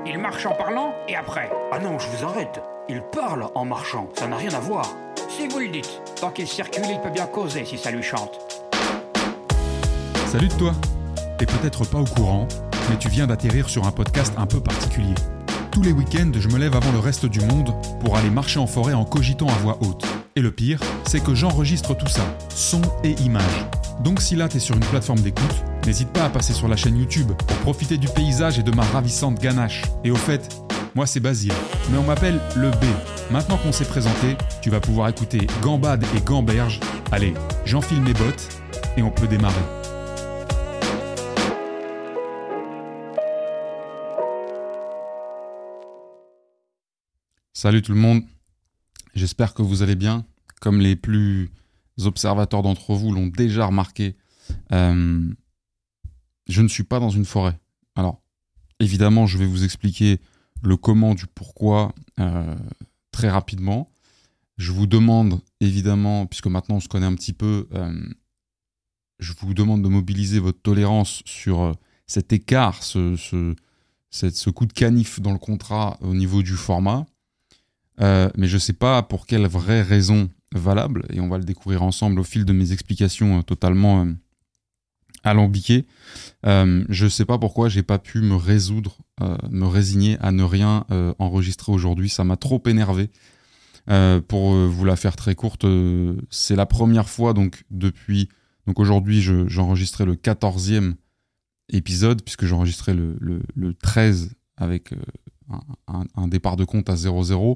Il marche en parlant et après. Ah non, je vous arrête. Il parle en marchant, ça n'a rien à voir. Si vous le dites, tant qu'il circule, il peut bien causer si ça lui chante. Salut de toi. T'es peut-être pas au courant, mais tu viens d'atterrir sur un podcast un peu particulier. Tous les week-ends, je me lève avant le reste du monde pour aller marcher en forêt en cogitant à voix haute. Et le pire, c'est que j'enregistre tout ça, son et image. Donc si là t'es sur une plateforme d'écoute, n'hésite pas à passer sur la chaîne YouTube pour profiter du paysage et de ma ravissante ganache. Et au fait, moi c'est Basile, mais on m'appelle le B. Maintenant qu'on s'est présenté, tu vas pouvoir écouter Gambade et Gamberge. Allez, j'enfile mes bottes et on peut démarrer. Salut tout le monde, j'espère que vous allez bien. Comme les plus observateurs d'entre vous l'ont déjà remarqué, je ne suis pas dans une forêt. Alors, évidemment, je vais vous expliquer le comment du pourquoi très rapidement. Je vous demande, évidemment, puisque maintenant on se connaît un petit peu, je vous demande de mobiliser votre tolérance sur cet écart, ce coup de canif dans le contrat au niveau du format. Mais je ne sais pas pour quelle vraie raison valable, et on va le découvrir ensemble au fil de mes explications totalement alambiquées. Je ne sais pas pourquoi j'ai pas pu me résigner à ne rien enregistrer aujourd'hui. Ça m'a trop énervé. Pour vous la faire très courte, c'est la première fois donc aujourd'hui j'enregistrais le 14e épisode, puisque j'enregistrais le 13 avec un départ de compte à 0-0.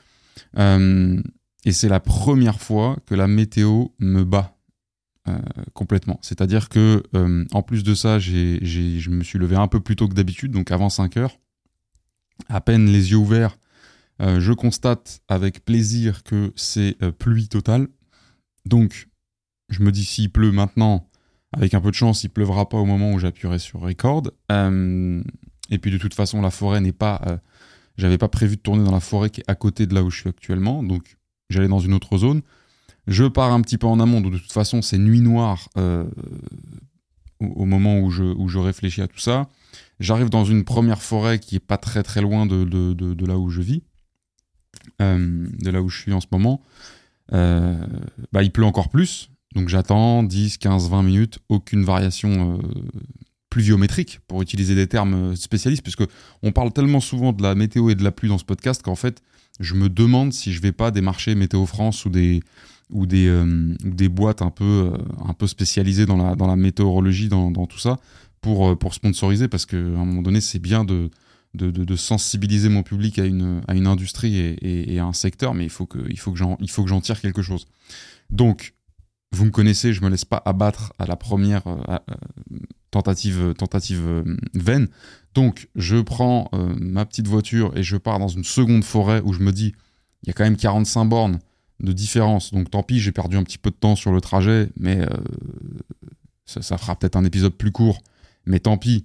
Et c'est la première fois que la météo me bat complètement. C'est-à-dire que en plus de ça, je me suis levé un peu plus tôt que d'habitude, donc avant 5 heures. À peine les yeux ouverts, je constate avec plaisir que c'est pluie totale. Donc, je me dis, s'il pleut maintenant, avec un peu de chance, il pleuvra pas au moment où j'appuierai sur record. Et puis de toute façon, la forêt n'est pas... j'avais pas prévu de tourner dans la forêt qui est à côté de là où je suis actuellement, donc j'allais dans une autre zone. Je pars un petit peu en amont, donc de toute façon c'est nuit noire au moment où je réfléchis à tout ça. J'arrive dans une première forêt qui est pas très très loin de là où je vis, de là où je suis en ce moment. Il pleut encore plus, donc j'attends 10, 15, 20 minutes, aucune variation pluviométrique, pour utiliser des termes spécialistes, puisque on parle tellement souvent de la météo et de la pluie dans ce podcast qu'en fait, je me demande si je vais pas démarcher Météo France ou des boîtes un peu spécialisées dans la météorologie, dans tout ça, pour sponsoriser, parce qu'à un moment donné, c'est bien de sensibiliser mon public à une industrie et à un secteur, mais il faut que j'en tire quelque chose. Donc, vous me connaissez, je me laisse pas abattre à la première tentative vaine. Donc, je prends ma petite voiture et je pars dans une seconde forêt où je me dis, il y a quand même 45 bornes de différence. Donc, tant pis, j'ai perdu un petit peu de temps sur le trajet, mais ça fera peut-être un épisode plus court. Mais tant pis.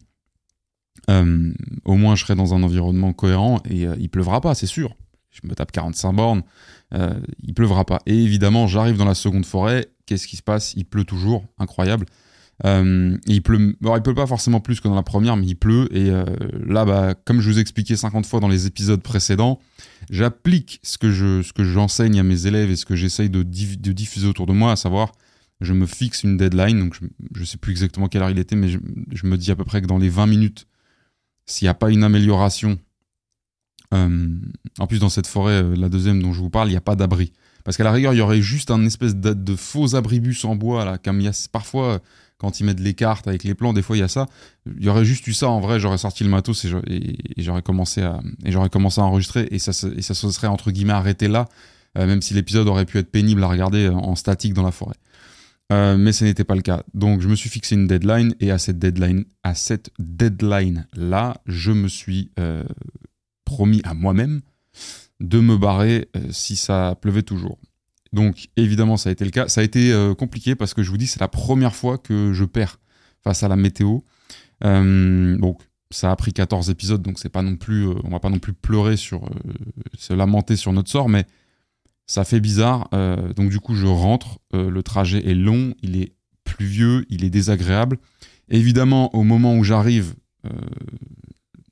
Au moins, je serai dans un environnement cohérent et il pleuvra pas, c'est sûr. Je me tape 45 bornes, il pleuvra pas. Et évidemment, j'arrive dans la seconde forêt. Qu'est-ce qui se passe ? Il pleut toujours, incroyable. Il pleut pas forcément plus que dans la première, mais il pleut. Et là, comme je vous ai expliqué 50 fois dans les épisodes précédents, j'applique ce que j'enseigne à mes élèves et ce que j'essaye de diffuser autour de moi, à savoir, je me fixe une deadline. Donc, je sais plus exactement quelle heure il était, mais je me dis à peu près que dans les 20 minutes, s'il n'y a pas une amélioration, en plus dans cette forêt, la deuxième dont je vous parle, il n'y a pas d'abri. Parce qu'à la rigueur, il y aurait juste un espèce de faux abribus en bois, là, comme il y a parfois, quand ils mettent les cartes avec les plans, des fois il y a ça. Il y aurait juste eu ça, en vrai, j'aurais sorti le matos et j'aurais commencé à enregistrer, et ça se serait entre guillemets arrêté là, même si l'épisode aurait pu être pénible à regarder en statique dans la forêt. Mais ce n'était pas le cas. Donc je me suis fixé une deadline, et à cette deadline-là, je me suis promis à moi-même de me barrer si ça pleuvait toujours. Donc évidemment ça a été le cas. Ça a été compliqué parce que je vous dis, c'est la première fois que je perds face à la météo. Donc ça a pris 14 épisodes, donc c'est pas non plus, on va pas non plus pleurer se lamenter sur notre sort, mais ça fait bizarre. Donc du coup je rentre, le trajet est long, il est pluvieux, il est désagréable. Et évidemment au moment où j'arrive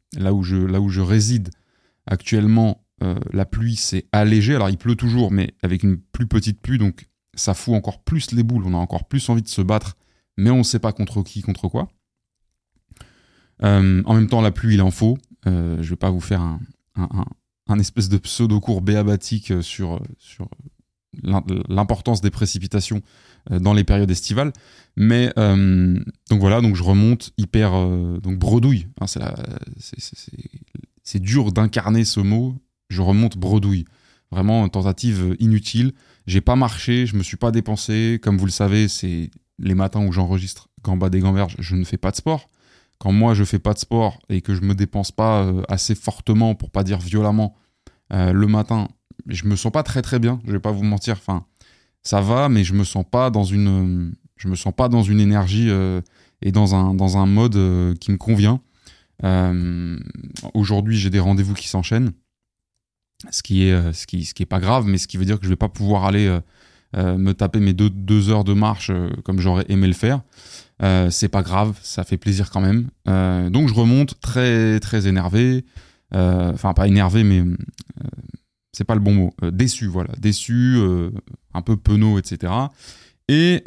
là où je réside actuellement, la pluie s'est allégée. Alors il pleut toujours, mais avec une plus petite pluie, donc ça fout encore plus les boules. On a encore plus envie de se battre, mais on ne sait pas contre qui, contre quoi. En même temps, la pluie, il en faut. Je ne vais pas vous faire un espèce de pseudo-cours béabatique sur l'importance des précipitations dans les périodes estivales. Mais donc voilà, donc je remonte hyper donc bredouille. Hein, c'est dur d'incarner ce mot. Je remonte bredouille. Vraiment une tentative inutile. J'ai pas marché, je me suis pas dépensé. Comme vous le savez, c'est les matins où j'enregistre Gambas des Gamberges, je ne fais pas de sport. Quand moi je fais pas de sport et que je me dépense pas assez fortement, pour pas dire violemment, le matin, je me sens pas très très bien. Je vais pas vous mentir. Enfin, ça va, mais je me sens pas dans une énergie et dans un mode qui me convient. Aujourd'hui, j'ai des rendez-vous qui s'enchaînent, ce qui est pas grave, mais ce qui veut dire que je vais pas pouvoir aller me taper mes deux heures de marche comme j'aurais aimé le faire. C'est pas grave, ça fait plaisir quand même. Donc je remonte très très énervé, enfin pas énervé, mais c'est pas le bon mot, déçu, voilà, déçu, un peu penaud, etc. Et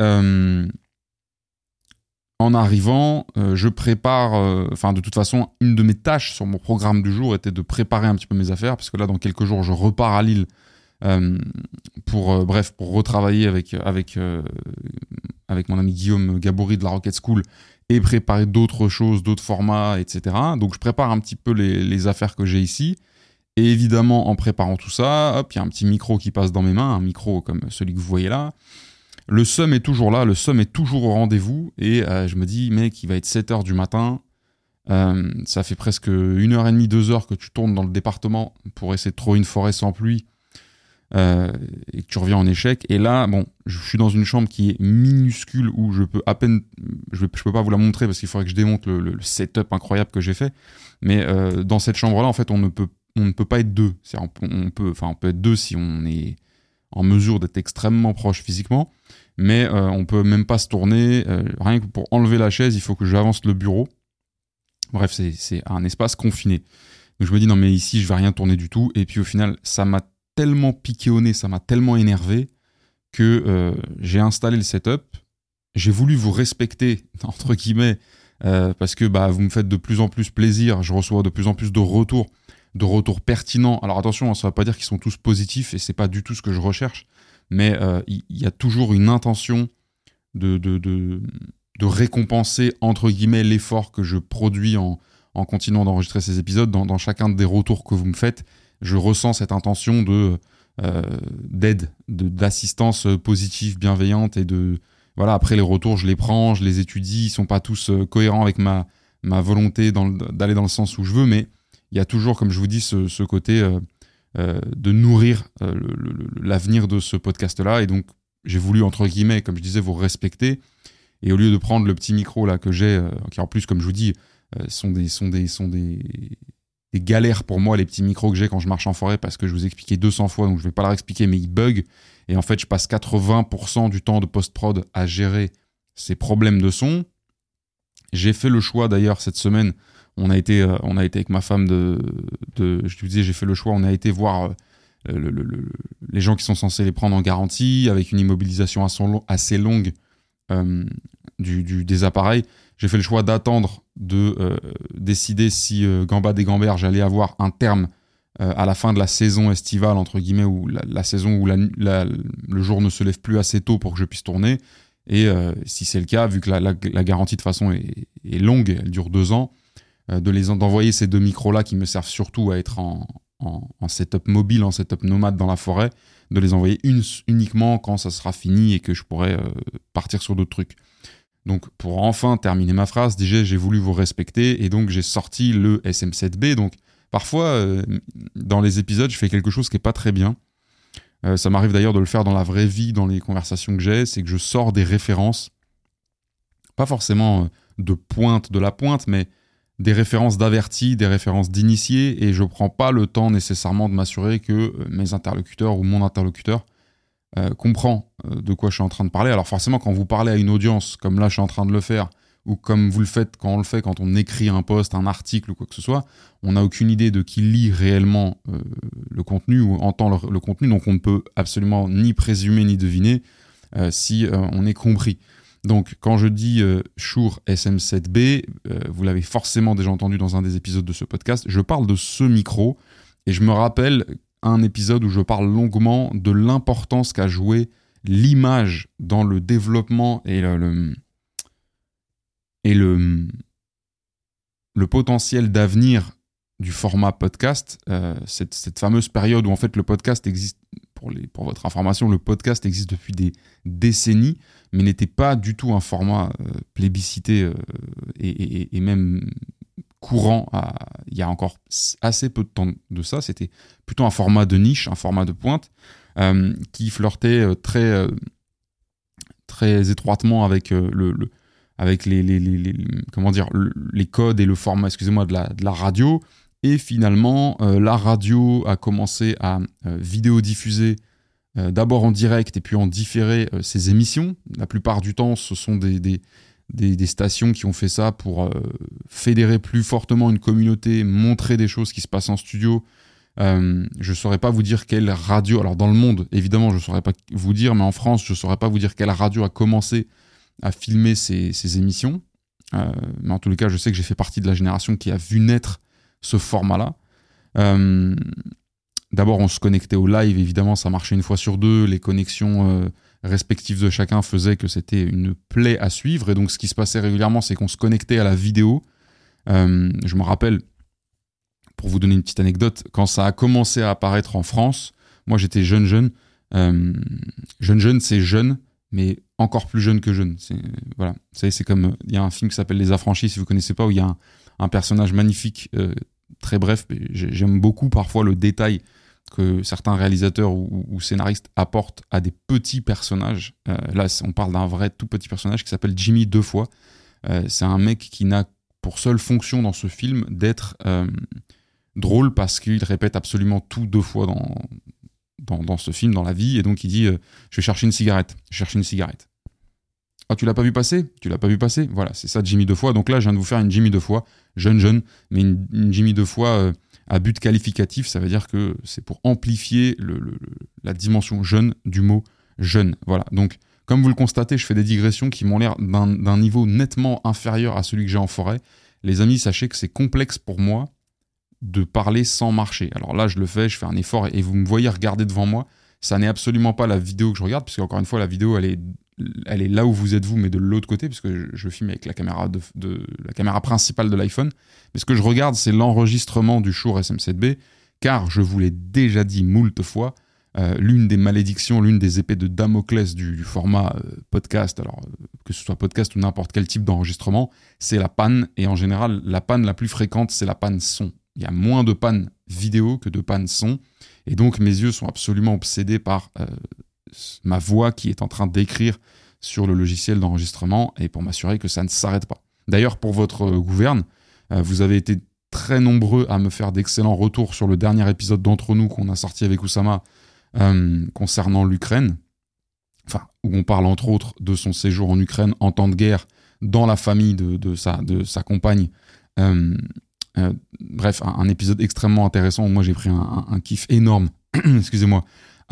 en arrivant, je prépare, de toute façon, une de mes tâches sur mon programme du jour était de préparer un petit peu mes affaires, parce que là, dans quelques jours, je repars à Lille pour retravailler avec mon ami Guillaume Gabory de la Rocket School et préparer d'autres choses, d'autres formats, etc. Donc, je prépare un petit peu les affaires que j'ai ici. Et évidemment, en préparant tout ça, hop, il y a un petit micro qui passe dans mes mains, un micro comme celui que vous voyez là. Le seum est toujours là, le seum est toujours au rendez-vous, et je me dis, mec, il va être 7h du matin, ça fait presque 1h30, 2h que tu tournes dans le département pour essayer de trouver une forêt sans pluie, et que tu reviens en échec. Et là, bon, je suis dans une chambre qui est minuscule, où je peux à peine, je peux pas vous la montrer parce qu'il faudrait que je démonte le setup incroyable que j'ai fait, mais dans cette chambre-là, en fait, on ne peut pas être deux. On peut être deux si on est en mesure d'être extrêmement proche physiquement, mais on peut même pas se tourner. Rien que pour enlever la chaise, il faut que j'avance le bureau. Bref, c'est un espace confiné. Donc je me dis, non mais ici, je vais rien tourner du tout. Et puis au final, ça m'a tellement piqué au nez, ça m'a tellement énervé que j'ai installé le setup. J'ai voulu vous respecter, entre guillemets, parce que vous me faites de plus en plus plaisir. Je reçois de plus en plus de retours pertinents. Alors attention, ça ne veut pas dire qu'ils sont tous positifs, et c'est pas du tout ce que je recherche, mais il y a toujours une intention de récompenser, entre guillemets, l'effort que je produis en continuant d'enregistrer ces épisodes. Dans chacun des retours que vous me faites, je ressens cette intention d'aide, d'assistance positive, bienveillante, et voilà, après les retours, je les prends, je les étudie, ils sont pas tous cohérents avec ma volonté d'aller dans le sens où je veux, mais il y a toujours, comme je vous dis, ce côté de nourrir l'avenir de ce podcast-là. Et donc, j'ai voulu, entre guillemets, comme je disais, vous respecter. Et au lieu de prendre le petit micro là que j'ai, qui en plus, comme je vous dis, sont des galères pour moi, les petits micros que j'ai quand je marche en forêt, parce que je vous ai expliqué 200 fois, donc je ne vais pas leur expliquer, mais ils bug. Et en fait, je passe 80% du temps de post-prod à gérer ces problèmes de son. J'ai fait le choix, d'ailleurs, cette semaine, on a été avec ma femme je vous disais, j'ai fait le choix, on a été voir les gens qui sont censés les prendre en garantie, avec une immobilisation assez longue des appareils. J'ai fait le choix d'attendre de décider si Gambas des Gamberges allait avoir un terme à la fin de la saison estivale, entre guillemets, ou la saison où le jour ne se lève plus assez tôt pour que je puisse tourner. Et si c'est le cas, vu que la garantie de toute façon est longue, elle dure 2 ans, d'envoyer ces 2 micros-là qui me servent surtout à être en setup mobile, en setup nomade dans la forêt, de les envoyer uniquement quand ça sera fini et que je pourrai partir sur d'autres trucs. Donc pour enfin terminer ma phrase, déjà j'ai voulu vous respecter, et donc j'ai sorti le SM7B. Donc parfois dans les épisodes je fais quelque chose qui n'est pas très bien. Ça m'arrive d'ailleurs de le faire dans la vraie vie, dans les conversations que j'ai, c'est que je sors des références, pas forcément de la pointe, mais des références d'avertis, des références d'initiés, et je prends pas le temps nécessairement de m'assurer que mes interlocuteurs ou mon interlocuteur comprend de quoi je suis en train de parler. Alors forcément, quand vous parlez à une audience, comme là je suis en train de le faire, ou comme vous le faites quand on écrit un post, un article ou quoi que ce soit, on n'a aucune idée de qui lit réellement le contenu ou entend le contenu, donc on ne peut absolument ni présumer ni deviner si on est compris. Donc quand je dis Shure SM7B, vous l'avez forcément déjà entendu dans un des épisodes de ce podcast, je parle de ce micro et je me rappelle un épisode où je parle longuement de l'importance qu'a joué l'image dans le développement et le potentiel d'avenir du format podcast, cette fameuse période où en fait le podcast existe, pour votre information, le podcast existe depuis des décennies, mais n'était pas du tout un format plébiscité et même courant il y a encore assez peu de temps de ça. C'était plutôt un format de niche, un format de pointe, qui flirtait très étroitement avec avec les codes et le format, de la radio. Et finalement, la radio a commencé à vidéodiffuser d'abord en direct et puis en différé ses émissions. La plupart du temps, ce sont des stations qui ont fait ça pour fédérer plus fortement une communauté, montrer des choses qui se passent en studio. Je ne saurais pas vous dire quelle radio, alors dans le monde, évidemment, je ne saurais pas vous dire, mais en France, je ne saurais pas vous dire quelle radio a commencé à filmer ces émissions. Mais en tous les cas, je sais que j'ai fait partie de la génération qui a vu naître ce format-là. D'abord, on se connectait au live, évidemment, ça marchait une fois sur deux. Les connexions respectives de chacun faisaient que c'était une plaie à suivre. Et donc, ce qui se passait régulièrement, c'est qu'on se connectait à la vidéo. Je me rappelle, pour vous donner une petite anecdote, quand ça a commencé à apparaître en France, moi, j'étais jeune. Jeune, c'est jeune, mais encore plus jeune que jeune. Voilà. Vous savez, c'est comme... Il y a un film qui s'appelle Les Affranchis, si vous ne connaissez pas, où il y a un personnage magnifique, très bref. J'aime beaucoup parfois le détail que certains réalisateurs ou scénaristes apportent à des petits personnages. Là, on parle d'un vrai tout petit personnage qui s'appelle Jimmy Deux Fois. C'est un mec qui n'a pour seule fonction dans ce film d'être drôle parce qu'il répète absolument tout deux fois dans ce film, dans la vie. Et donc, il dit je vais chercher une cigarette. Je cherche une cigarette. Ah, tu l'as pas vu passer ? Tu l'as pas vu passer ? Voilà, c'est ça Jimmy Deux Fois. Donc là, je viens de vous faire une Jimmy Deux Fois, jeune, mais une Jimmy Deux Fois à but qualificatif. Ça veut dire que c'est pour amplifier la dimension jeune du mot jeune. Voilà. Donc, comme vous le constatez, je fais des digressions qui m'ont l'air d'un niveau nettement inférieur à celui que j'ai en forêt. Les amis, sachez que c'est complexe pour moi de parler sans marcher. Alors là, je le fais, je fais un effort et vous me voyez regarder devant moi. Ça n'est absolument pas la vidéo que je regarde, puisque encore une fois, la vidéo, elle est là où vous êtes vous, mais de l'autre côté, puisque je filme avec la caméra la caméra principale de l'iPhone. Mais ce que je regarde, c'est l'enregistrement du Shure SM7B, car je vous l'ai déjà dit moult fois, l'une des malédictions, l'une des épées de Damoclès du format podcast, alors que ce soit podcast ou n'importe quel type d'enregistrement, c'est la panne. Et en général, la panne la plus fréquente, c'est la panne son. Il y a moins de panne vidéo que de panne son. Et donc, mes yeux sont absolument obsédés par ma voix qui est en train d'écrire sur le logiciel d'enregistrement et pour m'assurer que ça ne s'arrête pas. D'ailleurs, pour votre gouverne, vous avez été très nombreux à me faire d'excellents retours sur le dernier épisode d'Entre nous qu'on a sorti avec Oussama concernant l'Ukraine, enfin, où on parle entre autres de son séjour en Ukraine en temps de guerre dans la famille de sa compagne. Bref, un épisode extrêmement intéressant où moi j'ai pris un kiff énorme excusez-moi,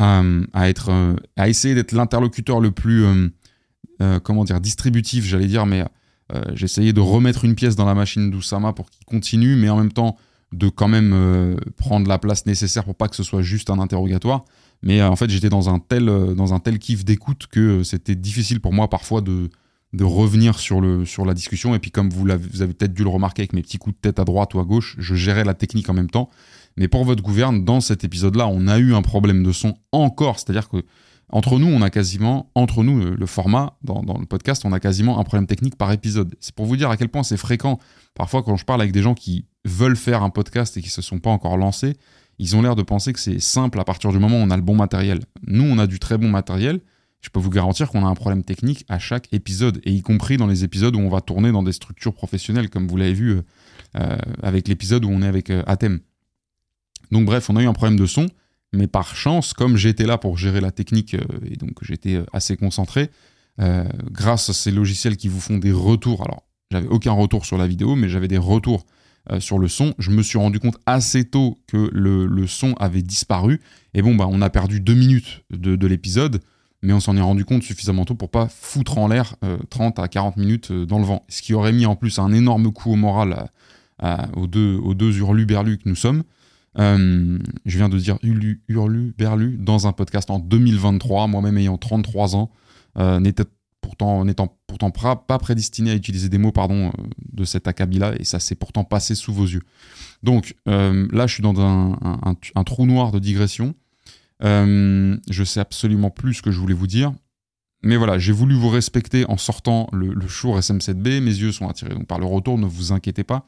à essayer d'être l'interlocuteur le plus distributif, j'allais dire, mais j'ai essayé de remettre une pièce dans la machine d'Oussama pour qu'il continue, mais en même temps de quand même prendre la place nécessaire pour pas que ce soit juste un interrogatoire. Mais en fait, j'étais dans un tel kiff d'écoute que c'était difficile pour moi parfois de revenir sur la discussion. Et puis comme vous avez peut-être dû le remarquer avec mes petits coups de tête à droite ou à gauche, je gérais la technique en même temps. Mais pour votre gouverne, dans cet épisode-là, on a eu un problème de son encore. C'est-à-dire que entre nous, le format, dans le podcast, on a quasiment un problème technique par épisode. C'est pour vous dire à quel point c'est fréquent. Parfois, quand je parle avec des gens qui veulent faire un podcast et qui ne se sont pas encore lancés, ils ont l'air de penser que c'est simple à partir du moment où on a le bon matériel. Nous, on a du très bon matériel. Je peux vous garantir qu'on a un problème technique à chaque épisode, et y compris dans les épisodes où on va tourner dans des structures professionnelles, comme vous l'avez vu avec l'épisode où on est avec Athème. Donc bref, on a eu un problème de son, mais par chance, comme j'étais là pour gérer la technique, et donc j'étais assez concentré, grâce à ces logiciels qui vous font des retours. Alors, J'avais aucun retour sur la vidéo, mais j'avais des retours sur le son. Je me suis rendu compte assez tôt que le son avait disparu. Et bon, on a perdu 2 minutes de l'épisode, mais on s'en est rendu compte suffisamment tôt pour pas foutre en l'air 30 à 40 minutes dans le vent. Ce qui aurait mis en plus un énorme coup au moral aux deux hurluberlus que nous sommes. Je viens de dire hurluberlu dans un podcast en 2023, moi-même ayant 33 ans, n'étant pourtant pas prédestiné à utiliser des mots de cet acabit-là, et ça s'est pourtant passé sous vos yeux. Donc là, je suis dans un trou noir de digression. Je sais absolument plus ce que je voulais vous dire. Mais voilà, j'ai voulu vous respecter en sortant le Shure SM7B. Mes yeux sont attirés donc par le retour, ne vous inquiétez pas.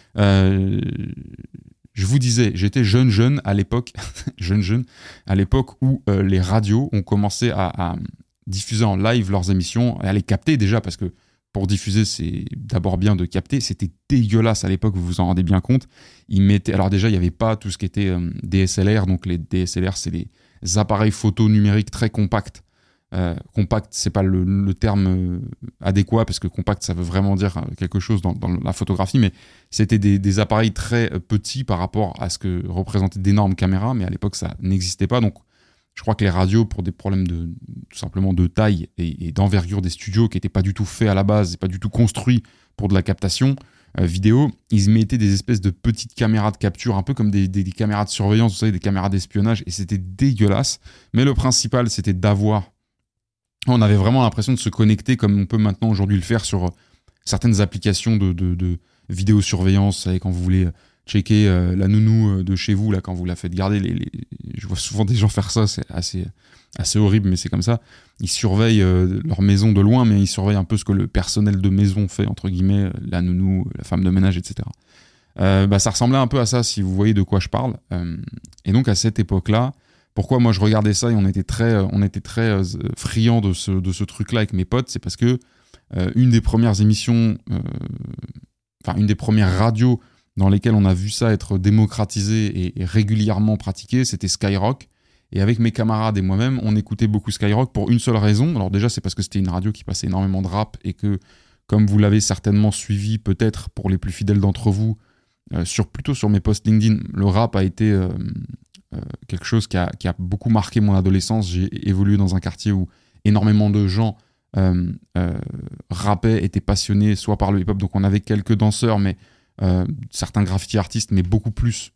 Je vous disais, j'étais jeune à l'époque, à l'époque où les radios ont commencé à diffuser en live leurs émissions, et à les capter déjà, parce que pour diffuser, c'est d'abord bien de capter. C'était dégueulasse à l'époque, vous vous en rendez bien compte. Alors déjà, il n'y avait pas tout ce qui était DSLR, donc les DSLR, c'est les appareils photo numériques très compacts. Compact, c'est pas le terme adéquat, parce que compact, ça veut vraiment dire quelque chose dans la photographie, mais c'était des appareils très petits par rapport à ce que représentaient d'énormes caméras, mais à l'époque, ça n'existait pas. Donc, je crois que les radios, pour des problèmes tout simplement de taille et d'envergure des studios qui n'étaient pas du tout faits à la base, et pas du tout construits pour de la captation vidéo, ils mettaient des espèces de petites caméras de capture, un peu comme des caméras de surveillance, vous savez, des caméras d'espionnage, et c'était dégueulasse. Mais le principal, c'était on avait vraiment l'impression de se connecter comme on peut maintenant aujourd'hui le faire sur certaines applications de vidéosurveillance. Vous savez, quand vous voulez checker la nounou de chez vous, là, quand vous la faites garder, je vois souvent des gens faire ça, c'est assez horrible, mais c'est comme ça. Ils surveillent leur maison de loin, mais ils surveillent un peu ce que le personnel de maison fait, entre guillemets, la nounou, la femme de ménage, etc. Ça ressemblait un peu à ça, si vous voyez de quoi je parle. Et donc, à cette époque-là, pourquoi moi je regardais ça et on était très friands de ce truc-là avec mes potes, c'est parce que une des premières émissions, une des premières radios dans lesquelles on a vu ça être démocratisé et régulièrement pratiqué, c'était Skyrock. Et avec mes camarades et moi-même, on écoutait beaucoup Skyrock pour une seule raison. Alors déjà, c'est parce que c'était une radio qui passait énormément de rap et que, comme vous l'avez certainement suivi, peut-être pour les plus fidèles d'entre vous, plutôt sur mes posts LinkedIn, le rap a été quelque chose qui a beaucoup marqué mon adolescence. J'ai évolué dans un quartier où énormément de gens rappaient, étaient passionnés soit par le hip-hop, donc on avait quelques danseurs, mais certains graffiti artistes, mais beaucoup plus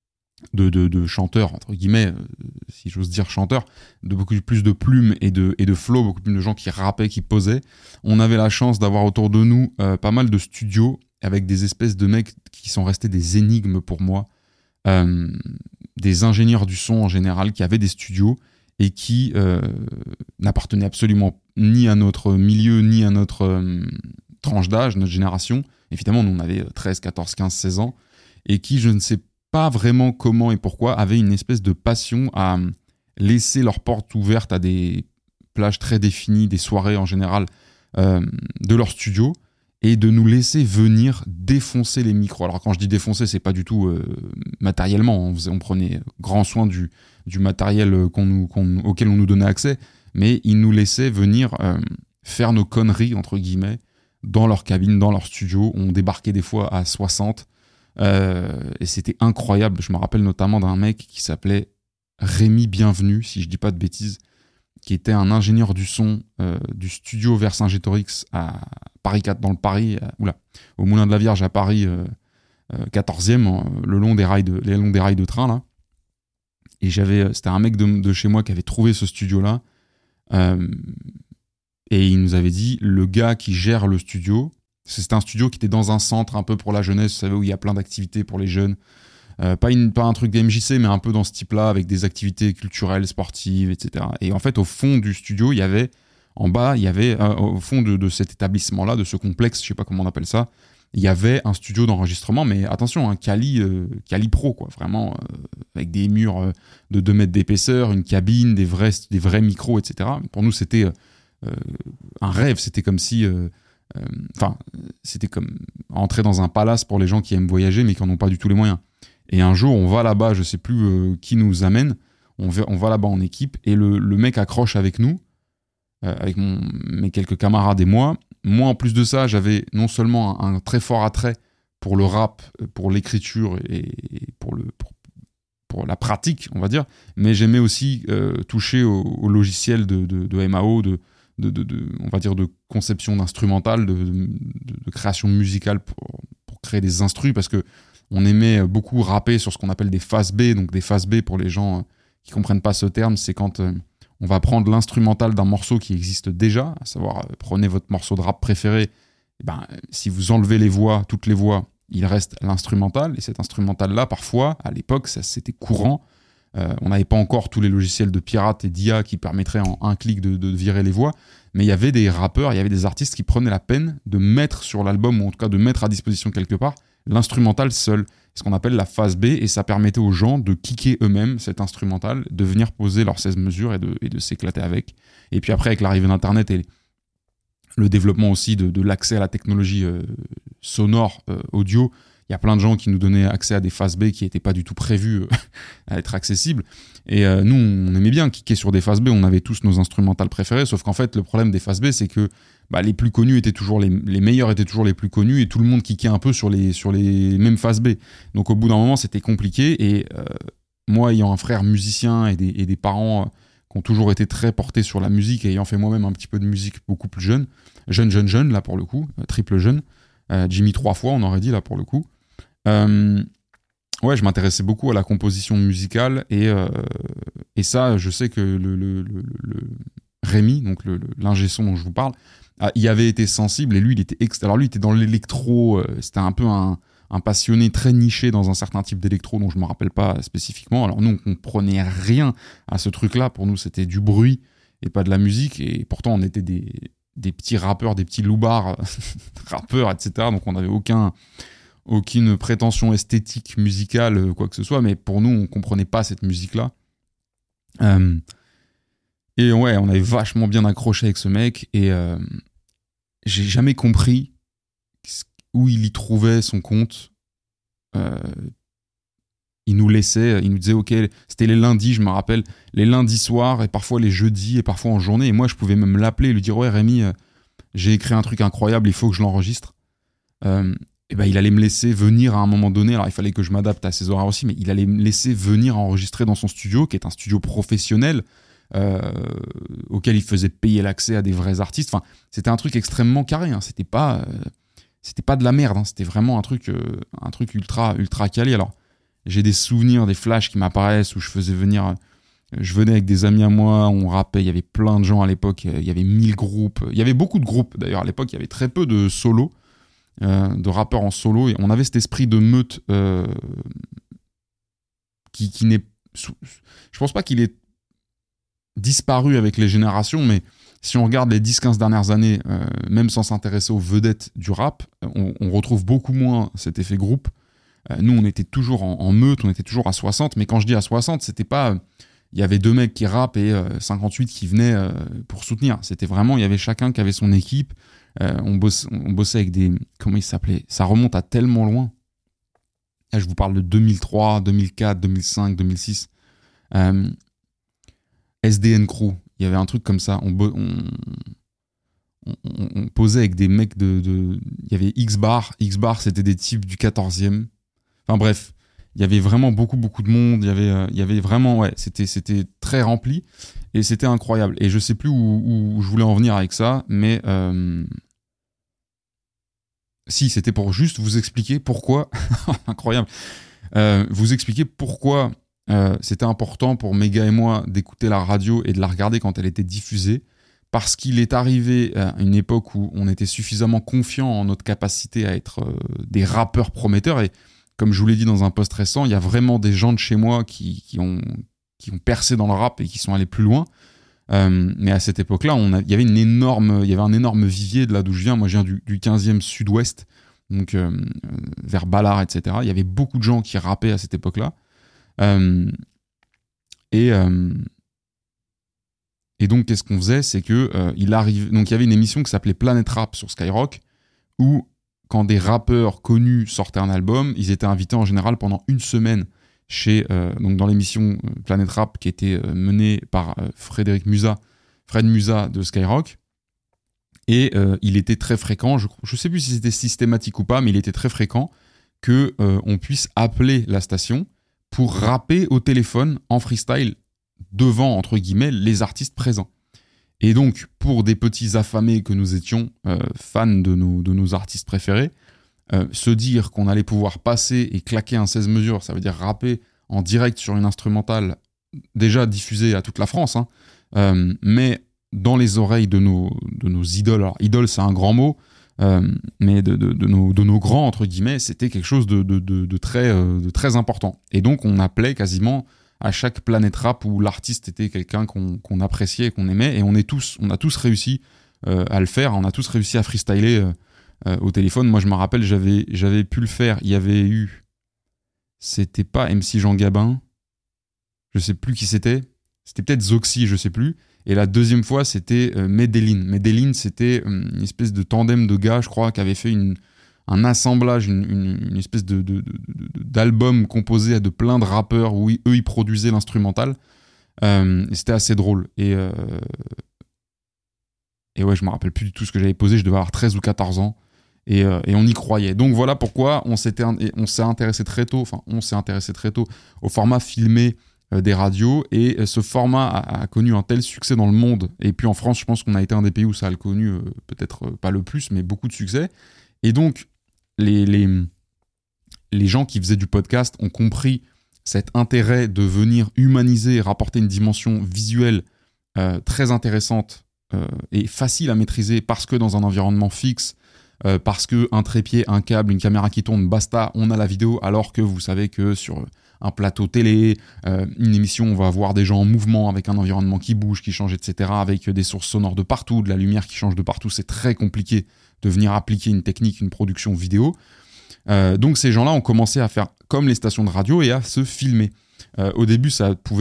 de chanteurs, entre guillemets, si j'ose dire chanteurs, de beaucoup plus de plumes et de flow, beaucoup plus de gens qui rappaient, qui posaient. On avait la chance d'avoir autour de nous pas mal de studios avec des espèces de mecs qui sont restés des énigmes pour moi, des ingénieurs du son en général qui avaient des studios et qui n'appartenaient absolument ni à notre milieu, ni à notre tranche d'âge, notre génération. Évidemment, nous on avait 13, 14, 15, 16 ans, et qui, je ne sais pas vraiment comment et pourquoi, avaient une espèce de passion à laisser leurs portes ouvertes à des plages très définies, des soirées en général, de leur studio, et de nous laisser venir défoncer les micros. Alors quand je dis défoncer, c'est pas du tout matériellement, on prenait grand soin du matériel auquel on nous donnait accès, mais ils nous laissaient venir faire nos conneries, entre guillemets, dans leur cabine, dans leur studio. On débarquait des fois à 60, et c'était incroyable. Je me rappelle notamment d'un mec qui s'appelait Rémi Bienvenu, si je dis pas de bêtises, qui était un ingénieur du son du studio Vercingétorix à Paris 4, dans le Paris, au Moulin de la Vierge à Paris 14e, les longs des rails de train là. Et c'était un mec de chez moi qui avait trouvé ce studio-là, et il nous avait dit, le gars qui gère le studio, c'était un studio qui était dans un centre un peu pour la jeunesse, vous savez, où il y a plein d'activités pour les jeunes, pas un truc des MJC, mais un peu dans ce type-là, avec des activités culturelles, sportives, etc. Et en fait, au fond du studio, au fond de cet établissement-là, de ce complexe, je sais pas comment on appelle ça, il y avait un studio d'enregistrement, mais attention, un Cali Pro, quoi, vraiment, avec des murs de 2 mètres d'épaisseur, une cabine, des vrais micros, etc. Pour nous, c'était un rêve, c'était comme si... c'était comme entrer dans un palace pour les gens qui aiment voyager, mais qui n'en ont pas du tout les moyens. Et un jour, on va là-bas, je sais plus qui nous amène, on va là-bas en équipe, et le mec accroche avec nous, avec mes quelques camarades et moi. Moi, en plus de ça, j'avais non seulement un très fort attrait pour le rap, pour l'écriture et pour la pratique, on va dire, mais j'aimais aussi toucher au logiciel de MAO, on va dire de conception d'instrumental, de création musicale pour créer des instrus, parce que on aimait beaucoup rapper sur ce qu'on appelle des phases B. Donc des phases B, pour les gens qui comprennent pas ce terme, c'est quand on va prendre l'instrumental d'un morceau qui existe déjà, à savoir prenez votre morceau de rap préféré, si vous enlevez les voix, toutes les voix, il reste l'instrumental, et cet instrumental-là, parfois, à l'époque, ça c'était courant. On n'avait pas encore tous les logiciels de pirates et d'IA qui permettraient en un clic de virer les voix, mais il y avait des rappeurs, il y avait des artistes qui prenaient la peine de mettre sur l'album, ou en tout cas de mettre à disposition quelque part, l'instrumental seul, ce qu'on appelle la phase B, et ça permettait aux gens de kicker eux-mêmes cet instrumental, de venir poser leurs 16 mesures et de s'éclater avec. Et puis après, avec l'arrivée d'Internet et le développement aussi de l'accès à la technologie sonore, audio, il y a plein de gens qui nous donnaient accès à des phases B qui n'étaient pas du tout prévues à être accessibles. Et nous, on aimait bien kicker sur des phases B, on avait tous nos instrumentales préférés, sauf qu'en fait, le problème des phases B, c'est que les plus connus étaient toujours les meilleurs étaient toujours les plus connus, et tout le monde kickait un peu sur les mêmes phases B. Donc au bout d'un moment, c'était compliqué, et moi, ayant un frère musicien et des parents qui ont toujours été très portés sur la musique, et ayant fait moi-même un petit peu de musique beaucoup plus jeune, là pour le coup, triple jeune, Jimmy 3 fois, on aurait dit là pour le coup. Je m'intéressais beaucoup à la composition musicale, et ça, je sais que le Rémi, donc l'ingé son dont je vous parle, il avait été sensible, et lui, il était alors lui, il était dans l'électro, c'était un peu un passionné très niché dans un certain type d'électro dont je me rappelle pas spécifiquement. Alors nous, on comprenait rien à ce truc-là. Pour nous, c'était du bruit et pas de la musique, et pourtant on était des petits rappeurs, des petits loupards rappeurs, etc. Donc on n'avait aucune prétention esthétique, musicale, quoi que ce soit, mais pour nous, on comprenait pas cette musique-là. Et ouais, on avait vachement bien accroché avec ce mec, et j'ai jamais compris où il y trouvait son compte. Il nous laissait, il nous disait ok, c'était les lundis, je me rappelle, les lundis soirs, et parfois les jeudis, et parfois en journée, et moi je pouvais même l'appeler et lui dire ouais Rémi, j'ai écrit un truc incroyable, il faut que je l'enregistre. Et il allait me laisser venir à un moment donné, alors il fallait que je m'adapte à ses horaires aussi, mais il allait me laisser venir enregistrer dans son studio, qui est un studio professionnel, auquel il faisait payer l'accès à des vrais artistes. Enfin, c'était un truc extrêmement carré, hein. C'était pas de la merde, hein. C'était vraiment un truc ultra quali. Alors j'ai des souvenirs, des flashs qui m'apparaissent où je venais avec des amis à moi, on rappait, il y avait plein de gens à l'époque, il y avait 1000 groupes, il y avait beaucoup de groupes d'ailleurs à l'époque, il y avait très peu de solos, de rappeurs en solo, et on avait cet esprit de meute qui n'est, je pense pas qu'il est disparu avec les générations, mais si on regarde les 10-15 dernières années, même sans s'intéresser aux vedettes du rap, on retrouve beaucoup moins cet effet groupe. Nous, on était toujours en meute, on était toujours à 60, mais quand je dis à 60, c'était pas... Il y avait 2 mecs qui rappent et 58 qui venaient pour soutenir. C'était vraiment, il y avait chacun qui avait son équipe. On bossait avec des... Comment ils s'appelaient ? Ça remonte à tellement loin. Là, je vous parle de 2003, 2004, 2005, 2006. SDN Crew, il y avait un truc comme ça. On posait avec des mecs il y avait X-Bar. X-Bar, c'était des types du 14e. Enfin bref, il y avait vraiment beaucoup de monde. Il y avait vraiment, ouais, c'était très rempli et c'était incroyable. Et je sais plus où je voulais en venir avec ça, mais si, c'était pour juste vous expliquer pourquoi, incroyable, vous expliquer pourquoi c'était important pour Méga et moi d'écouter la radio et de la regarder quand elle était diffusée, parce qu'il est arrivé à une époque où on était suffisamment confiant en notre capacité à être des rappeurs prometteurs, et comme je vous l'ai dit dans un post récent, il y a vraiment des gens de chez moi qui ont percé dans le rap et qui sont allés plus loin. Mais à cette époque-là, il y avait un énorme vivier de là d'où je viens. Moi, je viens du 15e sud-ouest, donc vers Ballard, etc. Il y avait beaucoup de gens qui rappaient à cette époque-là. Et donc, qu'est-ce qu'on faisait ? C'est que donc il y avait une émission qui s'appelait Planète Rap sur Skyrock, où quand des rappeurs connus sortaient un album, ils étaient invités en général pendant une semaine donc dans l'émission Planète Rap, qui était menée par Frédéric Musa. Fred Musa de Skyrock. Et il était très fréquent, je sais plus si c'était systématique ou pas, mais il était très fréquent que on puisse appeler la station pour rapper au téléphone en freestyle devant, entre guillemets, les artistes présents. Et donc, pour des petits affamés que nous étions, fans de nos artistes préférés, se dire qu'on allait pouvoir passer et claquer un 16 mesures, ça veut dire rapper en direct sur une instrumentale déjà diffusée à toute la France, hein, mais dans les oreilles de nos idoles. Alors, idole, c'est un grand mot, mais de nos grands, entre guillemets, c'était quelque chose de très important. Et donc, on appelait quasiment à chaque Planète Rap où l'artiste était quelqu'un qu'on appréciait et qu'on aimait, et on a tous réussi à le faire, on a tous réussi à freestyler au téléphone. Moi, je me rappelle, j'avais pu le faire, il y avait eu... C'était pas MC Jean Gabin, je sais plus qui c'était peut-être Zoxy, je sais plus. Et la deuxième fois, c'était Medellin. Medellin, c'était une espèce de tandem de gars, je crois, qui avait fait un assemblage, une espèce d'album composé de plein de rappeurs où eux, ils produisaient l'instrumental. Et c'était assez drôle. Et ouais, je me rappelle plus du tout ce que j'avais posé. Je devais avoir 13 ou 14 ans. Et on y croyait. Donc voilà pourquoi on s'est intéressé très tôt au format filmé des radios, et ce format a connu un tel succès dans le monde, et puis en France je pense qu'on a été un des pays où ça a connu peut-être pas le plus mais beaucoup de succès, et donc les gens qui faisaient du podcast ont compris cet intérêt de venir humaniser et rapporter une dimension visuelle très intéressante et facile à maîtriser, parce que dans un environnement fixe, parce que un trépied, un câble, une caméra qui tourne, basta, on a la vidéo, alors que vous savez que sur un plateau télé, une émission, on va voir des gens en mouvement avec un environnement qui bouge, qui change, etc., avec des sources sonores de partout, de la lumière qui change de partout. C'est très compliqué de venir appliquer une technique, une production vidéo. Donc ces gens-là ont commencé à faire comme les stations de radio et à se filmer. Au début, ça pouvait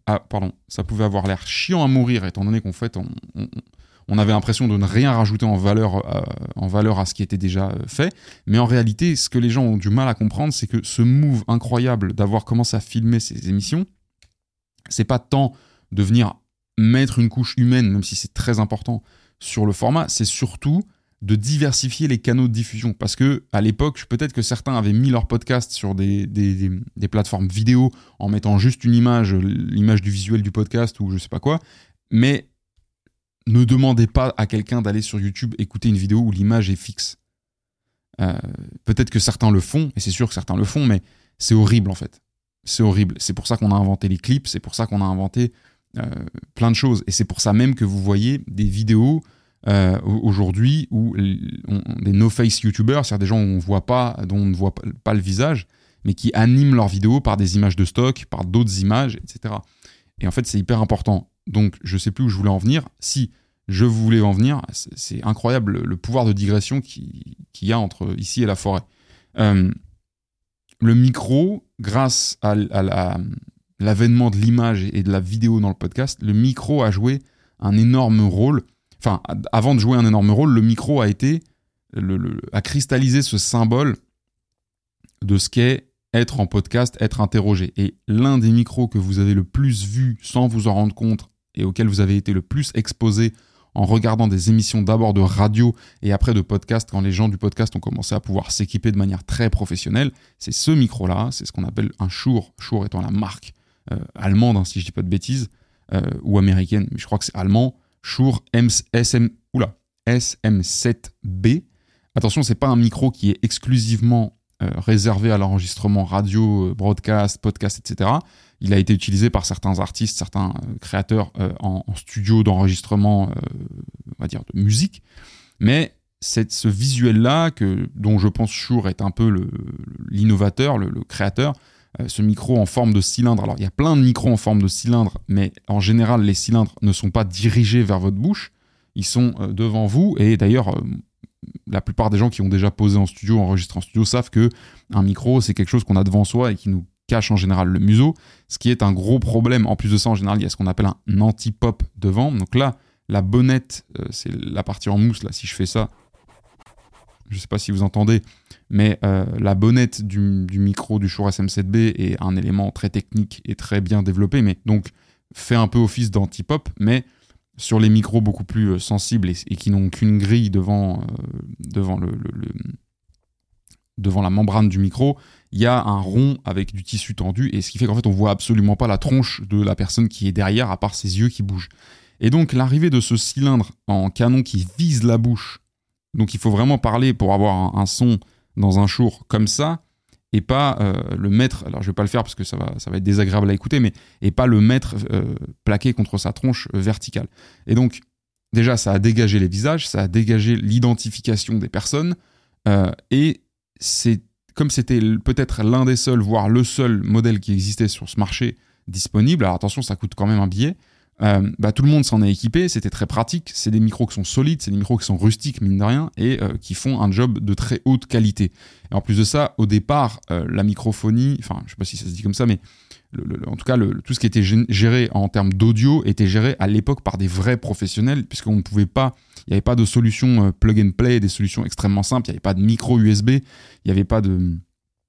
avoir l'air chiant à mourir, étant donné qu'en fait, on avait l'impression de ne rien rajouter en valeur à ce qui était déjà fait. Mais en réalité, ce que les gens ont du mal à comprendre, c'est que ce move incroyable d'avoir commencé à filmer ces émissions, c'est pas tant de venir mettre une couche humaine, même si c'est très important, sur le format, c'est surtout de diversifier les canaux de diffusion. Parce que à l'époque, peut-être que certains avaient mis leur podcast sur des plateformes vidéo en mettant juste l'image du visuel du podcast ou je sais pas quoi, mais ne demandez pas à quelqu'un d'aller sur YouTube écouter une vidéo où l'image est fixe. Peut-être que certains le font, et c'est sûr que certains le font, mais c'est horrible en fait. C'est horrible. C'est pour ça qu'on a inventé les clips, c'est pour ça qu'on a inventé plein de choses. Et c'est pour ça même que vous voyez des vidéos aujourd'hui où des no-face YouTubers, c'est-à-dire des gens dont on ne voit pas le visage, mais qui animent leurs vidéos par des images de stock, par d'autres images, etc. Et en fait, c'est hyper important. Donc, je sais plus où je voulais en venir. Si je voulais en venir, c'est incroyable le pouvoir de digression qu'il y a entre ici et la forêt. Le micro, grâce à l'avènement de l'image et de la vidéo dans le podcast, le micro a joué un énorme rôle. Enfin, avant de jouer un énorme rôle, le micro a cristallisé ce symbole de ce qu'est être en podcast, être interrogé. Et l'un des micros que vous avez le plus vu sans vous en rendre compte et auquel vous avez été le plus exposé en regardant des émissions d'abord de radio et après de podcast, quand les gens du podcast ont commencé à pouvoir s'équiper de manière très professionnelle, c'est ce micro-là, c'est ce qu'on appelle un Shure, Shure étant la marque allemande, si je dis pas de bêtises, ou américaine, mais je crois que c'est allemand, Shure SM7B. Attention, c'est pas un micro qui est exclusivement réservé à l'enregistrement radio, broadcast, podcast, etc. Il a été utilisé par certains artistes, certains créateurs en studio d'enregistrement, on va dire, de musique. Mais c'est ce visuel-là, dont je pense Shure est un peu l'innovateur, le créateur, ce micro en forme de cylindre. Alors, il y a plein de micros en forme de cylindre, mais en général, les cylindres ne sont pas dirigés vers votre bouche. Ils sont devant vous. Et d'ailleurs, la plupart des gens qui ont déjà posé en studio, enregistré en studio, savent que un micro, c'est quelque chose qu'on a devant soi et qui nous cache en général le museau, ce qui est un gros problème. En plus de ça, en général, il y a ce qu'on appelle un anti-pop devant. Donc là, la bonnette, c'est la partie en mousse. Là, si je fais ça, je ne sais pas si vous entendez, mais la bonnette du micro du Shure SM7B est un élément très technique et très bien développé, mais donc fait un peu office d'anti-pop, mais sur les micros beaucoup plus sensibles et qui n'ont qu'une grille devant la membrane du micro, il y a un rond avec du tissu tendu, et ce qui fait qu'en fait on voit absolument pas la tronche de la personne qui est derrière, à part ses yeux qui bougent. Et donc l'arrivée de ce cylindre en canon qui vise la bouche, donc il faut vraiment parler pour avoir un son dans un Shure comme ça, et pas le mettre, alors je vais pas le faire parce que ça va être désagréable à écouter, mais et pas le mettre plaqué contre sa tronche verticale. Et donc déjà ça a dégagé les visages, ça a dégagé l'identification des personnes, et c'est comme c'était peut-être l'un des seuls, voire le seul modèle qui existait sur ce marché disponible. Alors attention, ça coûte quand même un billet. Tout le monde s'en est équipé, c'était très pratique. C'est des micros qui sont solides, c'est des micros qui sont rustiques, mine de rien, et qui font un job de très haute qualité. Et en plus de ça, au départ, la microphonie, enfin, je sais pas si ça se dit comme ça, mais en tout cas, tout ce qui était géré en termes d'audio était géré à l'époque par des vrais professionnels, puisqu'on ne pouvait pas, il n'y avait pas de solution plug and play, des solutions extrêmement simples, il n'y avait pas de micro USB, il n'y avait pas de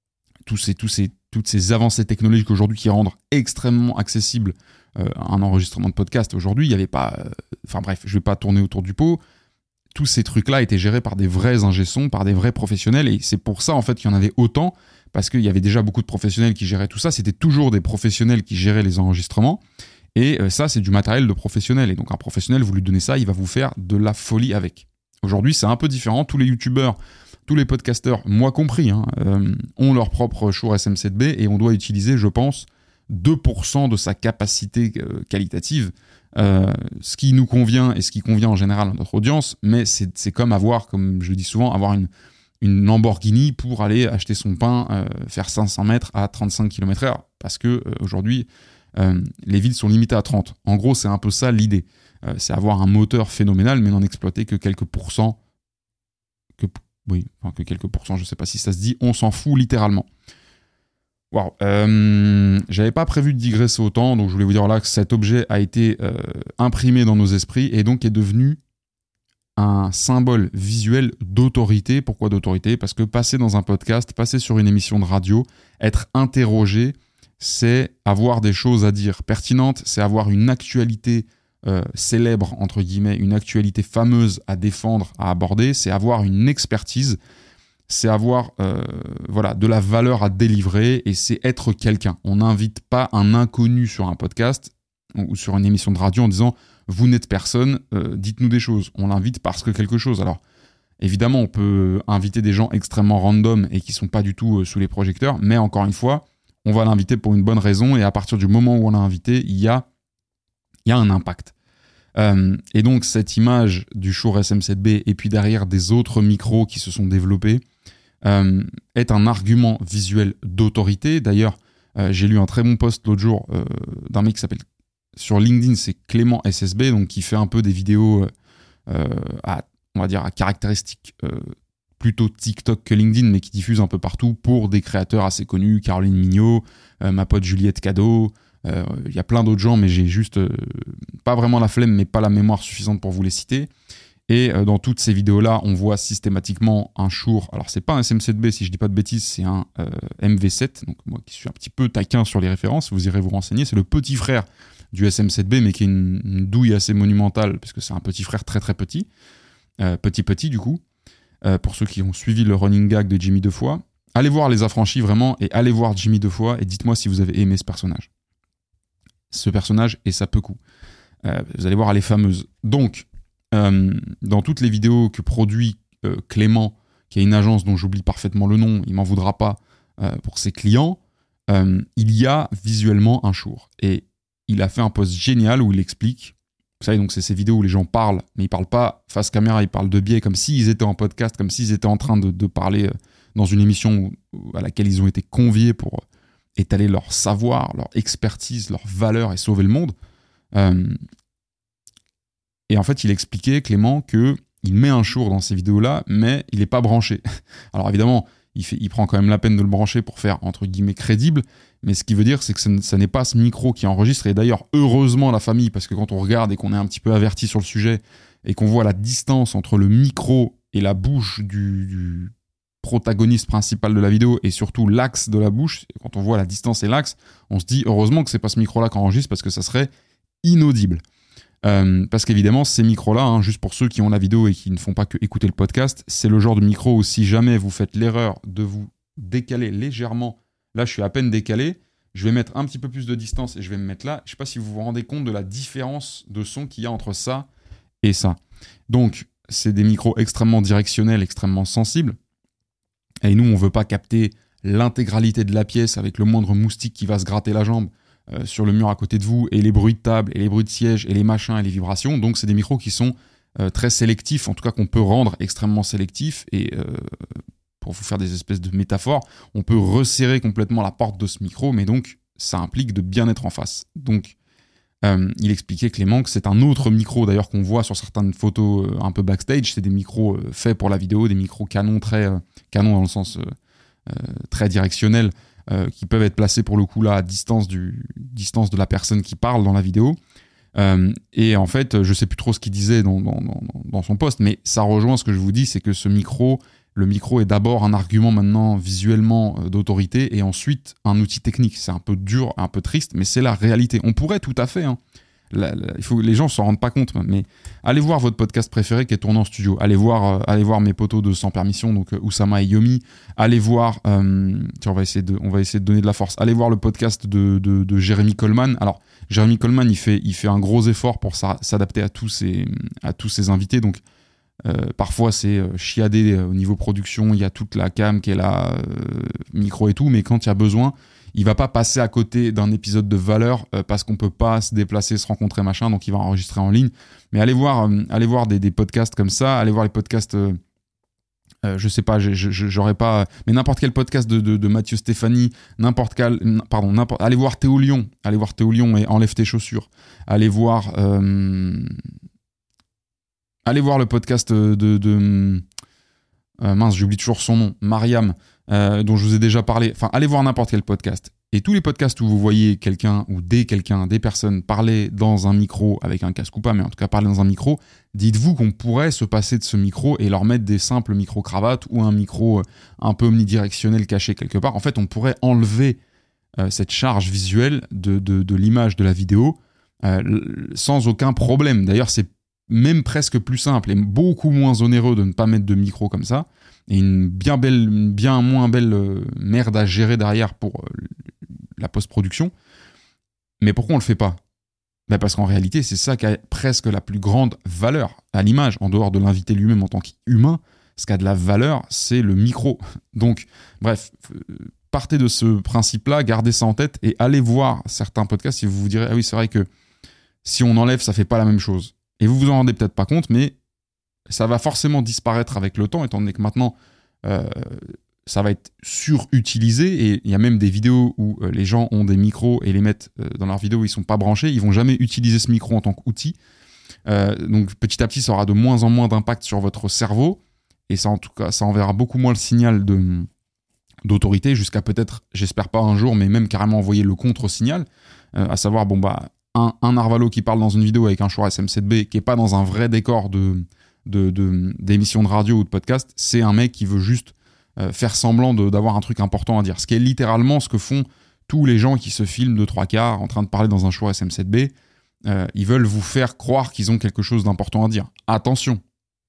toutes ces avancées technologiques aujourd'hui qui rendent extrêmement accessible un enregistrement de podcast. Aujourd'hui, il n'y avait pas, enfin bref, je vais pas tourner autour du pot. Tous ces trucs-là étaient gérés par des vrais ingé-sons, par des vrais professionnels, et c'est pour ça en fait qu'il y en avait autant, parce qu'il y avait déjà beaucoup de professionnels qui géraient tout ça. C'était toujours des professionnels qui géraient les enregistrements, et ça c'est du matériel de professionnel, et donc un professionnel, vous lui donnez ça, il va vous faire de la folie avec. Aujourd'hui c'est un peu différent, tous les youtubeurs, tous les podcasteurs, moi compris, ont leur propre Shure SM7B, et on doit utiliser, je pense, 2% de sa capacité qualitative, ce qui nous convient et ce qui convient en général à notre audience, mais c'est comme avoir, comme je le dis souvent, avoir une Lamborghini pour aller acheter son pain, faire 500 mètres à 35 km/h, parce que aujourd'hui les villes sont limitées à 30. En gros, c'est un peu ça l'idée. C'est avoir un moteur phénoménal, mais n'en exploiter que quelques pourcents, que quelques pourcents, je sais pas si ça se dit, on s'en fout littéralement. Waouh, j'avais pas prévu de digresser autant, donc je voulais vous dire là que cet objet a été imprimé dans nos esprits et donc est devenu un symbole visuel d'autorité. Pourquoi d'autorité ? Parce que passer dans un podcast, passer sur une émission de radio, être interrogé, c'est avoir des choses à dire pertinentes, c'est avoir une actualité célèbre, entre guillemets, une actualité fameuse à défendre, à aborder, c'est avoir une expertise, c'est avoir de la valeur à délivrer, et c'est être quelqu'un. On n'invite pas un inconnu sur un podcast ou sur une émission de radio en disant « vous n'êtes personne, dites-nous des choses ». On l'invite parce que quelque chose. Alors évidemment, on peut inviter des gens extrêmement random et qui ne sont pas du tout sous les projecteurs, mais encore une fois, on va l'inviter pour une bonne raison, et à partir du moment où on l'a invité, il y a un impact. Et donc cette image du Shure SM7B et puis derrière des autres micros qui se sont développés est un argument visuel d'autorité. D'ailleurs, j'ai lu un très bon post l'autre jour d'un mec qui s'appelle, sur LinkedIn, c'est Clément SSB, donc qui fait un peu des vidéos à caractéristiques plutôt TikTok que LinkedIn, mais qui diffuse un peu partout pour des créateurs assez connus, Caroline Mignot, ma pote Juliette Cadeau. Il y a plein d'autres gens, mais j'ai juste pas vraiment la flemme, mais pas la mémoire suffisante pour vous les citer. Et dans toutes ces vidéos-là, on voit systématiquement un Shure. Alors, c'est pas un SM7B, si je dis pas de bêtises, c'est un MV7. Donc, moi qui suis un petit peu taquin sur les références, vous irez vous renseigner. C'est le petit frère du SM7B, mais qui est une douille assez monumentale, parce que c'est un petit frère très très petit. Petit du coup. Pour ceux qui ont suivi le running gag de Jimmy Defoe. Allez voir Les Affranchis, vraiment, et allez voir Jimmy Defoe, et dites-moi si vous avez aimé ce personnage. Ce personnage et sa Pecou. Vous allez voir, elle est fameuse. Donc, dans toutes les vidéos que produit Clément, qui a une agence dont j'oublie parfaitement le nom, il m'en voudra pas pour ses clients, il y a visuellement un Shure. Et il a fait un post génial où il explique, vous savez, donc c'est ces vidéos où les gens parlent, mais ils parlent pas face caméra, ils parlent de biais, comme s'ils étaient en podcast, comme s'ils étaient en train de parler dans une émission à laquelle ils ont été conviés pour étaler leur savoir, leur expertise, leur valeur et sauver le monde. Et en fait, il expliquait, Clément, qu'il met un Shure dans ces vidéos-là, mais il n'est pas branché. Alors évidemment, il prend quand même la peine de le brancher pour faire, entre guillemets, crédible, mais ce qui veut dire, c'est que ça n'est pas ce micro qui enregistre, et d'ailleurs, heureusement, la famille, parce que quand on regarde et qu'on est un petit peu averti sur le sujet, et qu'on voit la distance entre le micro et la bouche du protagoniste principal de la vidéo, et surtout l'axe de la bouche, quand on voit la distance et l'axe, on se dit heureusement que c'est pas ce micro-là qui enregistre, parce que ça serait inaudible. Parce qu'évidemment, ces micros-là, juste pour ceux qui ont la vidéo et qui ne font pas que écouter le podcast, c'est le genre de micro où si jamais vous faites l'erreur de vous décaler légèrement, là je suis à peine décalé, je vais mettre un petit peu plus de distance et je vais me mettre là. Je ne sais pas si vous vous rendez compte de la différence de son qu'il y a entre ça et ça. Donc, c'est des micros extrêmement directionnels, extrêmement sensibles. Et nous, on ne veut pas capter l'intégralité de la pièce avec le moindre moustique qui va se gratter la jambe sur le mur à côté de vous, et les bruits de table, et les bruits de siège, et les machins, et les vibrations. Donc, c'est des micros qui sont très sélectifs, en tout cas qu'on peut rendre extrêmement sélectifs. Et pour vous faire des espèces de métaphores, on peut resserrer complètement la porte de ce micro, mais donc, ça implique de bien être en face. Donc, il expliquait, Clément, que c'est un autre micro d'ailleurs qu'on voit sur certaines photos un peu backstage. C'est des micros faits pour la vidéo, des micros canons canons dans le sens très directionnel, qui peuvent être placés pour le coup là à distance de la personne qui parle dans la vidéo. Et en fait, je sais plus trop ce qu'il disait dans son post, mais ça rejoint ce que je vous dis, c'est que le micro est d'abord un argument maintenant visuellement d'autorité et ensuite un outil technique. C'est un peu dur, un peu triste, mais c'est la réalité. On pourrait tout à fait, les gens ne s'en rendent pas compte, mais allez voir votre podcast préféré qui est tourné en studio. Allez voir mes potos de Sans Permission, donc Oussama et Yomi. Allez voir, on va essayer de donner de la force. Allez voir le podcast de Jérémy Coleman. Alors, Jérémy Coleman, il fait un gros effort pour s'adapter à tous ses invités, donc parfois c'est chiadé au niveau production, il y a toute la cam qui est là, micro et tout, mais quand il y a besoin, il va pas passer à côté d'un épisode de valeur parce qu'on peut pas se déplacer, se rencontrer, machin, donc il va enregistrer en ligne. Mais allez voir des podcasts comme ça, allez voir les podcasts, je sais pas, j'aurais pas, mais n'importe quel podcast de Mathieu Stéphanie, allez voir Théo Lion et Enlève tes chaussures, allez voir le podcast mince, j'oublie toujours son nom, Mariam, dont je vous ai déjà parlé. Enfin, allez voir n'importe quel podcast. Et tous les podcasts où vous voyez quelqu'un ou des personnes parler dans un micro, avec un casque ou pas, mais en tout cas parler dans un micro, dites-vous qu'on pourrait se passer de ce micro et leur mettre des simples micro-cravates ou un micro un peu omnidirectionnel caché quelque part. En fait, on pourrait enlever cette charge visuelle de l'image de la vidéo sans aucun problème. D'ailleurs, c'est même presque plus simple et beaucoup moins onéreux de ne pas mettre de micro comme ça, et une bien moins belle merde à gérer derrière pour la post-production. Mais pourquoi on le fait pas ? Parce qu'en réalité, c'est ça qui a presque la plus grande valeur à l'image, en dehors de l'invité lui-même en tant qu'humain. Ce qui a de la valeur, c'est le micro. Donc, bref, partez de ce principe-là, gardez ça en tête et allez voir certains podcasts si vous vous direz « Ah oui, c'est vrai que si on enlève, ça fait pas la même chose ». Et vous vous en rendez peut-être pas compte, mais ça va forcément disparaître avec le temps, étant donné que maintenant, ça va être surutilisé. Et il y a même des vidéos où les gens ont des micros et les mettent dans leurs vidéos où ils sont pas branchés. Ils vont jamais utiliser ce micro en tant qu'outil. Donc petit à petit, ça aura de moins en moins d'impact sur votre cerveau. Et ça, en tout cas, ça enverra beaucoup moins le signal d'autorité, jusqu'à peut-être, j'espère pas un jour, mais même carrément envoyer le contre-signal, à savoir, un Arvalo qui parle dans une vidéo avec un Shure SM7B qui est pas dans un vrai décor d'émission de radio ou de podcast, c'est un mec qui veut juste faire semblant d'avoir un truc important à dire. Ce qui est littéralement ce que font tous les gens qui se filment de 3/4 en train de parler dans un Shure SM7B. Ils veulent vous faire croire qu'ils ont quelque chose d'important à dire. Attention,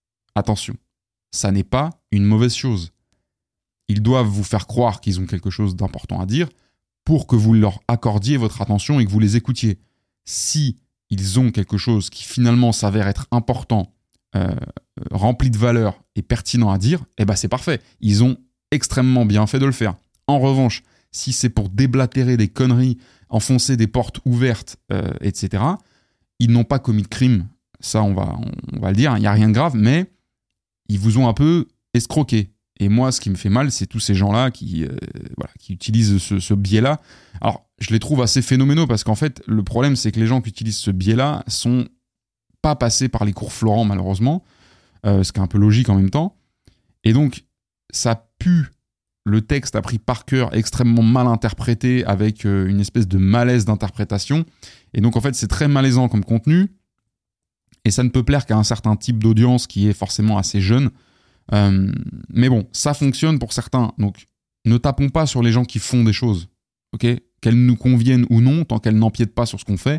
ça n'est pas une mauvaise chose. Ils doivent vous faire croire qu'ils ont quelque chose d'important à dire pour que vous leur accordiez votre attention et que vous les écoutiez. Si ils ont quelque chose qui finalement s'avère être important, rempli de valeur et pertinent à dire, c'est parfait. Ils ont extrêmement bien fait de le faire. En revanche, si c'est pour déblatérer des conneries, enfoncer des portes ouvertes, etc., ils n'ont pas commis de crime. Ça, on va le dire, il n'y a rien de grave, mais ils vous ont un peu escroqué. Et moi, ce qui me fait mal, c'est tous ces gens-là qui utilisent ce biais-là. Alors, je les trouve assez phénoménaux parce qu'en fait, le problème, c'est que les gens qui utilisent ce biais-là sont pas passés par les cours Florent, malheureusement, ce qui est un peu logique en même temps. Et donc, ça pue le texte appris par cœur, extrêmement mal interprété, avec une espèce de malaise d'interprétation. Et donc, en fait, c'est très malaisant comme contenu. Et ça ne peut plaire qu'à un certain type d'audience qui est forcément assez jeune. Mais bon, ça fonctionne pour certains. Donc, ne tapons pas sur les gens qui font des choses. Ok ? Qu'elles nous conviennent ou non, tant qu'elles n'empiètent pas sur ce qu'on fait.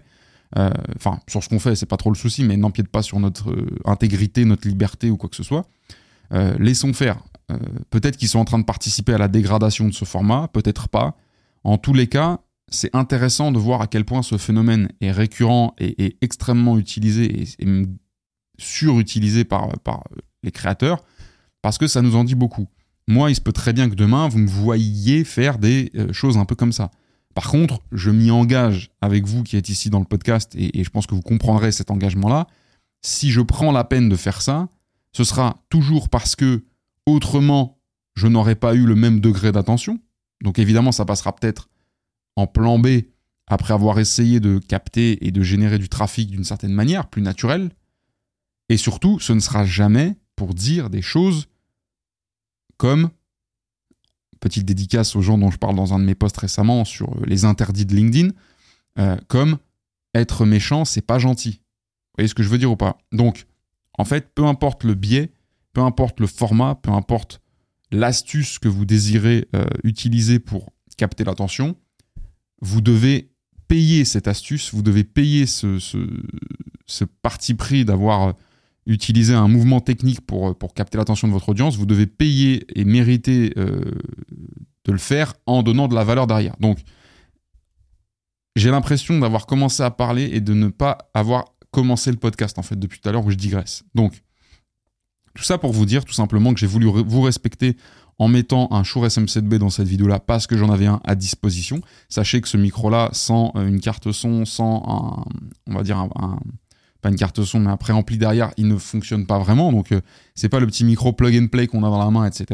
sur ce qu'on fait, c'est pas trop le souci, mais n'empiète pas sur notre intégrité, notre liberté ou quoi que ce soit. Laissons faire. Peut-être qu'ils sont en train de participer à la dégradation de ce format, peut-être pas. En tous les cas, c'est intéressant de voir à quel point ce phénomène est récurrent et extrêmement utilisé et même surutilisé par les créateurs, parce que ça nous en dit beaucoup. Moi, il se peut très bien que demain, vous me voyiez faire des choses un peu comme ça. Par contre, je m'y engage avec vous qui êtes ici dans le podcast, et je pense que vous comprendrez cet engagement-là. Si je prends la peine de faire ça, ce sera toujours parce que, autrement, je n'aurais pas eu le même degré d'attention. Donc évidemment, ça passera peut-être en plan B, après avoir essayé de capter et de générer du trafic d'une certaine manière, plus naturelle. Et surtout, ce ne sera jamais pour dire des choses comme, petite dédicace aux gens dont je parle dans un de mes posts récemment sur les interdits de LinkedIn, comme être méchant, c'est pas gentil. Vous voyez ce que je veux dire ou pas ? Donc, en fait, peu importe le biais, peu importe le format, peu importe l'astuce que vous désirez utiliser pour capter l'attention, vous devez payer cette astuce, vous devez payer ce parti pris d'avoir utilisé un mouvement technique pour capter l'attention de votre audience, vous devez payer et mériter de le faire en donnant de la valeur derrière. Donc, j'ai l'impression d'avoir commencé à parler et de ne pas avoir commencé le podcast, en fait, depuis tout à l'heure où je digresse. Donc, tout ça pour vous dire tout simplement que j'ai voulu vous respecter en mettant un Shure SM7B dans cette vidéo-là parce que j'en avais un à disposition. Sachez que ce micro-là, sans une carte son, sans pas une carte son, mais un préampli derrière, il ne fonctionne pas vraiment. Donc, c'est pas le petit micro plug and play qu'on a dans la main, etc.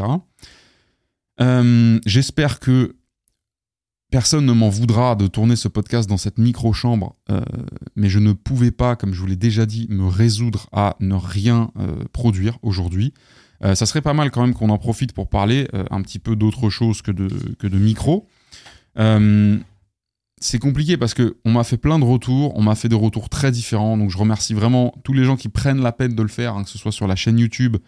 J'espère que personne ne m'en voudra de tourner ce podcast dans cette micro-chambre, mais je ne pouvais pas, comme je vous l'ai déjà dit, me résoudre à ne rien produire aujourd'hui. Ça serait pas mal quand même qu'on en profite pour parler un petit peu d'autre chose que de micro. C'est compliqué parce qu'on m'a fait plein de retours, on m'a fait des retours très différents, donc je remercie vraiment tous les gens qui prennent la peine de le faire, hein, que ce soit sur la chaîne YouTube,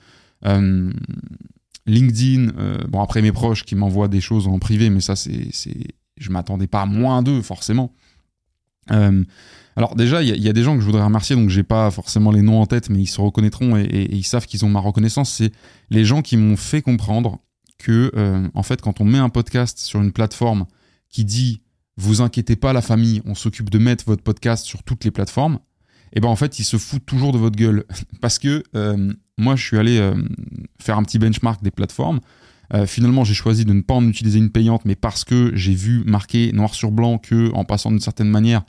LinkedIn, après mes proches qui m'envoient des choses en privé, mais ça je m'attendais pas à moins d'eux forcément. Alors déjà, il y a des gens que je voudrais remercier, donc j'ai pas forcément les noms en tête, mais ils se reconnaîtront et ils savent qu'ils ont ma reconnaissance. C'est les gens qui m'ont fait comprendre que, en fait, quand on met un podcast sur une plateforme qui dit « Vous inquiétez pas la famille, on s'occupe de mettre votre podcast sur toutes les plateformes », et ben en fait, ils se foutent toujours de votre gueule. Parce que moi, je suis allé faire un petit benchmark des plateformes. Finalement, j'ai choisi de ne pas en utiliser une payante, mais parce que j'ai vu marqué noir sur blanc que, en passant d'une certaine manière,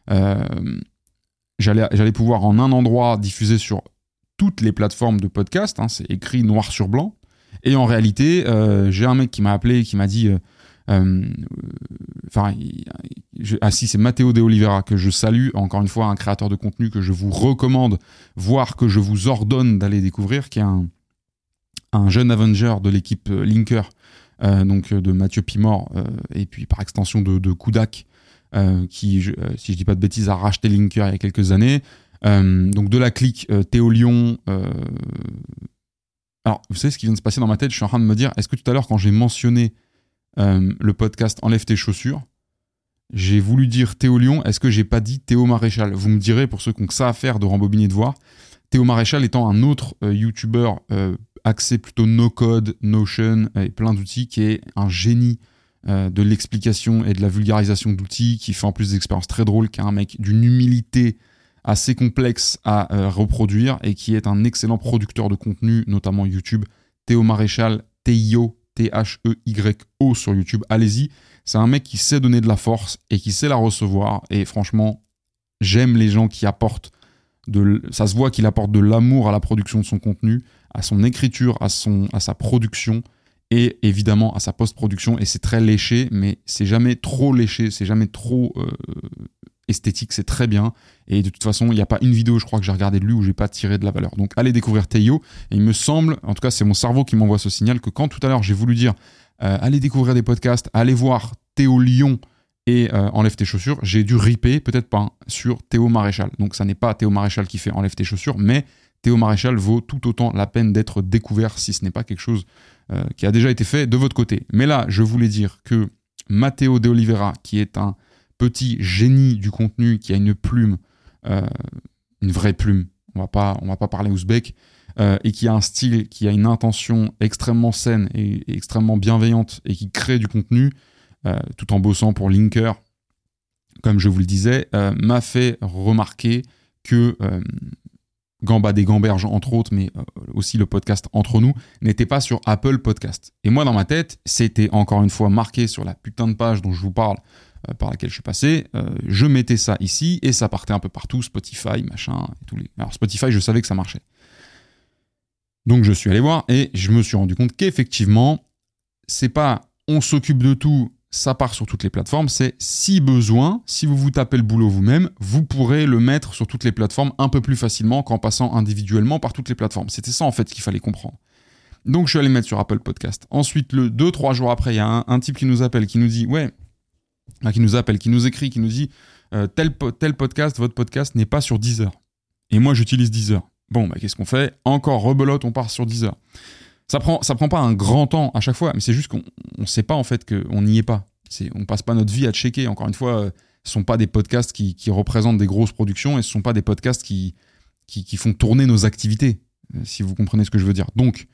j'allais pouvoir en un endroit diffuser sur toutes les plateformes de podcast, hein, c'est écrit noir sur blanc. Et en réalité, j'ai un mec qui m'a appelé, qui m'a dit c'est Matteo De Oliveira, que je salue, encore une fois, un créateur de contenu que je vous recommande, voire que je vous ordonne d'aller découvrir, qui est un jeune Avenger de l'équipe Linker, donc de Mathieu Pimor, et puis par extension de Kudak, qui, si je dis pas de bêtises, a racheté Linker il y a quelques années. Donc de la clique Théo Lyon. Alors, vous savez ce qui vient de se passer dans ma tête ? Je suis en train de me dire, est-ce que tout à l'heure, quand j'ai mentionné le podcast Enlève tes chaussures, j'ai voulu dire Théo Lyon, est-ce que j'ai pas dit Théo Maréchal ? Vous me direz, pour ceux qui ont que ça à faire de rembobiner de voir, Théo Maréchal étant un autre YouTuber axé plutôt no-code, Notion et plein d'outils, qui est un génie de l'explication et de la vulgarisation d'outils, qui fait en plus des expériences très drôles, qui est un mec d'une humilité assez complexe à reproduire et qui est un excellent producteur de contenu, notamment YouTube. Théo Maréchal, T-I-O, T-H-E-Y-O sur YouTube. Allez-y, c'est un mec qui sait donner de la force et qui sait la recevoir. Et franchement, j'aime les gens qui apportent ça se voit qu'il apporte de l'amour à la production de son contenu, à son écriture, à sa production et évidemment à sa post-production. Et c'est très léché, mais c'est jamais trop léché, c'est jamais trop esthétique, c'est très bien. Et de toute façon, il n'y a pas une vidéo, je crois, que j'ai regardé de lui où j'ai pas tiré de la valeur. Donc allez découvrir Théo. Et il me semble, en tout cas c'est mon cerveau qui m'envoie ce signal, que quand tout à l'heure j'ai voulu dire allez découvrir des podcasts, allez voir Théo Lyon et Enlève tes chaussures, j'ai dû ripper, peut-être pas, sur Théo Maréchal. Donc ça n'est pas Théo Maréchal qui fait Enlève tes chaussures, mais Théo Maréchal vaut tout autant la peine d'être découvert si ce n'est pas quelque chose qui a déjà été fait de votre côté. Mais là, je voulais dire que Matteo De Oliveira, qui est un petit génie du contenu, qui a une plume une vraie plume, on va pas parler ouzbek, et qui a un style, qui a une intention extrêmement saine et extrêmement bienveillante et qui crée du contenu tout en bossant pour Linker, comme je vous le disais, m'a fait remarquer que Gamba des Gamberges, entre autres, mais aussi le podcast Entre nous, n'était pas sur Apple Podcast. Et moi, dans ma tête, c'était encore une fois marqué sur la putain de page dont je vous parle, par laquelle je suis passé. Je mettais ça ici et ça partait un peu partout, Spotify, machin, et tous les... Alors Spotify, je savais que ça marchait. Donc je suis allé voir et je me suis rendu compte qu'effectivement, c'est pas on s'occupe de tout, ça part sur toutes les plateformes, c'est si besoin, si vous vous tapez le boulot vous-même, vous pourrez le mettre sur toutes les plateformes un peu plus facilement qu'en passant individuellement par toutes les plateformes. C'était ça en fait qu'il fallait comprendre. Donc je suis allé le mettre sur Apple Podcast. Ensuite, 2-3 jours après, il y a un type qui nous appelle, qui nous dit qui nous écrit, qui nous dit tel podcast, votre podcast n'est pas sur Deezer. Et moi j'utilise Deezer. Bon, qu'est-ce qu'on fait ? Encore rebelote, on part sur Deezer. Ça prend pas un grand temps à chaque fois, mais c'est juste qu'on sait pas en fait qu'on n'y est pas. On passe pas notre vie à checker. Encore une fois, ce sont pas des podcasts qui représentent des grosses productions et ce sont pas des podcasts qui font tourner nos activités, si vous comprenez ce que je veux dire. Donc,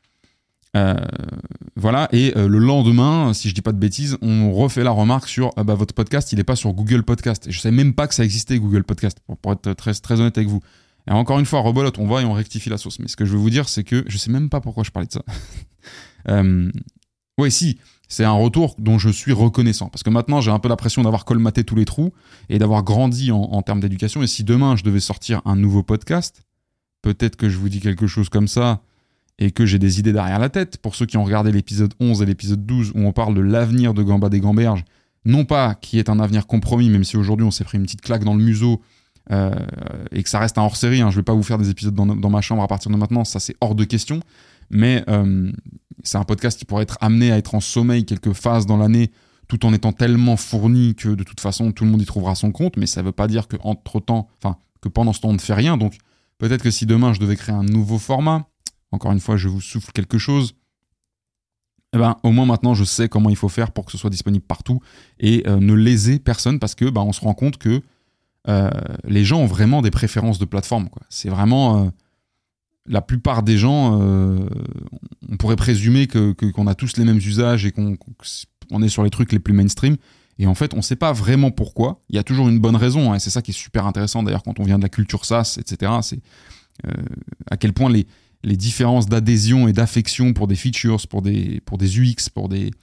voilà. Et le lendemain, si je dis pas de bêtises, on refait la remarque sur votre podcast, il est pas sur Google Podcast. Et je savais même pas que ça existait Google Podcast, pour être très, très honnête avec vous. Et encore une fois, rebelote, on va et on rectifie la sauce. Mais ce que je veux vous dire, c'est que je sais même pas pourquoi je parlais de ça. Ouais, si, c'est un retour dont je suis reconnaissant. Parce que maintenant, j'ai un peu l'impression d'avoir colmaté tous les trous et d'avoir grandi en termes d'éducation. Et si demain, je devais sortir un nouveau podcast, peut-être que je vous dis quelque chose comme ça et que j'ai des idées derrière la tête. Pour ceux qui ont regardé l'épisode 11 et l'épisode 12 où on parle de l'avenir de Gamba des Gamberges, non pas qui est un avenir compromis, même si aujourd'hui, on s'est pris une petite claque dans le museau, et que ça reste un hors-série, je vais pas vous faire des épisodes dans ma chambre à partir de maintenant, ça c'est hors de question, mais c'est un podcast qui pourrait être amené à être en sommeil quelques phases dans l'année, tout en étant tellement fourni que de toute façon tout le monde y trouvera son compte, mais ça veut pas dire que pendant ce temps on ne fait rien. Donc peut-être que si demain je devais créer un nouveau format, encore une fois je vous souffle quelque chose, au moins maintenant je sais comment il faut faire pour que ce soit disponible partout et ne léser personne, parce que on se rend compte que les gens ont vraiment des préférences de plateforme, quoi. C'est vraiment la plupart des gens, on pourrait présumer qu'on a tous les mêmes usages et qu'on est sur les trucs les plus mainstream, et en fait on sait pas vraiment pourquoi. Il y a toujours une bonne raison, et c'est ça qui est super intéressant d'ailleurs quand on vient de la culture SaaS, etc. C'est à quel point les différences d'adhésion et d'affection pour des features, pour des UX, pour des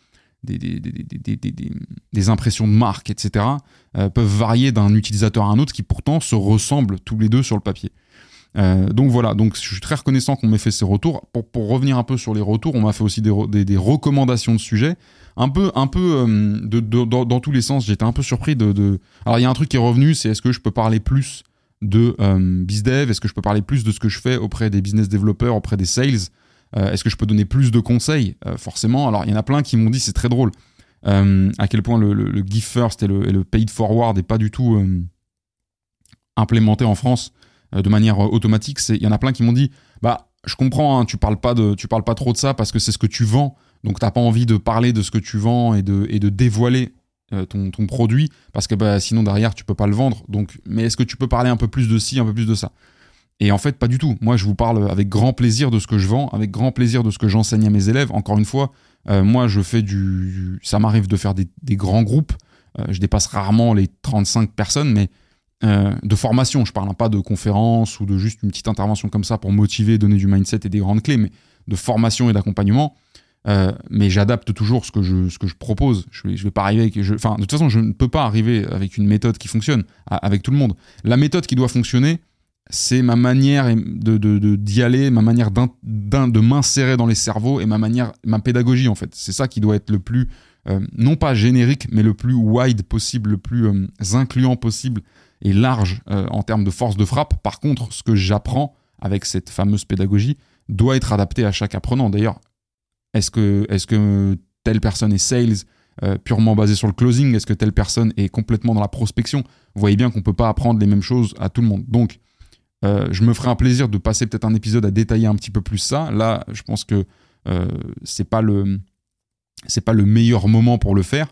impressions de marque, etc., peuvent varier d'un utilisateur à un autre, qui pourtant se ressemblent tous les deux sur le papier. Donc voilà, donc je suis très reconnaissant qu'on m'ait fait ces retours. Pour revenir un peu sur les retours, on m'a fait aussi des recommandations de sujets, un peu dans tous les sens. J'étais un peu surpris Alors il y a un truc qui est revenu, c'est est-ce que je peux parler plus de BizDev, est-ce que je peux parler plus de ce que je fais auprès des business développeurs, auprès des sales, est-ce que je peux donner plus de conseils, forcément. Alors il y en a plein qui m'ont dit, c'est très drôle, à quel point le Give First et le Paid Forward n'est pas du tout implémenté en France de manière automatique. Il y en a plein qui m'ont dit, je comprends, tu parles pas trop de ça parce que c'est ce que tu vends, donc t'as pas envie de parler de ce que tu vends et de dévoiler ton produit, parce que sinon derrière tu peux pas le vendre. Donc, mais est-ce que tu peux parler un peu plus de ci, un peu plus de ça ? Et en fait, pas du tout. Moi, je vous parle avec grand plaisir de ce que je vends, avec grand plaisir de ce que j'enseigne à mes élèves. Encore une fois, moi, je fais ça m'arrive de faire des grands groupes. Je dépasse rarement les 35 personnes, mais de formation. Je parle pas de conférence ou de juste une petite intervention comme ça pour motiver, donner du mindset et des grandes clés, mais de formation et d'accompagnement. Mais j'adapte toujours ce que je propose. Je vais pas arriver de toute façon, je ne peux pas arriver avec une méthode qui fonctionne avec tout le monde. La méthode qui doit fonctionner, c'est ma manière d'y aller, ma manière de m'insérer dans les cerveaux et ma pédagogie, en fait. C'est ça qui doit être le plus, non pas générique, mais le plus wide possible, le plus incluant possible et large en termes de force de frappe. Par contre, ce que j'apprends avec cette fameuse pédagogie doit être adapté à chaque apprenant. D'ailleurs, est-ce que telle personne est sales purement basée sur le closing ? Est-ce que telle personne est complètement dans la prospection ? Vous voyez bien qu'on ne peut pas apprendre les mêmes choses à tout le monde. Donc, je me ferai un plaisir de passer peut-être un épisode à détailler un petit peu plus ça. Là, je pense que c'est pas le meilleur moment pour le faire.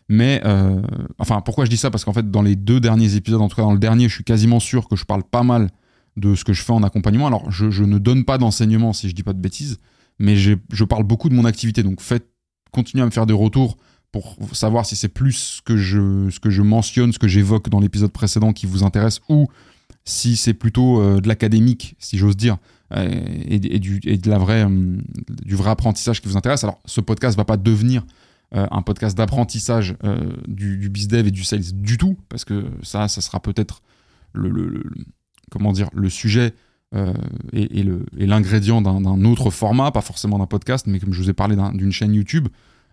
Mais pourquoi je dis ça? Parce qu'en fait, dans les 2 derniers épisodes, en tout cas dans le dernier, je suis quasiment sûr que je parle pas mal de ce que je fais en accompagnement. Alors, je ne donne pas d'enseignement si je dis pas de bêtises, mais je parle beaucoup de mon activité. Donc, continuez à me faire des retours pour savoir si c'est plus ce que je mentionne, ce que j'évoque dans l'épisode précédent qui vous intéresse, ou si c'est plutôt de l'académique, si j'ose dire, et du vrai apprentissage qui vous intéresse. Alors, ce podcast va pas devenir un podcast d'apprentissage du bizdev et du sales du tout, parce que ça sera peut-être le sujet et l'ingrédient d'un autre format, pas forcément d'un podcast, mais comme je vous ai parlé d'une chaîne YouTube.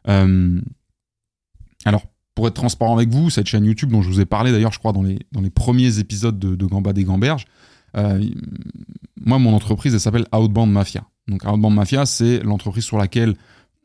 Alors, pour être transparent avec vous, cette chaîne YouTube dont je vous ai parlé d'ailleurs, je crois, dans les premiers épisodes de Gambas des Gamberges, moi, mon entreprise, elle s'appelle Outbound Mafia. Donc, Outbound Mafia, c'est l'entreprise sur laquelle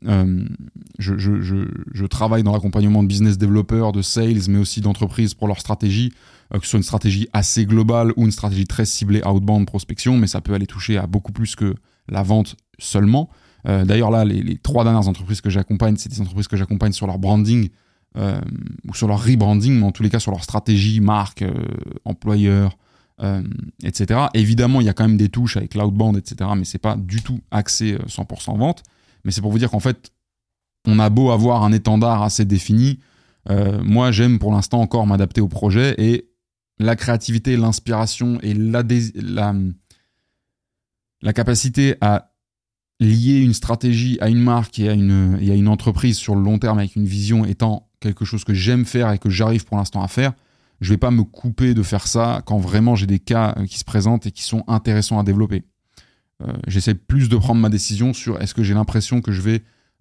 je travaille dans l'accompagnement de business développeurs, de sales, mais aussi d'entreprises pour leur stratégie, que ce soit une stratégie assez globale ou une stratégie très ciblée outbound prospection, mais ça peut aller toucher à beaucoup plus que la vente seulement. D'ailleurs là, les 3 dernières entreprises que j'accompagne, c'est des entreprises que j'accompagne sur leur branding ou sur leur rebranding, mais en tous les cas sur leur stratégie, marque, employeur, etc. Évidemment, il y a quand même des touches avec l'outbound, etc., mais c'est pas du tout axé 100% vente. Mais c'est pour vous dire qu'en fait, on a beau avoir un étendard assez défini, moi j'aime pour l'instant encore m'adapter au projet, et la créativité, l'inspiration et la capacité à lier une stratégie à une marque et à une entreprise sur le long terme avec une vision étant quelque chose que j'aime faire et que j'arrive pour l'instant à faire, je vais pas me couper de faire ça quand vraiment j'ai des cas qui se présentent et qui sont intéressants à développer. J'essaie plus de prendre ma décision sur est-ce que j'ai l'impression que je vais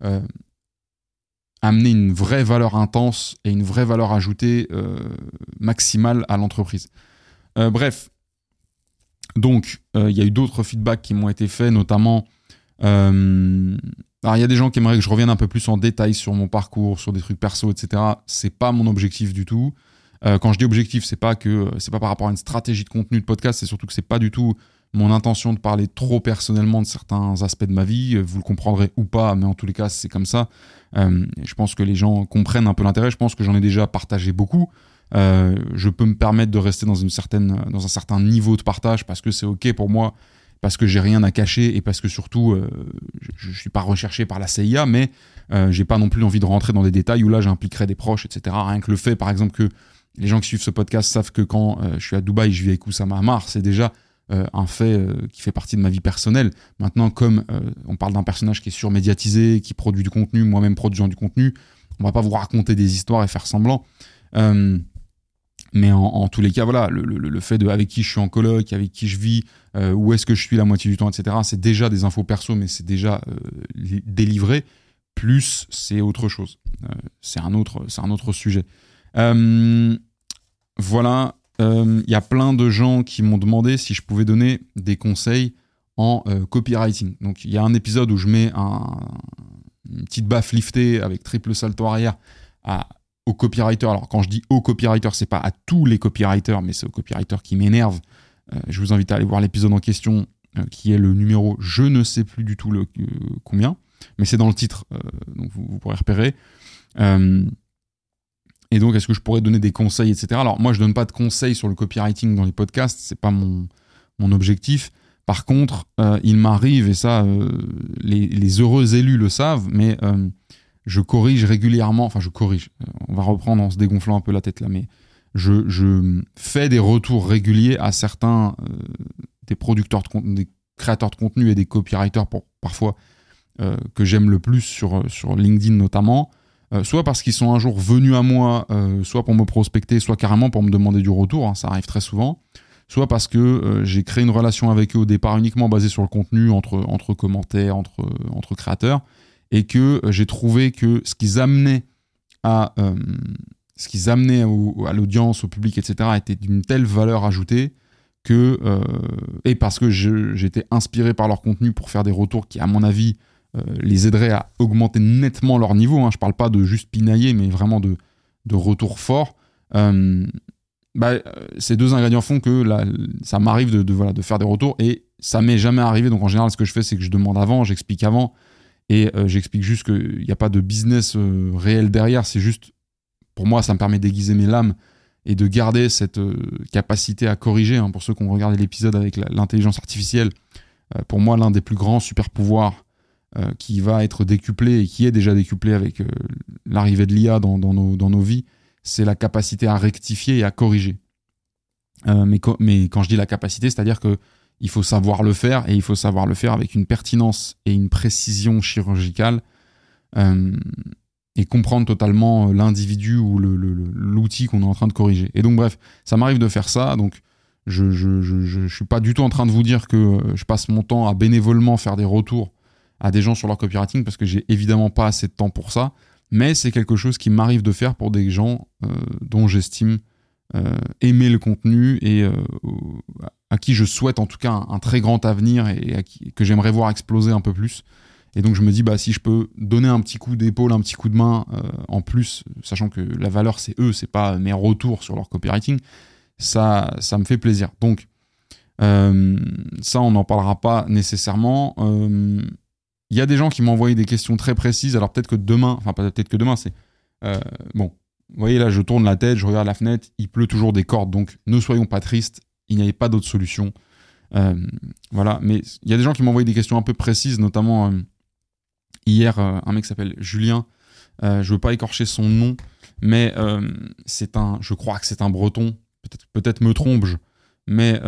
amener une vraie valeur intense et une vraie valeur ajoutée maximale à l'entreprise. Bref, donc il y a eu d'autres feedbacks qui m'ont été faits, notamment alors il y a des gens qui aimeraient que je revienne un peu plus en détail sur mon parcours, sur des trucs perso, etc. C'est pas mon objectif du tout. Quand je dis objectif, c'est pas par rapport à une stratégie de contenu de podcast, c'est surtout que c'est pas du tout mon intention de parler trop personnellement de certains aspects de ma vie. Vous le comprendrez ou pas, mais en tous les cas, c'est comme ça. Je pense que les gens comprennent un peu l'intérêt. Je pense que j'en ai déjà partagé beaucoup. Je peux me permettre de rester dans un certain niveau de partage parce que c'est OK pour moi, parce que j'ai rien à cacher et parce que surtout, je suis pas recherché par la CIA, mais j'ai pas non plus envie de rentrer dans des détails où là, j'impliquerais des proches, etc. Rien que le fait, par exemple, que les gens qui suivent ce podcast savent que quand je suis à Dubaï, je vis avec Oussama Hamar, c'est déjà un fait qui fait partie de ma vie personnelle. Maintenant, comme on parle d'un personnage qui est surmédiatisé, qui produit du contenu, moi-même produisant du contenu, on va pas vous raconter des histoires et faire semblant. Mais en tous les cas, voilà, le fait de avec qui je suis en coloc, avec qui je vis, où est-ce que je suis la moitié du temps, etc., c'est déjà des infos perso, mais c'est déjà délivré. Plus, c'est autre chose. C'est un autre sujet. Voilà. Y a plein de gens qui m'ont demandé si je pouvais donner des conseils en copywriting. Donc, il y a un épisode où je mets une petite baffe liftée avec triple salto arrière aux copywriters. Alors, quand je dis aux copywriters, c'est pas à tous les copywriters, mais c'est aux copywriters qui m'énervent. Je vous invite à aller voir l'épisode en question, qui est le numéro, je ne sais plus du tout combien, mais c'est dans le titre, donc vous pourrez repérer. Et donc, est-ce que je pourrais donner des conseils, etc. Alors, moi, je donne pas de conseils sur le copywriting dans les podcasts, c'est pas mon objectif. Par contre, il m'arrive, et ça, les heureux élus le savent, mais je corrige régulièrement, on va reprendre en se dégonflant un peu la tête là, mais je fais des retours réguliers à certains des producteurs de contenu, des créateurs de contenu et des copywriters parfois que j'aime le plus sur LinkedIn notamment, soit parce qu'ils sont un jour venus à moi, soit pour me prospecter, soit carrément pour me demander du retour, hein, ça arrive très souvent, soit parce que j'ai créé une relation avec eux au départ uniquement basée sur le contenu, entre commentaires, entre créateurs, et que j'ai trouvé que ce qu'ils amenaient à l'audience, au public, etc., était d'une telle valeur ajoutée que, et parce que j'étais inspiré par leur contenu pour faire des retours qui, à mon avis, les aideraient à augmenter nettement leur niveau. Hein. Je parle pas de juste pinailler, mais vraiment de retours forts. Ces deux ingrédients font que ça m'arrive de faire des retours, et ça m'est jamais arrivé. Donc en général, ce que je fais, c'est que je demande avant, j'explique avant, et j'explique juste qu'il n'y a pas de business réel derrière. C'est juste pour moi, ça me permet d'aiguiser mes lames et de garder cette capacité à corriger. Pour ceux qui ont regardé l'épisode avec l'intelligence artificielle, pour moi, l'un des plus grands super pouvoirs qui va être décuplé et qui est déjà décuplé avec l'arrivée de l'IA dans nos vies, c'est la capacité à rectifier et à corriger. Mais quand je dis la capacité, c'est-à-dire qu'il faut savoir le faire, et il faut savoir le faire avec une pertinence et une précision chirurgicale, et comprendre totalement l'individu ou l'outil qu'on est en train de corriger. Et donc bref, ça m'arrive de faire ça, donc je suis pas du tout en train de vous dire que je passe mon temps à bénévolement faire des retours à des gens sur leur copywriting, parce que j'ai évidemment pas assez de temps pour ça, mais c'est quelque chose qui m'arrive de faire pour des gens dont j'estime aimer le contenu et à qui je souhaite en tout cas un très grand avenir et que j'aimerais voir exploser un peu plus. Et donc je me dis, si je peux donner un petit coup d'épaule, un petit coup de main en plus, sachant que la valeur c'est eux, c'est pas mes retours sur leur copywriting, ça me fait plaisir. Donc ça, on n'en parlera pas nécessairement. Il y a des gens qui m'ont envoyé des questions très précises. Alors peut-être que demain, c'est bon. Vous voyez là, je tourne la tête, je regarde la fenêtre, il pleut toujours des cordes, donc ne soyons pas tristes, il n'y avait pas d'autre solution. Voilà, mais il y a des gens qui m'ont envoyé des questions un peu précises, notamment hier, un mec s'appelle Julien, je veux pas écorcher son nom, mais je crois que c'est un Breton, peut-être me trompe-je, mais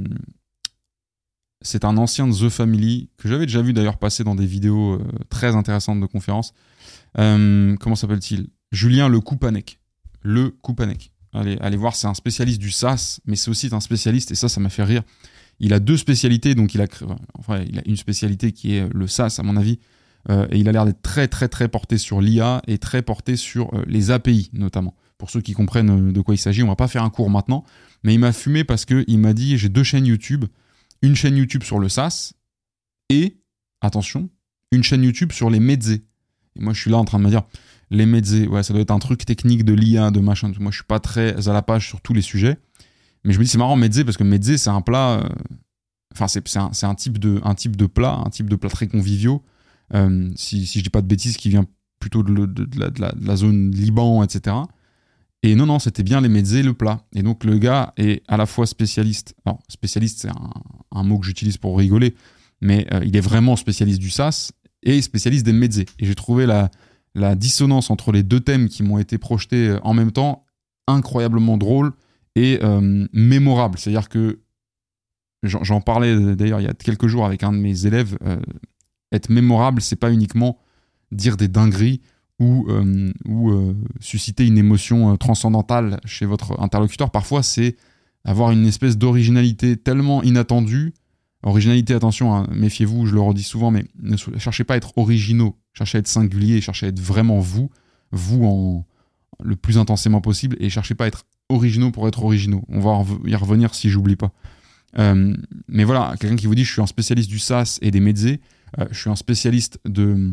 c'est un ancien de The Family, que j'avais déjà vu d'ailleurs passer dans des vidéos très intéressantes de conférences. Comment s'appelle-t-il ? Julien Le Koupanek. Allez voir, c'est un spécialiste du SaaS, mais c'est aussi un spécialiste, et ça m'a fait rire. Il a deux spécialités, donc il a une spécialité qui est le SaaS, à mon avis, et il a l'air d'être très très très porté sur l'IA et très porté sur les API, notamment. Pour ceux qui comprennent de quoi il s'agit, on va pas faire un cours maintenant, mais il m'a fumé parce qu'il m'a dit, j'ai 2 chaînes YouTube, une chaîne YouTube sur le SaaS et, attention, une chaîne YouTube sur les Medze. Et moi, je suis là en train de me dire, les Medze, ouais, ça doit être un truc technique de l'IA, de machin. Moi, je suis pas très à la page sur tous les sujets. Mais je me dis, c'est marrant, Medze, parce que Medze, c'est un plat... c'est un type de plat, très conviviaux. Si je dis pas de bêtises, qui vient plutôt de la zone Liban, etc. Et non, c'était bien les Medze, le plat. Et donc, le gars est à la fois spécialiste... Alors, spécialiste, c'est un mot que j'utilise pour rigoler, mais il est vraiment spécialiste du SaaS et spécialiste des Medze. Et j'ai trouvé la dissonance entre les deux thèmes qui m'ont été projetés en même temps incroyablement drôle et mémorable. C'est-à-dire que j'en parlais d'ailleurs il y a quelques jours avec un de mes élèves. Être mémorable, c'est pas uniquement dire des dingueries ou susciter une émotion transcendantale chez votre interlocuteur. Parfois, c'est avoir une espèce d'originalité tellement inattendue. Originalité, attention, hein, méfiez-vous, je le redis souvent, mais ne cherchez pas à être originaux, cherchez à être singulier, cherchez à être vraiment vous en le plus intensément possible, et cherchez pas à être originaux pour être originaux. On va y revenir si j'oublie pas. Mais voilà, quelqu'un qui vous dit je suis un spécialiste du SaaS et des Medze, je suis un spécialiste de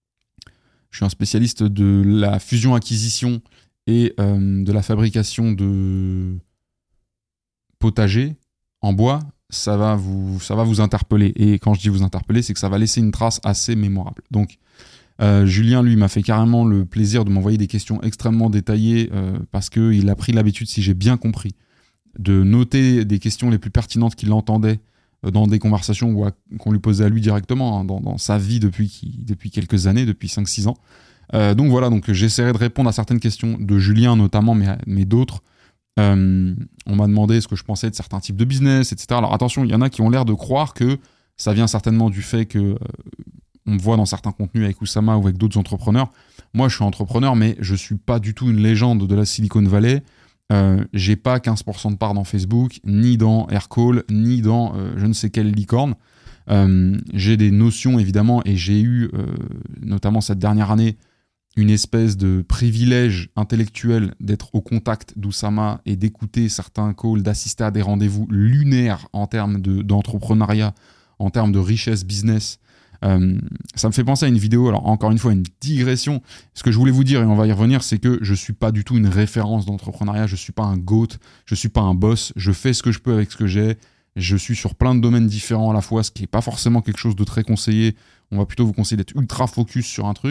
la fusion-acquisition et de la fabrication de potagers en bois. Ça va vous interpeller. Et quand je dis vous interpeller, c'est que ça va laisser une trace assez mémorable. Donc, Julien, lui, m'a fait carrément le plaisir de m'envoyer des questions extrêmement détaillées parce qu'il a pris l'habitude, si j'ai bien compris, de noter des questions les plus pertinentes qu'il entendait dans des conversations qu'on lui posait à lui directement, hein, dans sa vie depuis quelques années, depuis 5-6 ans. Donc voilà, j'essaierai de répondre à certaines questions de Julien notamment, mais d'autres. On m'a demandé ce que je pensais de certains types de business, etc. Alors attention, il y en a qui ont l'air de croire que ça vient certainement du fait que on me voit dans certains contenus avec Oussama ou avec d'autres entrepreneurs. Moi, je suis entrepreneur, mais je suis pas du tout une légende de la Silicon Valley. J'ai pas 15% de part dans Facebook, ni dans Aircall, ni dans je ne sais quelle licorne. J'ai des notions, évidemment, et j'ai eu, notamment cette dernière année, une espèce de privilège intellectuel d'être au contact d'Oussama et d'écouter certains calls, d'assister à des rendez-vous lunaires en termes d'entrepreneuriat, en termes de richesse business. Ça me fait penser à une vidéo, alors encore une fois, une digression. Ce que je voulais vous dire, et on va y revenir, c'est que je suis pas du tout une référence d'entrepreneuriat, je suis pas un GOAT, je suis pas un boss, je fais ce que je peux avec ce que j'ai, je suis sur plein de domaines différents à la fois, ce qui est pas forcément quelque chose de très conseillé. On va plutôt vous conseiller d'être ultra focus sur un truc.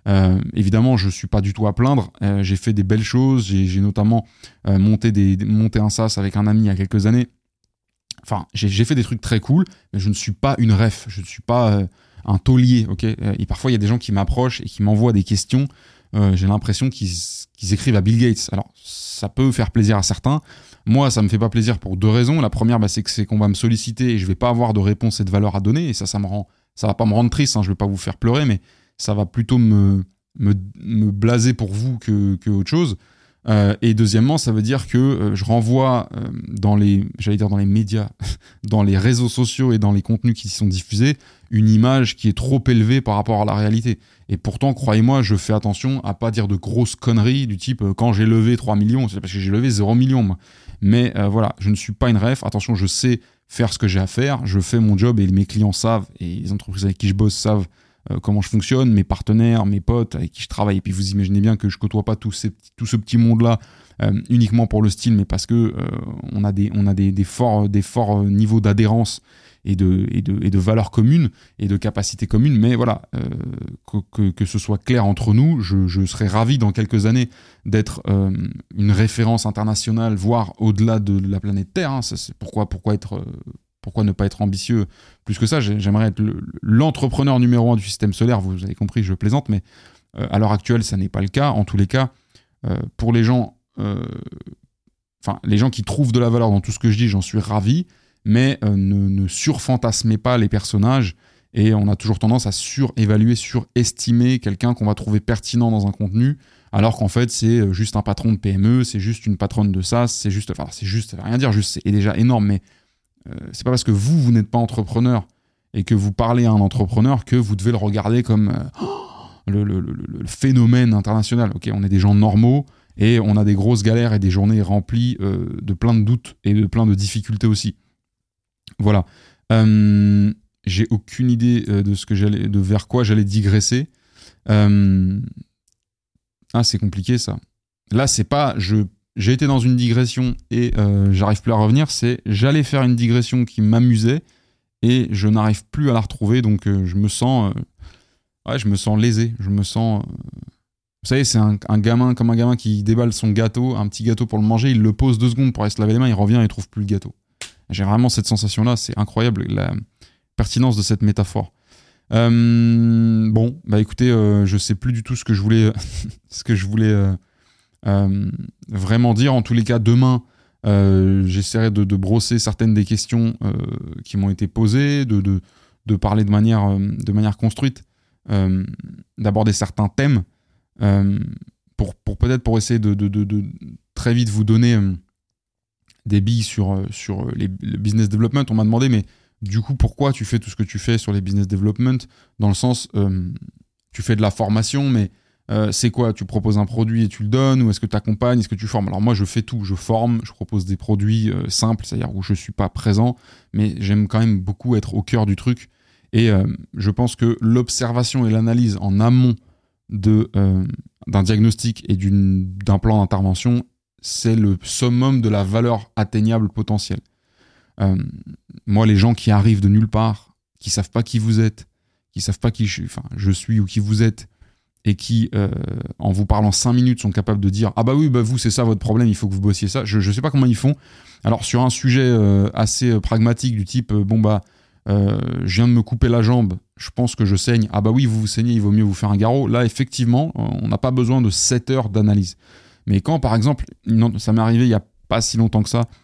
Évidemment, je suis pas du tout à plaindre. J'ai fait des belles choses. J'ai notamment monté un SaaS avec un ami il y a quelques années. Enfin, j'ai fait des trucs très cool, mais je ne suis pas une ref. Je ne suis pas un taulier, ok. Et parfois, il y a des gens qui m'approchent et qui m'envoient des questions. J'ai l'impression qu'ils écrivent à Bill Gates. Alors, ça peut faire plaisir à certains. Moi, ça me fait pas plaisir pour 2 raisons. La première, c'est qu'on va me solliciter et je vais pas avoir de réponse et de valeur à donner. Et ça va pas me rendre triste. Je vais pas vous faire pleurer, mais ça va plutôt me blaser pour vous que autre chose. Et deuxièmement, ça veut dire que je renvoie dans les médias, dans les réseaux sociaux et dans les contenus qui sont diffusés, une image qui est trop élevée par rapport à la réalité. Et pourtant, croyez-moi, je fais attention à pas dire de grosses conneries du type quand j'ai levé 3 millions, c'est parce que j'ai levé 0 million. Moi. Mais voilà, je ne suis pas une ref. Attention, je sais faire ce que j'ai à faire. Je fais mon job et mes clients savent, et les entreprises avec qui je bosse savent comment je fonctionne, mes partenaires, mes potes avec qui je travaille. Et puis vous imaginez bien que je côtoie pas tout ce petit monde-là uniquement pour le style, mais parce que on a des forts niveaux d'adhérence et de valeurs communes et de capacités communes. Mais voilà, que ce soit clair entre nous, je serais ravi dans quelques années d'être une référence internationale, voire au-delà de la planète Terre. C'est pourquoi ne pas être ambitieux plus que ça. J'aimerais être l'entrepreneur numéro 1 du système solaire. Vous avez compris, je plaisante, mais à l'heure actuelle, ça n'est pas le cas. En tous les cas, pour les gens qui trouvent de la valeur dans tout ce que je dis, j'en suis ravi, mais ne surfantasmez pas les personnages, et on a toujours tendance à surévaluer, surestimer quelqu'un qu'on va trouver pertinent dans un contenu, alors qu'en fait, c'est juste un patron de PME, c'est juste une patronne de SaaS, ça veut rien dire, c'est déjà énorme, mais c'est pas parce que vous n'êtes pas entrepreneur et que vous parlez à un entrepreneur que vous devez le regarder comme le phénomène international. Ok, on est des gens normaux et on a des grosses galères et des journées remplies de plein de doutes et de plein de difficultés aussi. Voilà. J'ai aucune idée de vers quoi j'allais digresser. C'est compliqué ça. Là, c'est pas j'ai été dans une digression et j'arrive plus à revenir. J'allais faire une digression qui m'amusait et je n'arrive plus à la retrouver. Donc je me sens lésé. Je me sens. Vous savez, c'est un gamin qui déballe son gâteau, un petit gâteau pour le manger. Il le pose 2 secondes pour aller se laver les mains. Il revient et il trouve plus le gâteau. J'ai vraiment cette sensation-là. C'est incroyable la pertinence de cette métaphore. Écoutez, je sais plus du tout ce que je voulais vraiment dire. En tous les cas, demain, j'essaierai de brosser certaines des questions qui m'ont été posées, de parler de manière construite, d'aborder certains thèmes, pour essayer de très vite vous donner des billes sur le business development. On m'a demandé, mais du coup, pourquoi tu fais tout ce que tu fais sur les business development ? Dans le sens, tu fais de la formation, mais c'est quoi ? Tu proposes un produit et tu le donnes, ou est-ce que tu accompagnes, est-ce que tu formes ? Alors moi, je fais tout. Je forme, je propose des produits simples, c'est-à-dire où je ne suis pas présent, mais j'aime quand même beaucoup être au cœur du truc. Et je pense que l'observation et l'analyse en amont d'un diagnostic et d'un plan d'intervention, c'est le summum de la valeur atteignable potentielle. Moi, les gens qui arrivent de nulle part, qui savent pas qui vous êtes, qui savent pas qui je suis ou qui vous êtes, et qui, en vous parlant 5 minutes, sont capables de dire « Ah bah oui, vous, c'est ça votre problème, il faut que vous bossiez ça ». Je sais pas comment ils font. Alors, sur un sujet assez pragmatique du type je viens de me couper la jambe, je pense que je saigne. Ah bah oui, vous saignez, il vaut mieux vous faire un garrot. Là, effectivement, on n'a pas besoin de 7 heures d'analyse. Mais quand, par exemple, ça m'est arrivé il n'y a pas si longtemps que ça,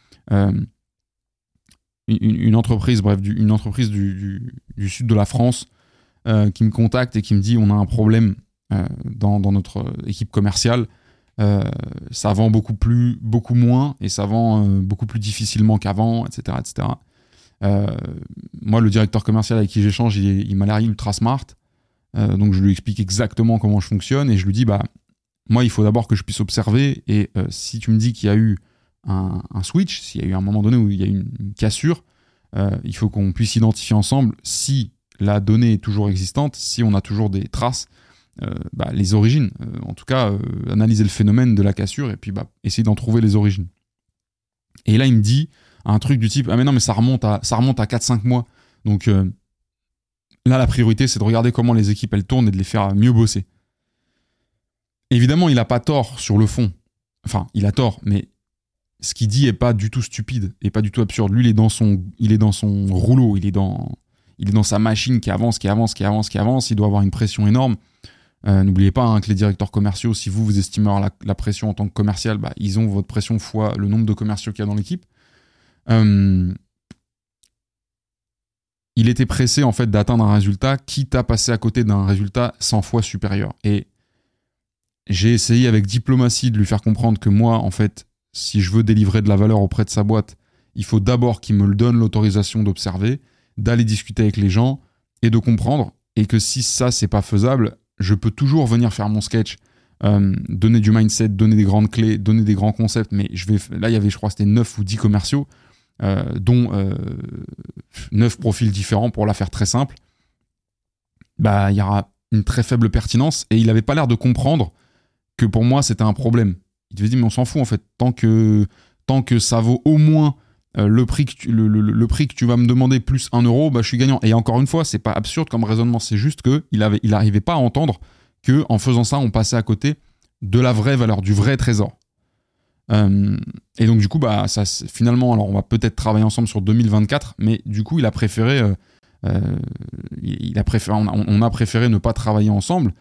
une entreprise du sud de la France qui me contacte et qui me dit on a un problème dans notre équipe commerciale, ça vend beaucoup moins et ça vend beaucoup plus difficilement qu'avant, etc. etc. Moi, le directeur commercial avec qui j'échange, il m'a l'air ultra smart, donc je lui explique exactement comment je fonctionne et je lui dis moi, il faut d'abord que je puisse observer, et si tu me dis qu'il y a eu un switch, s'il y a eu un moment donné où il y a eu une cassure, il faut qu'on puisse identifier ensemble si la donnée est toujours existante, si on a toujours des traces, les origines. En tout cas, analyser le phénomène de la cassure et puis essayer d'en trouver les origines. Et là, il me dit un truc du type « Ah mais non, mais ça remonte à 4-5 mois. » Donc là, la priorité, c'est de regarder comment les équipes, elles tournent et de les faire mieux bosser. Évidemment, il n'a pas tort sur le fond. Enfin, il a tort, mais ce qu'il dit est pas du tout stupide et pas du tout absurde. Lui, il est dans son rouleau, il est dans sa machine qui avance. Il doit avoir une pression énorme. N'oubliez pas que les directeurs commerciaux, si vous estimez avoir la pression en tant que commercial, ils ont votre pression fois le nombre de commerciaux qu'il y a dans l'équipe. Il était pressé en fait d'atteindre un résultat, quitte à passer à côté d'un résultat 100 fois supérieur. Et j'ai essayé avec diplomatie de lui faire comprendre que moi, en fait, si je veux délivrer de la valeur auprès de sa boîte, il faut d'abord qu'il me le donne l'autorisation d'observer, d'aller discuter avec les gens et de comprendre. Et que si ça, c'est pas faisable, je peux toujours venir faire mon sketch, donner du mindset, donner des grandes clés, donner des grands concepts. Mais là, il y avait, je crois, c'était 9 ou 10 commerciaux, dont 9 profils différents pour la faire très simple. Il y aura une très faible pertinence et il n'avait pas l'air de comprendre que pour moi, c'était un problème. Il devait dire, mais on s'en fout en fait, tant que ça vaut au moins le prix que tu vas me demander plus 1 euro, je suis gagnant. Et encore une fois, c'est pas absurde comme raisonnement, c'est juste qu'il n'arrivait pas à entendre qu'en faisant ça, on passait à côté de la vraie valeur, du vrai trésor. Et donc du coup, ça, finalement, alors on va peut-être travailler ensemble sur 2024, mais du coup, il a préféré, on a préféré ne pas travailler ensemble.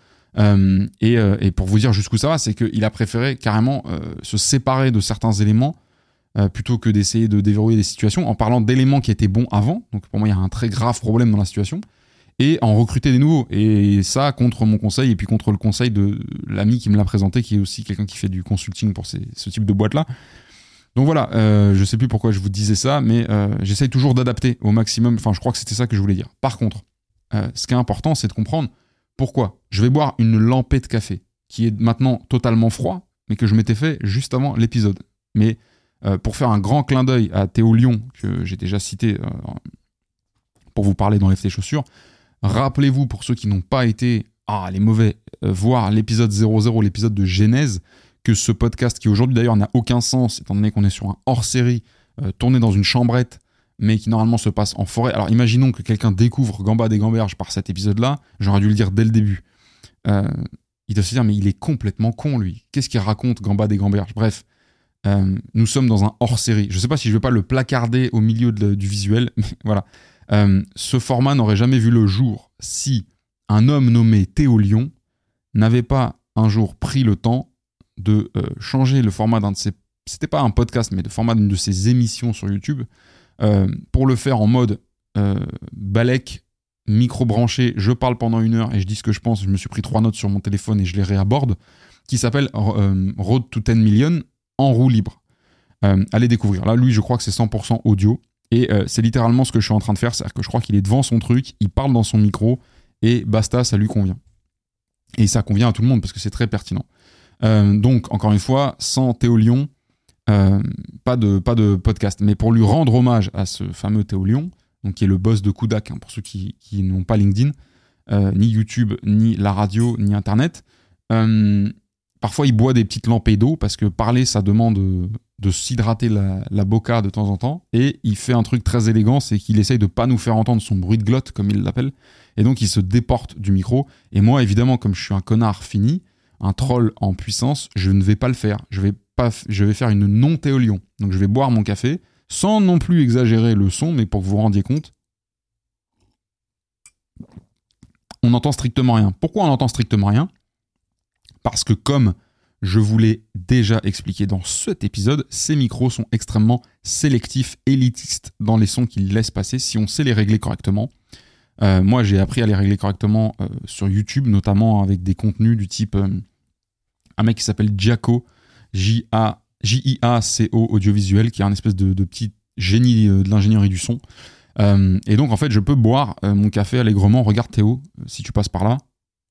Et pour vous dire jusqu'où ça va, c'est qu'il a préféré carrément se séparer de certains éléments plutôt que d'essayer de déverrouiller des situations en parlant d'éléments qui étaient bons avant. Donc pour moi, il y a un très grave problème dans la situation. Et en recruter des nouveaux. Et ça, contre mon conseil et puis contre le conseil de l'ami qui me l'a présenté, qui est aussi quelqu'un qui fait du consulting pour ce type de boîte-là. Donc voilà, je sais plus pourquoi je vous disais ça, mais j'essaye toujours d'adapter au maximum. Enfin, je crois que c'était ça que je voulais dire. Par contre, ce qui est important, c'est de comprendre pourquoi. Je vais boire une lampée de café qui est maintenant totalement froid, mais que je m'étais fait juste avant l'épisode. Mais pour faire un grand clin d'œil à Théo Lyon, que j'ai déjà cité pour vous parler dans les chaussures, rappelez-vous, pour ceux qui n'ont pas été, les mauvais, voir l'épisode 00, l'épisode de Genèse, que ce podcast, qui aujourd'hui d'ailleurs n'a aucun sens, étant donné qu'on est sur un hors-série, tourné dans une chambrette, mais qui normalement se passe en forêt. Alors imaginons que quelqu'un découvre Gambad et Gamberge par cet épisode-là, j'aurais dû le dire dès le début. Il doit se dire, mais il est complètement con, lui. Qu'est-ce qu'il raconte, Gambad et Gamberge ? Bref, nous sommes dans un hors-série. Je ne sais pas si je ne vais pas le placarder au milieu du visuel, mais voilà. Ce format n'aurait jamais vu le jour si un homme nommé Théo Lyon n'avait pas un jour pris le temps de changer le format d'un de ses... C'était pas un podcast, mais le format d'une de ses émissions sur YouTube, pour le faire en mode balèque, micro branché, je parle pendant 1 heure et je dis ce que je pense, je me suis pris 3 notes sur mon téléphone et je les réaborde, qui s'appelle Road to 10 Million en roue libre. Allez découvrir. Là, lui, je crois que c'est 100% audio. Et c'est littéralement ce que je suis en train de faire, c'est-à-dire que je crois qu'il est devant son truc, il parle dans son micro, et basta, ça lui convient. Et ça convient à tout le monde, parce que c'est très pertinent. Donc, encore une fois, sans Théo Lyon, pas de podcast. Mais pour lui rendre hommage à ce fameux Théo Lyon, donc qui est le boss de Kudak, pour ceux qui n'ont pas LinkedIn, ni YouTube, ni la radio, ni Internet, parfois il boit des petites lampées d'eau, parce que parler, ça demande... de s'hydrater la boca de temps en temps, et il fait un truc très élégant, c'est qu'il essaye de pas nous faire entendre son bruit de glotte, comme il l'appelle, et donc il se déporte du micro, et moi, évidemment, comme je suis un connard fini, un troll en puissance, je ne vais pas le faire, je vais faire une non-Théo Lyon, donc je vais boire mon café, sans non plus exagérer le son, mais pour que vous vous rendiez compte, on n'entend strictement rien. Pourquoi on n'entend strictement rien ? Parce que comme je vous l'ai déjà expliqué dans cet épisode, ces micros sont extrêmement sélectifs, élitistes dans les sons qu'ils laissent passer si on sait les régler correctement. Moi, j'ai appris à les régler correctement sur YouTube, notamment avec des contenus du type un mec qui s'appelle Jaco, J-I-A-C-O audiovisuel, qui est un espèce de petit génie de l'ingénierie du son. Et donc, en fait, je peux boire mon café allègrement. Regarde Théo, si tu passes par là.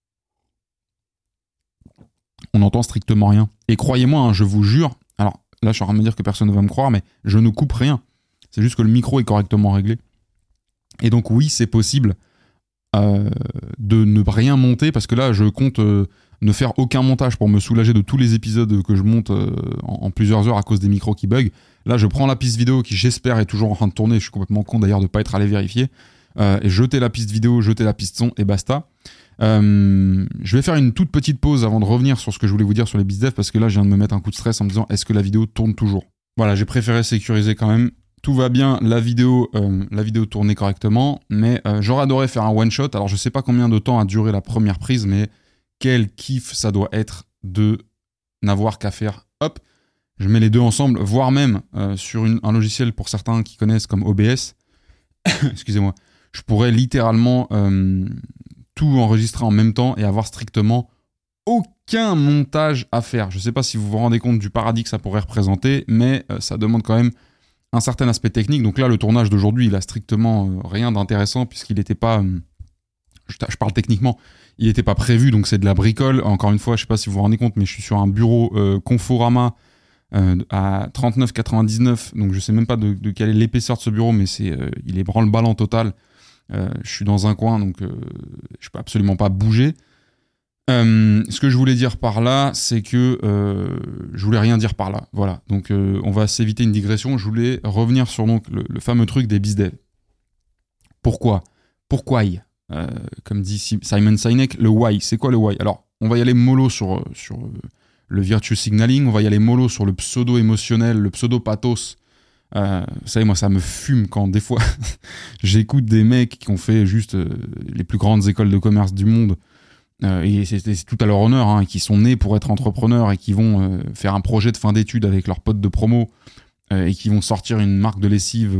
On n'entend strictement rien. Et croyez-moi, je vous jure, alors là je suis en train de me dire que personne ne va me croire, mais je ne coupe rien. C'est juste que le micro est correctement réglé. Et donc oui, c'est possible de ne rien monter, parce que là je compte ne faire aucun montage pour me soulager de tous les épisodes que je monte en plusieurs heures à cause des micros qui bug. Là je prends la piste vidéo qui j'espère est toujours en train de tourner, je suis complètement con d'ailleurs de ne pas être allé vérifier, et jeter la piste vidéo, jeter la piste son et basta. Je vais faire une toute petite pause avant de revenir sur ce que je voulais vous dire sur les BizDev, parce que là, je viens de me mettre un coup de stress en me disant, est-ce que la vidéo tourne toujours ? Voilà, j'ai préféré sécuriser quand même. Tout va bien, la vidéo tournait correctement, mais j'aurais adoré faire un one-shot. Alors, je sais pas combien de temps a duré la première prise, mais quel kiff ça doit être de n'avoir qu'à faire, hop, je mets les deux ensemble, voire même sur un logiciel pour certains qui connaissent comme OBS, excusez-moi, je pourrais littéralement tout enregistrer en même temps et avoir strictement aucun montage à faire. Je sais pas si vous vous rendez compte du paradis que ça pourrait représenter, mais ça demande quand même un certain aspect technique. Donc là, le tournage d'aujourd'hui, il a strictement rien d'intéressant puisqu'il n'était pas... je parle techniquement, il n'était pas prévu, donc c'est de la bricole. Encore une fois, je sais pas si vous vous rendez compte, mais je suis sur un bureau Conforama à 39,99, donc je sais même pas de quelle est l'épaisseur de ce bureau, mais il est branle-ballant total. Je suis dans un coin, donc je peux absolument pas bouger. Ce que je voulais dire par là, c'est que je voulais rien dire par là. Voilà, donc on va s'éviter une digression. Je voulais revenir sur donc le fameux truc des BizDev. Pourquoi comme dit Simon Sinek, le why. C'est quoi le why ? Alors, on va y aller mollo sur le virtue signaling, on va y aller mollo sur le pseudo-émotionnel, le pseudo-pathos. Vous savez, moi, ça me fume quand des fois j'écoute des mecs qui ont fait juste les plus grandes écoles de commerce du monde, et c'est tout à leur honneur, hein, qui sont nés pour être entrepreneurs et qui vont faire un projet de fin d'études avec leurs potes de promo et qui vont sortir une marque de lessive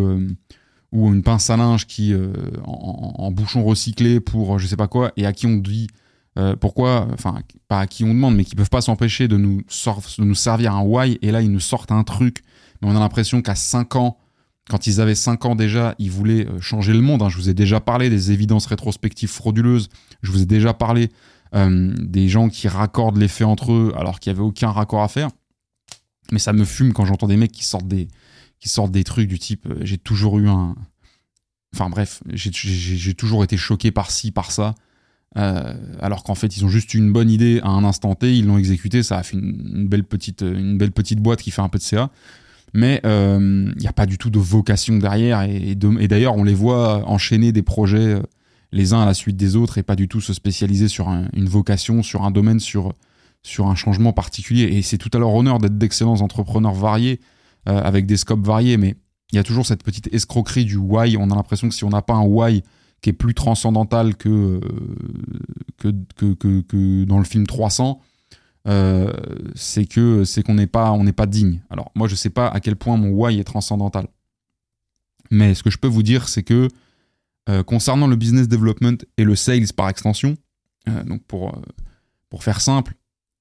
ou une pince à linge qui en bouchon recyclé pour je sais pas quoi, et à qui on dit pourquoi, enfin pas à qui on demande, mais qui peuvent pas s'empêcher de nous servir un why, et là ils nous sortent un truc, mais on a l'impression qu'à 5 ans, quand ils avaient 5 ans déjà, ils voulaient changer le monde, hein. Je vous ai déjà parlé des évidences rétrospectives frauduleuses, je vous ai déjà parlé des gens qui raccordent les faits entre eux alors qu'il n'y avait aucun raccord à faire, mais ça me fume quand j'entends des mecs qui sortent des trucs du type j'ai toujours eu un... Enfin bref, j'ai toujours été choqué par ci, par ça, alors qu'en fait ils ont juste eu une bonne idée à un instant T, ils l'ont exécutée, ça a fait une belle petite boîte qui fait un peu de CA, mais il n'y a pas du tout de vocation derrière, et d'ailleurs on les voit enchaîner des projets les uns à la suite des autres et pas du tout se spécialiser sur une vocation, sur un domaine, sur un changement particulier, et c'est tout à leur honneur d'être d'excellents entrepreneurs variés, avec des scopes variés, mais il y a toujours cette petite escroquerie du why. On a l'impression que si on n'a pas un why qui est plus transcendantal que dans le film 300, c'est qu'on n'est pas digne. Alors moi je sais pas à quel point mon why est transcendantal, mais ce que je peux vous dire, c'est que concernant le business development et le sales par extension, donc pour faire simple,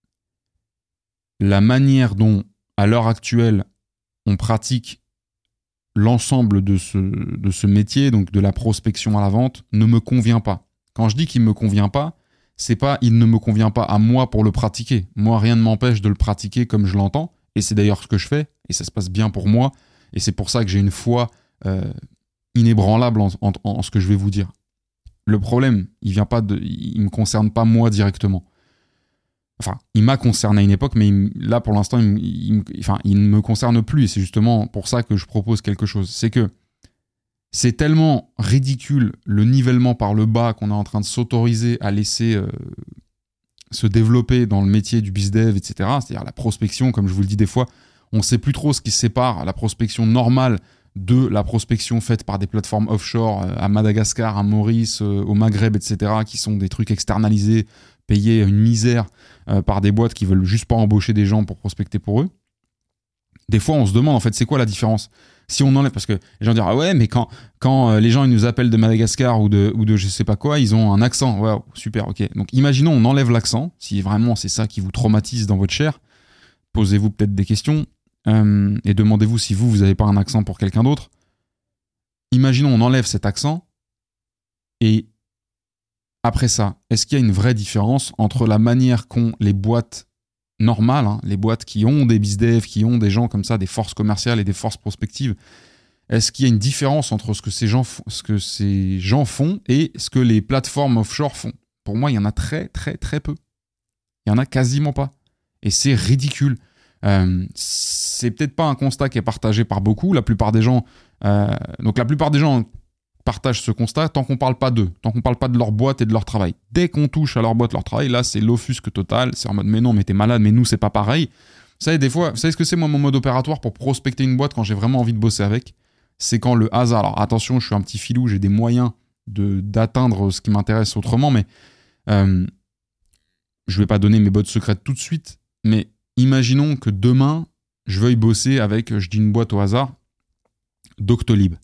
la manière dont à l'heure actuelle on pratique l'ensemble de ce métier, donc de la prospection à la vente, ne me convient pas. Quand je dis qu'il ne me convient pas, c'est pas il ne me convient pas à moi pour le pratiquer. Moi, rien ne m'empêche de le pratiquer comme je l'entends, et c'est d'ailleurs ce que je fais, et ça se passe bien pour moi, et c'est pour ça que j'ai une foi inébranlable en ce que je vais vous dire. Le problème, il me concerne pas moi directement. Enfin, il m'a concerné à une époque, mais là, pour l'instant, il ne me concerne plus. Et c'est justement pour ça que je propose quelque chose. C'est que c'est tellement ridicule le nivellement par le bas qu'on est en train de s'autoriser à laisser se développer dans le métier du bizdev, etc. C'est-à-dire la prospection, comme je vous le dis des fois, on ne sait plus trop ce qui sépare la prospection normale de la prospection faite par des plateformes offshore à Madagascar, à Maurice, au Maghreb, etc., qui sont des trucs externalisés, payés une misère par des boîtes qui veulent juste pas embaucher des gens pour prospecter pour eux. Des fois, on se demande en fait c'est quoi la différence. Si on enlève, parce que les gens disent ah ouais, mais quand les gens ils nous appellent de Madagascar ou de je sais pas quoi, ils ont un accent. Ouais, super, ok. Donc imaginons on enlève l'accent, si vraiment c'est ça qui vous traumatise dans votre chair, posez-vous peut-être des questions et demandez-vous si vous avez pas un accent pour quelqu'un d'autre. Imaginons on enlève cet accent et après ça, est-ce qu'il y a une vraie différence entre la manière qu'ont les boîtes normales, hein, les boîtes qui ont des bizdev, qui ont des gens comme ça, des forces commerciales et des forces prospectives, est-ce qu'il y a une différence entre ce que ces gens font et ce que les plateformes offshore font ? Pour moi, il y en a très très très peu. Il y en a quasiment pas. Et c'est ridicule. C'est peut-être pas un constat qui est partagé par beaucoup. La plupart des gens partagent ce constat tant qu'on parle pas d'eux, tant qu'on parle pas de leur boîte et de leur travail. Dès qu'on touche à leur boîte, leur travail, là, c'est l'offusque total. C'est en mode, mais non, mais t'es malade, mais nous, c'est pas pareil. Vous savez, des fois, vous savez ce que c'est, moi, mon mode opératoire pour prospecter une boîte quand j'ai vraiment envie de bosser avec? C'est quand le hasard, alors attention, je suis un petit filou, j'ai des moyens d'atteindre ce qui m'intéresse autrement, mais je vais pas donner mes bottes secrètes tout de suite, mais imaginons que demain, je veuille bosser avec, je dis une boîte au hasard, Doctolib.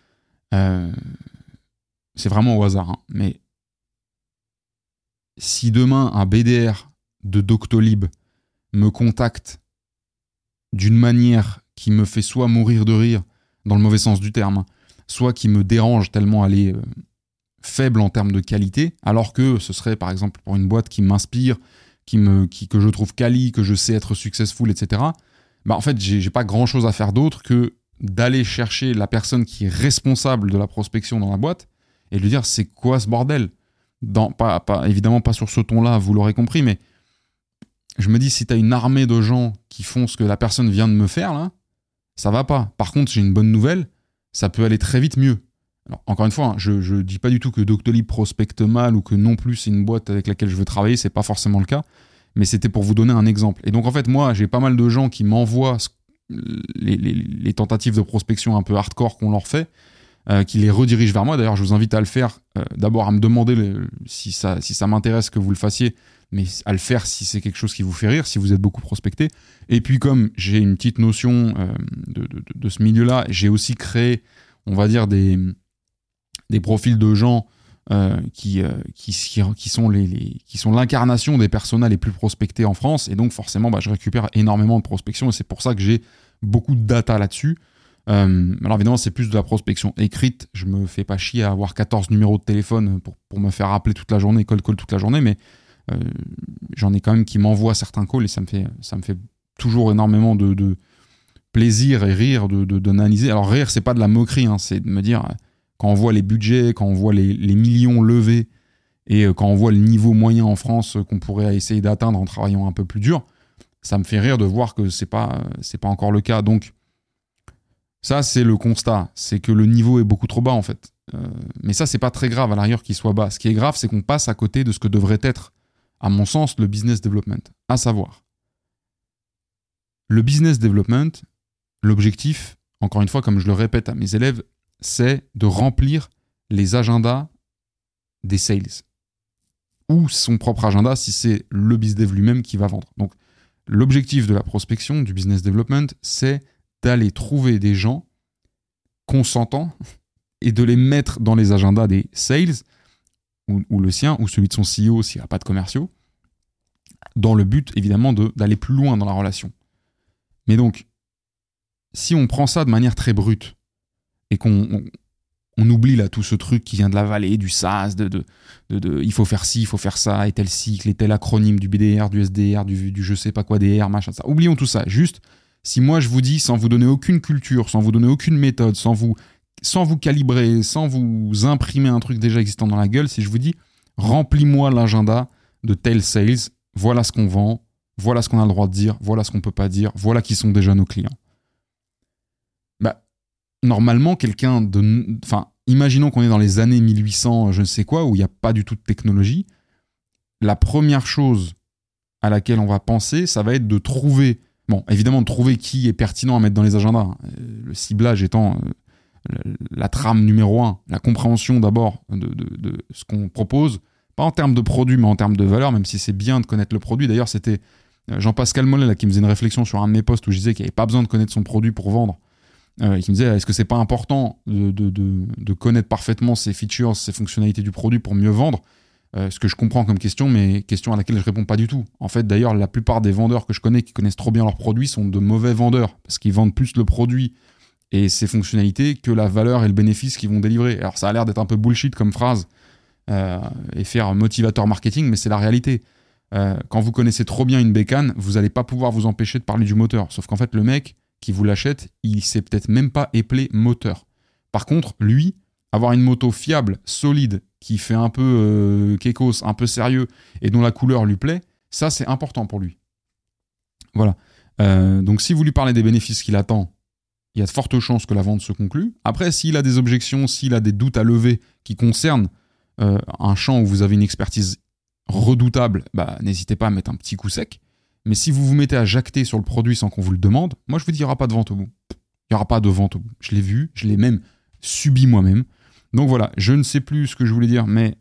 C'est vraiment au hasard, hein, mais si demain un BDR de Doctolib me contacte d'une manière qui me fait soit mourir de rire, dans le mauvais sens du terme, soit qui me dérange tellement elle est faible en termes de qualité, alors que ce serait par exemple pour une boîte qui m'inspire, que je trouve quali, que je sais être successful, etc. Bah en fait, j'ai pas grand chose à faire d'autre que d'aller chercher la personne qui est responsable de la prospection dans la boîte et lui dire c'est quoi ce bordel, évidemment pas sur ce ton-là, vous l'aurez compris, mais je me dis si t'as une armée de gens qui font ce que la personne vient de me faire là, ça va pas. Par contre, j'ai une bonne nouvelle, ça peut aller très vite mieux. Alors, encore une fois, hein, je dis pas du tout que Doctolib prospecte mal ou que non plus c'est une boîte avec laquelle je veux travailler, c'est pas forcément le cas, mais c'était pour vous donner un exemple. Et donc en fait, moi, j'ai pas mal de gens qui m'envoient les tentatives de prospection un peu hardcore qu'on leur fait, qui les redirigent vers moi. D'ailleurs, je vous invite à le faire, d'abord à me demander si ça m'intéresse que vous le fassiez, mais à le faire si c'est quelque chose qui vous fait rire, si vous êtes beaucoup prospecté. Et puis comme j'ai une petite notion de ce milieu-là, j'ai aussi créé, on va dire, des profils de gens qui sont l'incarnation des personas les plus prospectés en France. Et donc forcément, je récupère énormément de prospection et c'est pour ça que j'ai beaucoup de data là-dessus. Alors évidemment, c'est plus de la prospection écrite. Je me fais pas chier à avoir 14 numéros de téléphone pour me faire appeler toute la journée, cold call toute la journée, mais j'en ai quand même qui m'envoient certains calls et ça me fait toujours énormément de plaisir et rire d'analyser. Alors rire, c'est pas de la moquerie, hein, c'est de me dire, quand on voit les budgets, quand on voit les millions levés et quand on voit le niveau moyen en France qu'on pourrait essayer d'atteindre en travaillant un peu plus dur, ça me fait rire de voir que c'est pas encore le cas. Donc ça, c'est le constat, c'est que le niveau est beaucoup trop bas en fait. Mais ça, c'est pas très grave à l'arrière qu'il soit bas. Ce qui est grave, c'est qu'on passe à côté de ce que devrait être, à mon sens, le business development. À savoir, le business development, l'objectif, encore une fois, comme je le répète à mes élèves, c'est de remplir les agendas des sales. Ou son propre agenda si c'est le business dev lui-même qui va vendre. Donc, l'objectif de la prospection, du business development, c'est d'aller trouver des gens consentants et de les mettre dans les agendas des sales, ou le sien, ou celui de son CEO s'il n'y a pas de commerciaux, dans le but, évidemment, d'aller plus loin dans la relation. Mais donc, si on prend ça de manière très brute, et qu'on oublie là tout ce truc qui vient de la vallée, du SaaS, il faut faire ci, il faut faire ça, et tel cycle, et tel acronyme du BDR, du SDR, du je sais pas quoi DR, machin, ça. Oublions tout ça. Juste, si moi je vous dis, sans vous donner aucune culture, sans vous donner aucune méthode, sans vous calibrer, sans vous imprimer un truc déjà existant dans la gueule, si je vous dis, remplis-moi l'agenda de tel sales, voilà ce qu'on vend, voilà ce qu'on a le droit de dire, voilà ce qu'on peut pas dire, voilà qui sont déjà nos clients. Normalement, imaginons qu'on est dans les années 1800, je ne sais quoi, où il n'y a pas du tout de technologie. La première chose à laquelle on va penser, ça va être de trouver, évidemment de trouver qui est pertinent à mettre dans les agendas. Le ciblage étant la trame numéro 1, la compréhension d'abord de ce qu'on propose, pas en termes de produit, mais en termes de valeur, même si c'est bien de connaître le produit. D'ailleurs, c'était Jean-Pascal Mollet là, qui me faisait une réflexion sur un de mes posts où je disais qu'il n'y avait pas besoin de connaître son produit pour vendre. Qui me disait, est-ce que c'est pas important de connaître parfaitement ses features, ses fonctionnalités du produit pour mieux vendre? Ce que je comprends comme question, mais question à laquelle je réponds pas du tout. En fait, d'ailleurs, la plupart des vendeurs que je connais qui connaissent trop bien leurs produits sont de mauvais vendeurs, parce qu'ils vendent plus le produit et ses fonctionnalités que la valeur et le bénéfice qu'ils vont délivrer. Alors ça a l'air d'être un peu bullshit comme phrase et faire motivateur marketing, mais c'est la réalité. Quand vous connaissez trop bien une bécane, vous n'allez pas pouvoir vous empêcher de parler du moteur. Sauf qu'en fait, le mec qui vous l'achète, il sait peut-être même pas épeler moteur. Par contre, lui, avoir une moto fiable, solide, qui fait un peu kékos, un peu sérieux, et dont la couleur lui plaît, ça c'est important pour lui. Voilà. Donc si vous lui parlez des bénéfices qu'il attend, il y a de fortes chances que la vente se conclue. Après, s'il a des objections, s'il a des doutes à lever qui concernent un champ où vous avez une expertise redoutable, n'hésitez pas à mettre un petit coup sec. Mais si vous vous mettez à jacter sur le produit sans qu'on vous le demande, moi je vous dis, il n'y aura pas de vente au bout. Il n'y aura pas de vente au bout. Je l'ai vu, je l'ai même subi moi-même. Donc voilà, je ne sais plus ce que je voulais dire, mais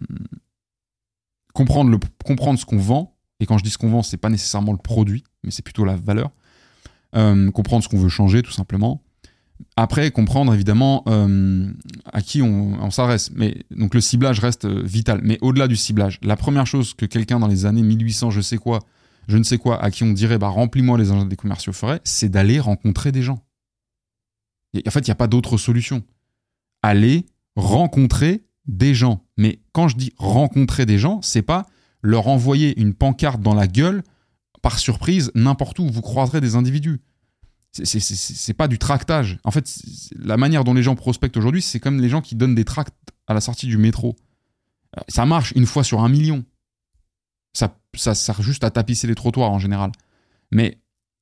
comprendre ce qu'on vend, et quand je dis ce qu'on vend, c'est pas nécessairement le produit, mais c'est plutôt la valeur. Comprendre ce qu'on veut changer, tout simplement. Après, comprendre évidemment à qui on s'adresse. Mais, donc le ciblage reste vital. Mais au-delà du ciblage, la première chose que quelqu'un dans les années 1800, je ne sais quoi, à qui on dirait remplis-moi les agendas des commerciaux ferait, c'est d'aller rencontrer des gens. En fait, il n'y a pas d'autre solution. Aller rencontrer des gens. Mais quand je dis rencontrer des gens, c'est pas leur envoyer une pancarte dans la gueule par surprise n'importe où vous croiserez des individus. C'est pas du tractage. En fait, la manière dont les gens prospectent aujourd'hui, c'est comme les gens qui donnent des tracts à la sortie du métro. Ça marche une fois sur 1 million. Ça sert juste à tapisser les trottoirs en général. Mais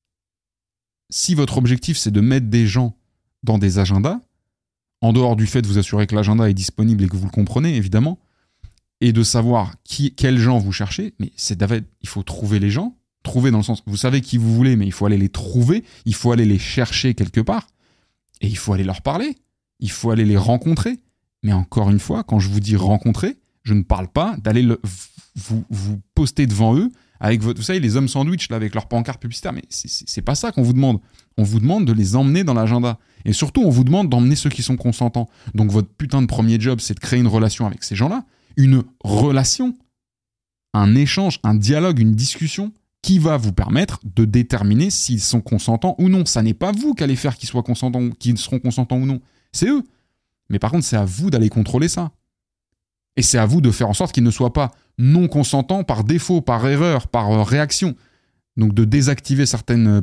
si votre objectif, c'est de mettre des gens dans des agendas, en dehors du fait de vous assurer que l'agenda est disponible et que vous le comprenez, évidemment, et de savoir quels gens vous cherchez, mais il faut trouver les gens. Trouver dans le sens, vous savez qui vous voulez, mais il faut aller les trouver, il faut aller les chercher quelque part, et il faut aller leur parler, il faut aller les rencontrer. Mais encore une fois, quand je vous dis rencontrer, je ne parle pas d'aller vous poster devant eux avec vous savez, les hommes sandwich là, avec leur pancarte publicitaire, mais c'est pas ça qu'on vous demande. On vous demande de les emmener dans l'agenda. Et surtout, on vous demande d'emmener ceux qui sont consentants. Donc votre putain de premier job, c'est de créer une relation avec ces gens-là, une relation, un échange, un dialogue, une discussion qui va vous permettre de déterminer s'ils sont consentants ou non. Ça n'est pas vous qui allez faire qu'ils seront consentants ou non. C'est eux. Mais par contre, c'est à vous d'aller contrôler ça. Et c'est à vous de faire en sorte qu'ils ne soient pas non consentants par défaut, par erreur, par réaction. Donc de désactiver certaines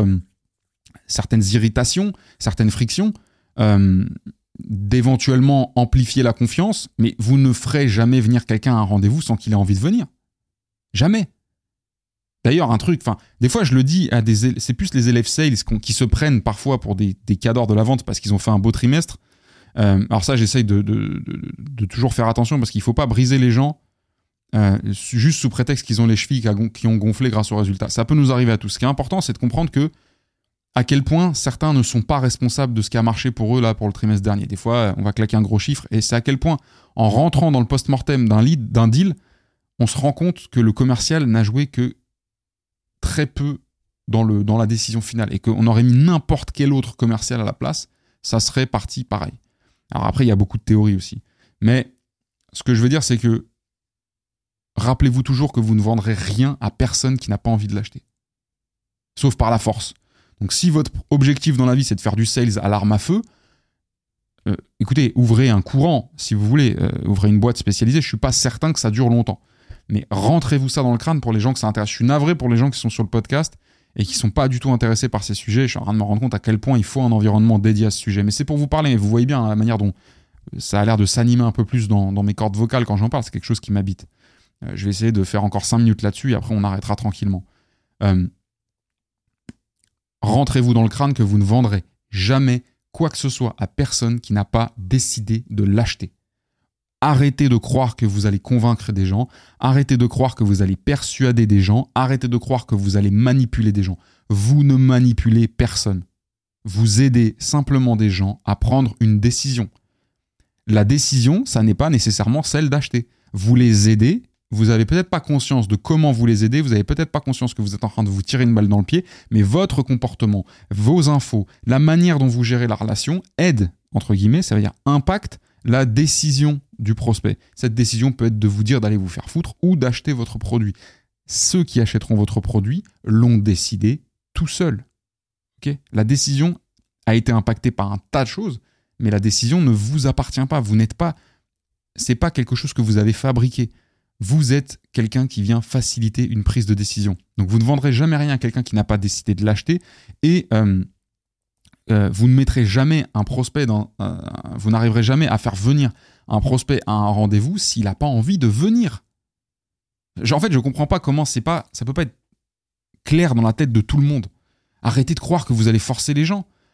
irritations, certaines frictions, d'éventuellement amplifier la confiance, mais vous ne ferez jamais venir quelqu'un à un rendez-vous sans qu'il ait envie de venir. Jamais. D'ailleurs, des fois je le dis c'est plus les élèves sales qui se prennent parfois pour des cadors de la vente parce qu'ils ont fait un beau trimestre. Alors ça, j'essaye de toujours faire attention parce qu'il ne faut pas briser les gens juste sous prétexte qu'ils ont les chevilles qui ont gonflé grâce aux résultats. Ça peut nous arriver à tous. Ce qui est important, c'est de comprendre à quel point certains ne sont pas responsables de ce qui a marché pour eux là pour le trimestre dernier. Des fois, on va claquer un gros chiffre et c'est à quel point, en rentrant dans le post-mortem d'un deal, on se rend compte que le commercial n'a joué que très peu dans la décision finale et qu'on aurait mis n'importe quel autre commercial à la place, ça serait parti pareil. Alors après, il y a beaucoup de théories aussi. Mais ce que je veux dire, c'est que rappelez-vous toujours que vous ne vendrez rien à personne qui n'a pas envie de l'acheter. Sauf par la force. Donc si votre objectif dans la vie, c'est de faire du sales à l'arme à feu, écoutez, ouvrez un courant, si vous voulez, ouvrez une boîte spécialisée, je ne suis pas certain que ça dure longtemps. Mais rentrez-vous ça dans le crâne pour les gens que ça intéresse. Je suis navré pour les gens qui sont sur le podcast et qui ne sont pas du tout intéressés par ces sujets. Je suis en train de me rendre compte à quel point il faut un environnement dédié à ce sujet. Mais c'est pour vous parler, mais vous voyez bien la manière dont ça a l'air de s'animer un peu plus dans mes cordes vocales quand j'en parle. C'est quelque chose qui m'habite. Je vais essayer de faire encore 5 minutes là-dessus et après on arrêtera tranquillement. Rentrez-vous dans le crâne que vous ne vendrez jamais quoi que ce soit à personne qui n'a pas décidé de l'acheter. Arrêtez de croire que vous allez convaincre des gens, arrêtez de croire que vous allez persuader des gens, arrêtez de croire que vous allez manipuler des gens. Vous ne manipulez personne. Vous aidez simplement des gens à prendre une décision. La décision, ça n'est pas nécessairement celle d'acheter. Vous les aidez, vous n'avez peut-être pas conscience de comment vous les aidez, vous n'avez peut-être pas conscience que vous êtes en train de vous tirer une balle dans le pied, mais votre comportement, vos infos, la manière dont vous gérez la relation aide, entre guillemets, ça veut dire impacte la décision du prospect. Cette décision peut être de vous dire d'aller vous faire foutre ou d'acheter votre produit. Ceux qui achèteront votre produit l'ont décidé tout seuls. Okay ? La décision a été impactée par un tas de choses, mais la décision ne vous appartient pas. Vous n'êtes pas... C'est pas quelque chose que vous avez fabriqué. Vous êtes quelqu'un qui vient faciliter une prise de décision. Donc vous ne vendrez jamais rien à quelqu'un qui n'a pas décidé de l'acheter et vous ne mettrez jamais un prospect vous n'arriverez jamais à faire venir un prospect à un rendez-vous s'il n'a pas envie de venir. En fait, je comprends pas comment ça peut pas être clair dans la tête de tout le monde. Arrêtez de croire que vous allez forcer les gens.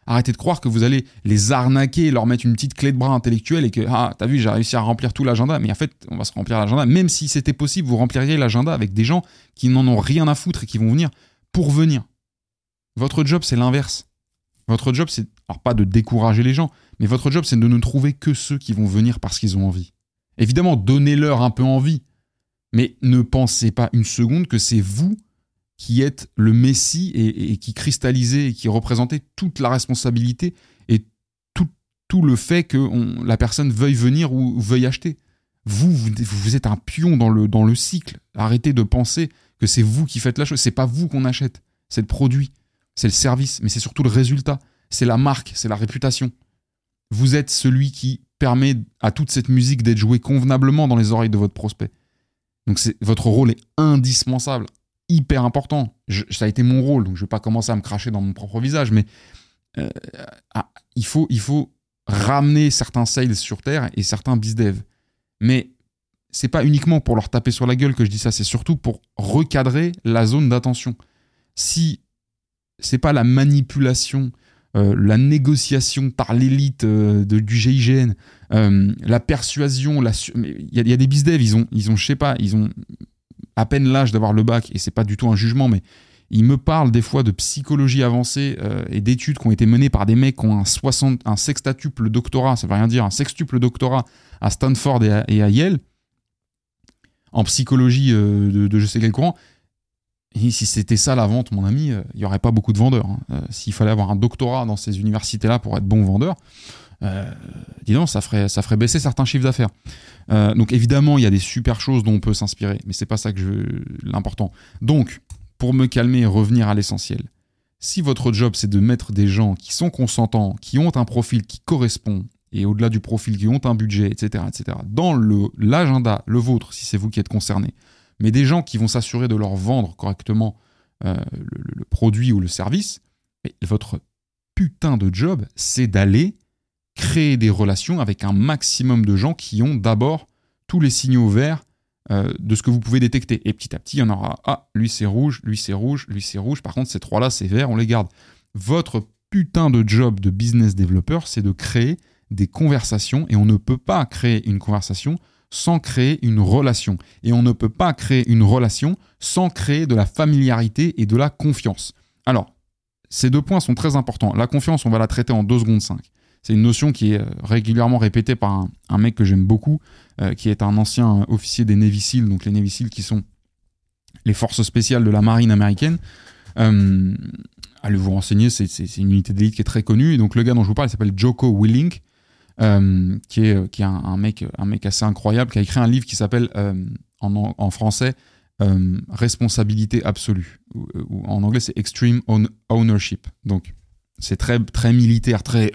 Arrêtez de croire que vous allez les arnaquer, leur mettre une petite clé de bras intellectuelle et que, t'as vu, j'ai réussi à remplir tout l'agenda. Mais en fait, on va se remplir l'agenda. Même si c'était possible, vous rempliriez l'agenda avec des gens qui n'en ont rien à foutre et qui vont venir pour venir. Votre job, c'est l'inverse. Votre job, c'est, alors pas de décourager les gens, mais votre job, c'est de ne trouver que ceux qui vont venir parce qu'ils ont envie. Évidemment, donnez-leur un peu envie. Mais ne pensez pas une seconde que c'est vous qui êtes le messie et qui cristallisez et qui représentez toute la responsabilité et tout le fait que la personne veuille venir ou veuille acheter. Vous êtes un pion dans le cycle. Arrêtez de penser que c'est vous qui faites la chose. C'est pas vous qu'on achète. C'est le produit, c'est le service, mais c'est surtout le résultat. C'est la marque, c'est la réputation. Vous êtes celui qui permet à toute cette musique d'être jouée convenablement dans les oreilles de votre prospect. Donc votre rôle est indispensable, hyper important. Ça a été mon rôle, donc je ne vais pas commencer à me cracher dans mon propre visage, mais il faut ramener certains sales sur terre et certains bizdev. Mais c'est pas uniquement pour leur taper sur la gueule que je dis ça, c'est surtout pour recadrer la zone d'attention. Si c'est pas la manipulation, la négociation par l'élite du GIGN, la persuasion, il y a des bizdev, ils ont, je sais pas, ils ont à peine l'âge d'avoir le bac, et c'est pas du tout un jugement, mais ils me parlent des fois de psychologie avancée et d'études qui ont été menées par des mecs qui ont un sextuple doctorat, ça veut rien dire, un sextuple doctorat à Stanford et à Yale, en psychologie de je sais quel courant. Et si c'était ça la vente, mon ami, il n'y aurait pas beaucoup de vendeurs. S'il fallait avoir un doctorat dans ces universités-là pour être bon vendeur, dis donc, ça ferait baisser certains chiffres d'affaires. Donc évidemment, il y a des super choses dont on peut s'inspirer, mais c'est pas ça l'important. Donc, pour me calmer et revenir à l'essentiel, si votre job c'est de mettre des gens qui sont consentants, qui ont un profil qui correspond, et au-delà du profil, qui ont un budget, etc., dans l'agenda, le vôtre, si c'est vous qui êtes concerné, mais des gens qui vont s'assurer de leur vendre correctement le produit ou le service, mais votre putain de job, c'est d'aller créer des relations avec un maximum de gens qui ont d'abord tous les signaux verts de ce que vous pouvez détecter. Et petit à petit, il y en aura, lui c'est rouge, lui c'est rouge, lui c'est rouge, par contre ces trois-là c'est vert, on les garde. Votre putain de job de business developer, c'est de créer des conversations, et on ne peut pas créer une conversation sans créer une relation. Et on ne peut pas créer une relation sans créer de la familiarité et de la confiance. Alors, ces deux points sont très importants. La confiance, on va la traiter en 2 secondes 5. C'est une notion qui est régulièrement répétée par un mec que j'aime beaucoup, qui est un ancien officier des Navy Seals, donc les Navy Seals qui sont les forces spéciales de la marine américaine. Allez vous renseigner, c'est une unité d'élite qui est très connue. Et donc le gars dont je vous parle, il s'appelle Jocko Willink, qui est un mec assez incroyable, qui a écrit un livre qui s'appelle en français Responsabilité absolue, ou en anglais c'est Extreme Ownership. Donc c'est très très militaire, très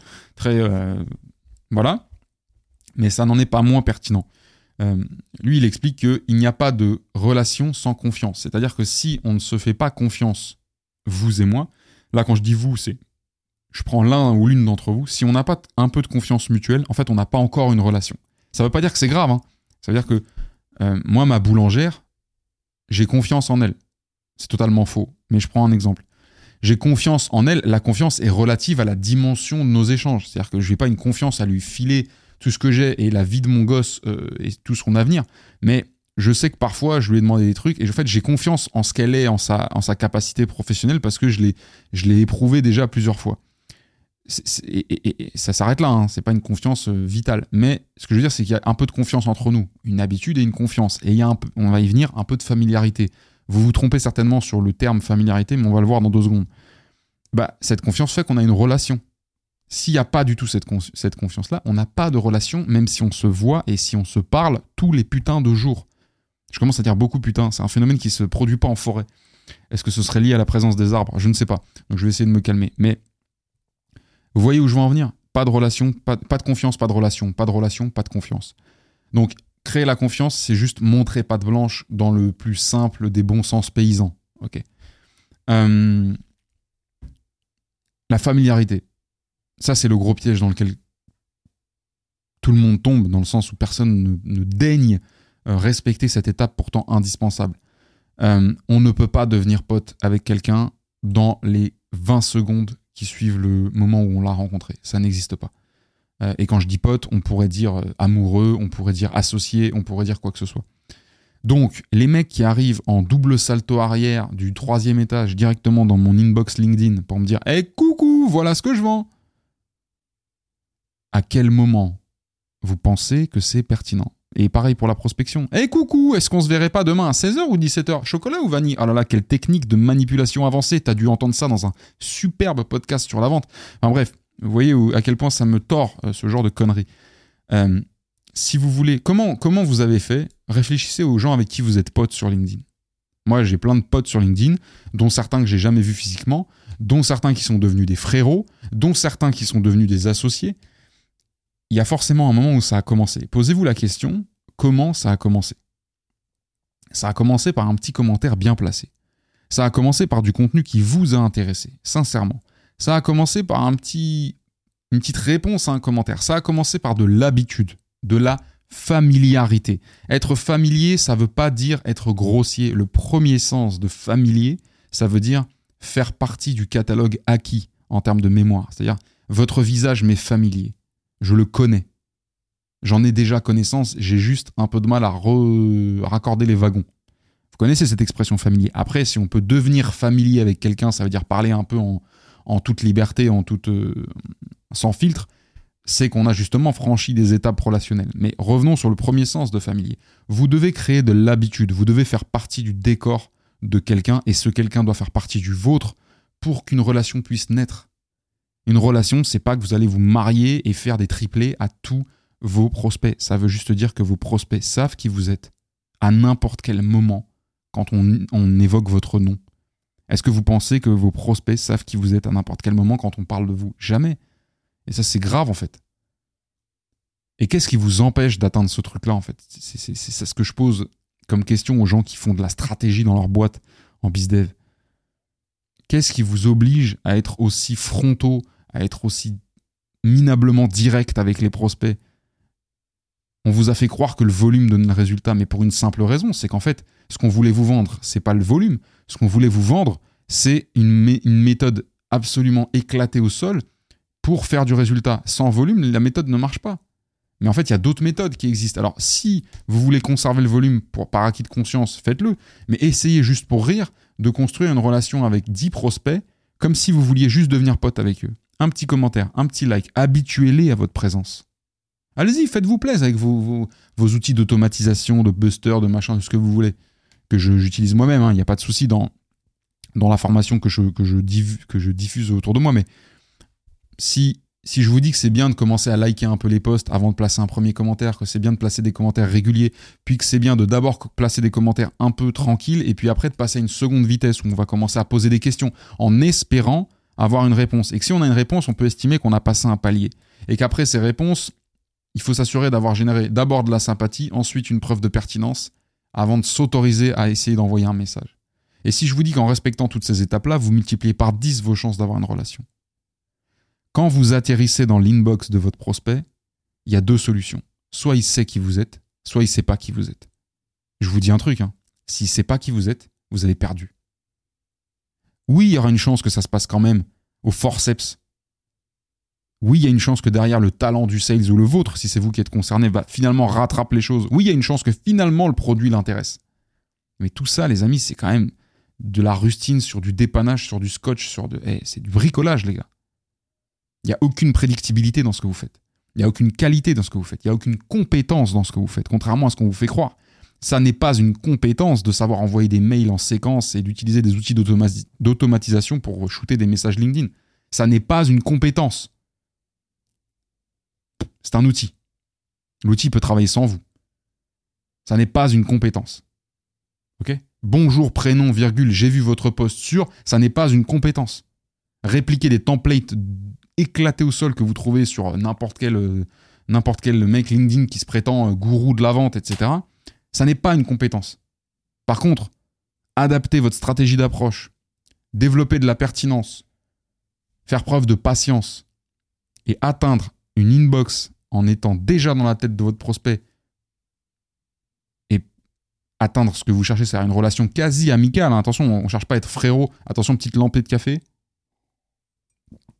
voilà, mais ça n'en est pas moins pertinent. Lui il explique qu'il n'y a pas de relation sans confiance, c'est-à-dire que si on ne se fait pas confiance, vous et moi, là quand je dis vous, c'est je prends l'un ou l'une d'entre vous, si on n'a pas un peu de confiance mutuelle, en fait, on n'a pas encore une relation. Ça ne veut pas dire que c'est grave, hein. Ça veut dire que moi, ma boulangère, j'ai confiance en elle. C'est totalement faux, mais je prends un exemple. J'ai confiance en elle, la confiance est relative à la dimension de nos échanges. C'est-à-dire que je n'ai pas une confiance à lui filer tout ce que j'ai et la vie de mon gosse et tout son avenir, mais je sais que parfois, je lui ai demandé des trucs et en fait, j'ai confiance en ce qu'elle est, en sa capacité professionnelle parce que je l'ai éprouvé déjà plusieurs fois. Et ça s'arrête là, hein. C'est pas une confiance vitale, mais ce que je veux dire c'est qu'il y a un peu de confiance entre nous, une habitude et une confiance, et il y a on va y venir, un peu de familiarité. Vous vous trompez certainement sur le terme familiarité, mais on va le voir dans 2 secondes. Cette confiance fait qu'on a une relation. S'il n'y a pas du tout cette confiance là, on n'a pas de relation, même si on se voit et si on se parle tous les putains de jours. Je commence à dire beaucoup putain, c'est un phénomène qui se produit pas en forêt. Est-ce que ce serait lié à la présence des arbres? Je ne sais pas, donc je vais essayer de me calmer, mais vous voyez où je veux en venir? Pas de relation, pas de confiance, pas de relation, pas de relation, pas de confiance. Donc, créer la confiance, c'est juste montrer patte blanche dans le plus simple des bons sens paysans. Ok. La familiarité. Ça, c'est le gros piège dans lequel tout le monde tombe, dans le sens où personne ne daigne respecter cette étape pourtant indispensable. On ne peut pas devenir pote avec quelqu'un dans les 20 secondes qui suivent le moment où on l'a rencontré. Ça n'existe pas. Et quand je dis pote, on pourrait dire amoureux, on pourrait dire associé, on pourrait dire quoi que ce soit. Donc, les mecs qui arrivent en double salto arrière du 3e étage directement dans mon inbox LinkedIn pour me dire « Hey, coucou, voilà ce que je vends !» À quel moment vous pensez que c'est pertinent ? Et pareil pour la prospection. « Hey, coucou, est-ce qu'on se verrait pas demain à 16h ou 17h ? Chocolat ou vanille ? Oh là là, quelle technique de manipulation avancée. T'as dû entendre ça dans un superbe podcast sur la vente. » Enfin bref, vous voyez à quel point ça me tord ce genre de conneries. Si vous voulez, comment vous avez fait ? Réfléchissez aux gens avec qui vous êtes potes sur LinkedIn. Moi, j'ai plein de potes sur LinkedIn, dont certains que j'ai jamais vus physiquement, dont certains qui sont devenus des frérots, dont certains qui sont devenus des associés. Il y a forcément un moment où ça a commencé. Posez-vous la question, comment ça a commencé ? Ça a commencé par un petit commentaire bien placé. Ça a commencé par du contenu qui vous a intéressé, sincèrement. Ça a commencé par une petite réponse à un commentaire. Ça a commencé par de l'habitude, de la familiarité. Être familier, ça ne veut pas dire être grossier. Le premier sens de familier, ça veut dire faire partie du catalogue acquis en termes de mémoire. C'est-à-dire, votre visage m'est familier. Je le connais. J'en ai déjà connaissance, j'ai juste un peu de mal à raccorder les wagons. Vous connaissez cette expression familier. Après, si on peut devenir familier avec quelqu'un, ça veut dire parler un peu en toute liberté, sans filtre, c'est qu'on a justement franchi des étapes relationnelles. Mais revenons sur le premier sens de familier. Vous devez créer de l'habitude, vous devez faire partie du décor de quelqu'un, et ce quelqu'un doit faire partie du vôtre pour qu'une relation puisse naître. Une relation, c'est pas que vous allez vous marier et faire des triplés à tous vos prospects. Ça veut juste dire que vos prospects savent qui vous êtes à n'importe quel moment quand on évoque votre nom. Est-ce que vous pensez que vos prospects savent qui vous êtes à n'importe quel moment quand on parle de vous ? Jamais. Et ça, c'est grave, en fait. Et qu'est-ce qui vous empêche d'atteindre ce truc-là, en fait ? C'est ce que je pose comme question aux gens qui font de la stratégie dans leur boîte en bizdev. Qu'est-ce qui vous oblige à être aussi frontaux, à être aussi minablement direct avec les prospects ? On vous a fait croire que le volume donne le résultat, mais pour une simple raison, c'est qu'en fait, ce qu'on voulait vous vendre, c'est pas le volume. Ce qu'on voulait vous vendre, c'est une méthode absolument éclatée au sol pour faire du résultat. Sans volume, la méthode ne marche pas. Mais en fait, il y a d'autres méthodes qui existent. Alors, si vous voulez conserver le volume par acquis de conscience, faites-le. Mais essayez juste pour rire de construire une relation avec 10 prospects comme si vous vouliez juste devenir pote avec eux. Un petit commentaire, un petit like. Habituez-les à votre présence. Allez-y, faites-vous plaisir avec vos outils d'automatisation, de buster, de machin, de ce que vous voulez, que j'utilise moi-même. Il n'y a pas de souci dans la formation que je diffuse autour de moi. Mais si je vous dis que c'est bien de commencer à liker un peu les posts avant de placer un premier commentaire, que c'est bien de placer des commentaires réguliers, puis que c'est bien de d'abord placer des commentaires un peu tranquilles, et puis après de passer à une seconde vitesse où on va commencer à poser des questions en espérant avoir une réponse. Et que si on a une réponse, on peut estimer qu'on a passé un palier. Et qu'après ces réponses, il faut s'assurer d'avoir généré d'abord de la sympathie, ensuite une preuve de pertinence, avant de s'autoriser à essayer d'envoyer un message. Et si je vous dis qu'en respectant toutes ces étapes-là, vous multipliez par 10 vos chances d'avoir une relation. Quand vous atterrissez dans l'inbox de votre prospect, il y a 2 solutions. Soit il sait qui vous êtes, soit il ne sait pas qui vous êtes. Je vous dis un truc, s'il ne sait pas qui vous êtes, vous avez perdu. Oui, il y aura une chance que ça se passe quand même au forceps. Oui, il y a une chance que derrière le talent du sales ou le vôtre, si c'est vous qui êtes concerné, va finalement rattraper les choses. Oui, il y a une chance que finalement le produit l'intéresse. Mais tout ça, les amis, c'est quand même de la rustine sur du dépannage, sur du scotch, c'est du bricolage, les gars. Il n'y a aucune prédictibilité dans ce que vous faites. Il n'y a aucune qualité dans ce que vous faites. Il n'y a aucune compétence dans ce que vous faites, contrairement à ce qu'on vous fait croire. Ça n'est pas une compétence de savoir envoyer des mails en séquence et d'utiliser des outils d'automatisation pour shooter des messages LinkedIn. Ça n'est pas une compétence. C'est un outil. L'outil peut travailler sans vous. Ça n'est pas une compétence. Ok ? Bonjour, prénom, virgule, j'ai vu votre post sur, ça n'est pas une compétence. Répliquer des templates éclatés au sol que vous trouvez sur n'importe quel mec LinkedIn qui se prétend gourou de la vente, etc., ça n'est pas une compétence. Par contre, adapter votre stratégie d'approche, développer de la pertinence, faire preuve de patience et atteindre une inbox en étant déjà dans la tête de votre prospect et atteindre ce que vous cherchez, c'est-à-dire une relation quasi amicale. Attention, on ne cherche pas à être frérot. Attention, petite lampée de café.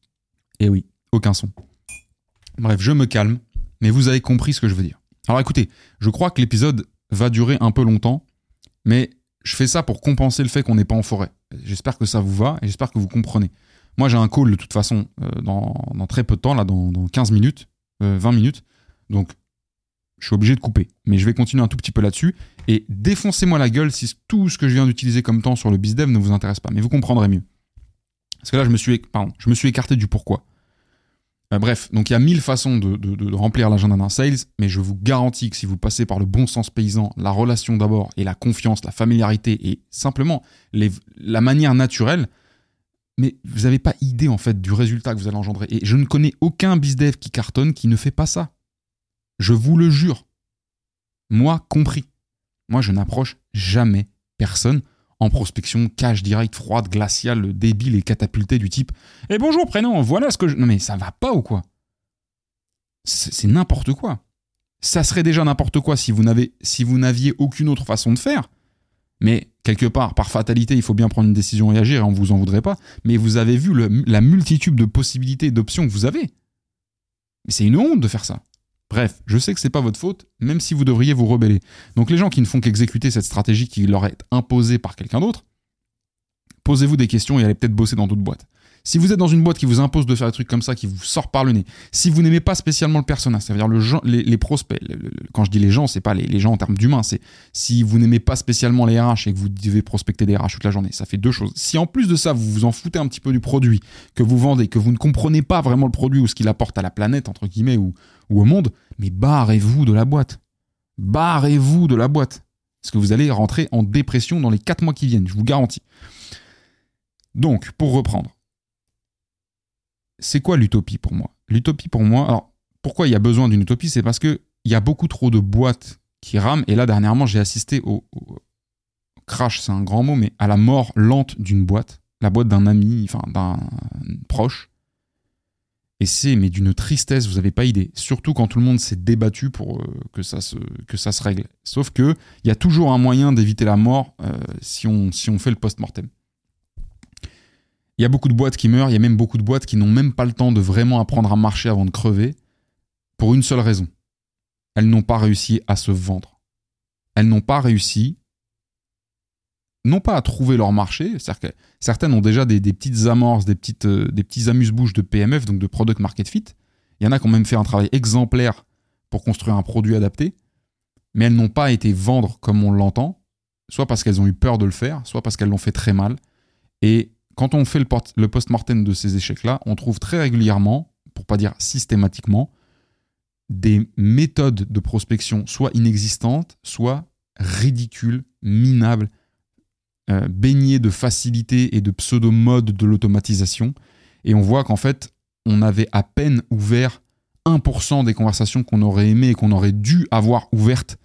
Et oui, aucun son. Bref, je me calme, mais vous avez compris ce que je veux dire. Alors écoutez, je crois que l'épisode va durer un peu longtemps, mais je fais ça pour compenser le fait qu'on n'est pas en forêt. J'espère que ça vous va et j'espère que vous comprenez. Moi, j'ai un call de toute façon dans très peu de temps, là, dans 15 minutes, 20 minutes. Donc, je suis obligé de couper. Mais je vais continuer un tout petit peu là-dessus. Et défoncez-moi la gueule si tout ce que je viens d'utiliser comme temps sur le BizDev ne vous intéresse pas. Mais vous comprendrez mieux. Parce que là, je me suis écarté du pourquoi. Bref, donc il y a 1000 façons de remplir l'agenda d'un sales, mais je vous garantis que si vous passez par le bon sens paysan, la relation d'abord, et la confiance, la familiarité, et simplement la manière naturelle, mais vous n'avez pas idée en fait du résultat que vous allez engendrer. Et je ne connais aucun bizdev qui cartonne qui ne fait pas ça. Je vous le jure. Moi compris. Moi, je n'approche jamais personne en prospection, cash direct, froide, glaciale, débile et catapultée du type « Eh bonjour, prénom, voilà ce que je... » Non mais ça va pas ou quoi ? C'est n'importe quoi. Ça serait déjà n'importe quoi si vous n'aviez aucune autre façon de faire. Mais quelque part, par fatalité, il faut bien prendre une décision et agir et on ne vous en voudrait pas. Mais vous avez vu la multitude de possibilités et d'options que vous avez. Mais c'est une honte de faire ça. Bref, je sais que c'est pas votre faute, même si vous devriez vous rebeller. Donc les gens qui ne font qu'exécuter cette stratégie qui leur est imposée par quelqu'un d'autre, posez-vous des questions et allez peut-être bosser dans d'autres boîtes. Si vous êtes dans une boîte qui vous impose de faire des trucs comme ça, qui vous sort par le nez, si vous n'aimez pas spécialement le persona, c'est-à-dire les prospects, quand je dis les gens, c'est pas les gens en termes d'humains, c'est si vous n'aimez pas spécialement les RH et que vous devez prospecter des RH toute la journée, ça fait deux choses. Si en plus de ça, vous vous en foutez un petit peu du produit que vous vendez, que vous ne comprenez pas vraiment le produit ou ce qu'il apporte à la planète, entre guillemets, ou au monde, mais barrez-vous de la boîte. Barrez-vous de la boîte. Parce que vous allez rentrer en dépression dans les 4 mois qui viennent, je vous garantis. Donc, pour reprendre, c'est quoi l'utopie pour moi ? L'utopie pour moi, alors pourquoi il y a besoin d'une utopie ? C'est parce qu'il y a beaucoup trop de boîtes qui rament. Et là, dernièrement, j'ai assisté au crash, c'est un grand mot, mais à la mort lente d'une boîte. La boîte d'un ami, enfin d'un proche. Et c'est mais d'une tristesse, vous n'avez pas idée. Surtout quand tout le monde s'est débattu pour que ça se règle. Sauf qu'il y a toujours un moyen d'éviter la mort si on fait le post-mortem. Il y a beaucoup de boîtes qui meurent, il y a même beaucoup de boîtes qui n'ont même pas le temps de vraiment apprendre à marcher avant de crever, pour une seule raison. Elles n'ont pas réussi à se vendre. Elles n'ont pas réussi, non pas à trouver leur marché, c'est-à-dire que certaines ont déjà des petites amorces, des petits amuse-bouches de PMF, donc de Product Market Fit. Il y en a qui ont même fait un travail exemplaire pour construire un produit adapté, mais elles n'ont pas été vendre comme on l'entend, soit parce qu'elles ont eu peur de le faire, soit parce qu'elles l'ont fait très mal. Et quand on fait le post-mortem de ces échecs-là, on trouve très régulièrement, pour pas dire systématiquement, des méthodes de prospection soit inexistantes, soit ridicules, minables, baignées de facilité et de pseudo-mode de l'automatisation. Et on voit qu'en fait, on avait à peine ouvert 1% des conversations qu'on aurait aimé et qu'on aurait dû avoir ouvertes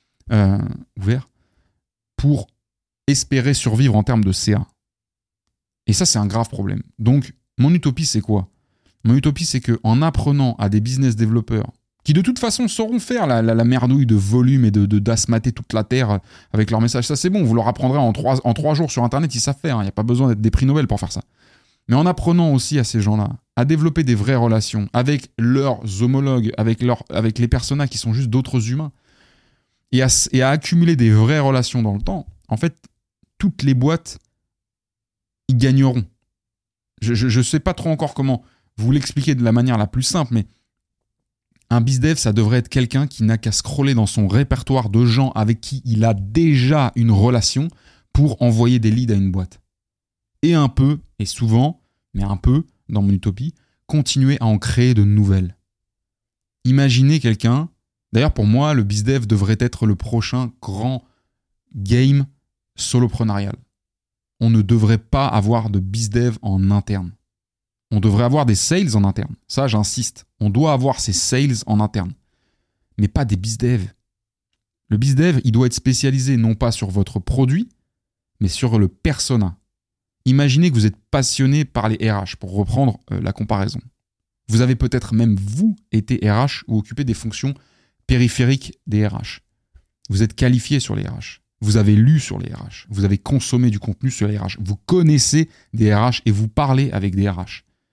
pour espérer survivre en termes de CA. Et ça, c'est un grave problème. Donc, mon utopie, c'est quoi ? Mon utopie, c'est qu'en apprenant à des business développeurs qui, de toute façon, sauront faire la merdouille de volume et d'asmater toute la terre avec leurs messages, ça, c'est bon. Vous leur apprendrez en 3 jours sur Internet, ils savent faire. Il n'y a pas besoin d'être des prix Nobel pour faire ça. Mais en apprenant aussi à ces gens-là à développer des vraies relations avec leurs homologues, avec les personas qui sont juste d'autres humains, et à accumuler des vraies relations dans le temps, en fait, toutes les boîtes ils gagneront. Je sais pas trop encore comment vous l'expliquer de la manière la plus simple, mais un bizdev, ça devrait être quelqu'un qui n'a qu'à scroller dans son répertoire de gens avec qui il a déjà une relation pour envoyer des leads à une boîte. Et un peu, et souvent, mais un peu, dans mon utopie, continuer à en créer de nouvelles. Imaginez quelqu'un, d'ailleurs pour moi, le bizdev devrait être le prochain grand game soloprenarial. On ne devrait pas avoir de bizdev en interne. On devrait avoir des sales en interne. Ça, j'insiste. On doit avoir ces sales en interne. Mais pas des bizdev. Le bizdev, il doit être spécialisé non pas sur votre produit, mais sur le persona. Imaginez que vous êtes passionné par les RH, pour reprendre la comparaison. Vous avez peut-être même, vous, été RH ou occupé des fonctions périphériques des RH. Vous êtes qualifié sur les RH. Vous avez lu sur les RH, vous avez consommé du contenu sur les RH, vous connaissez des RH et vous parlez avec des RH.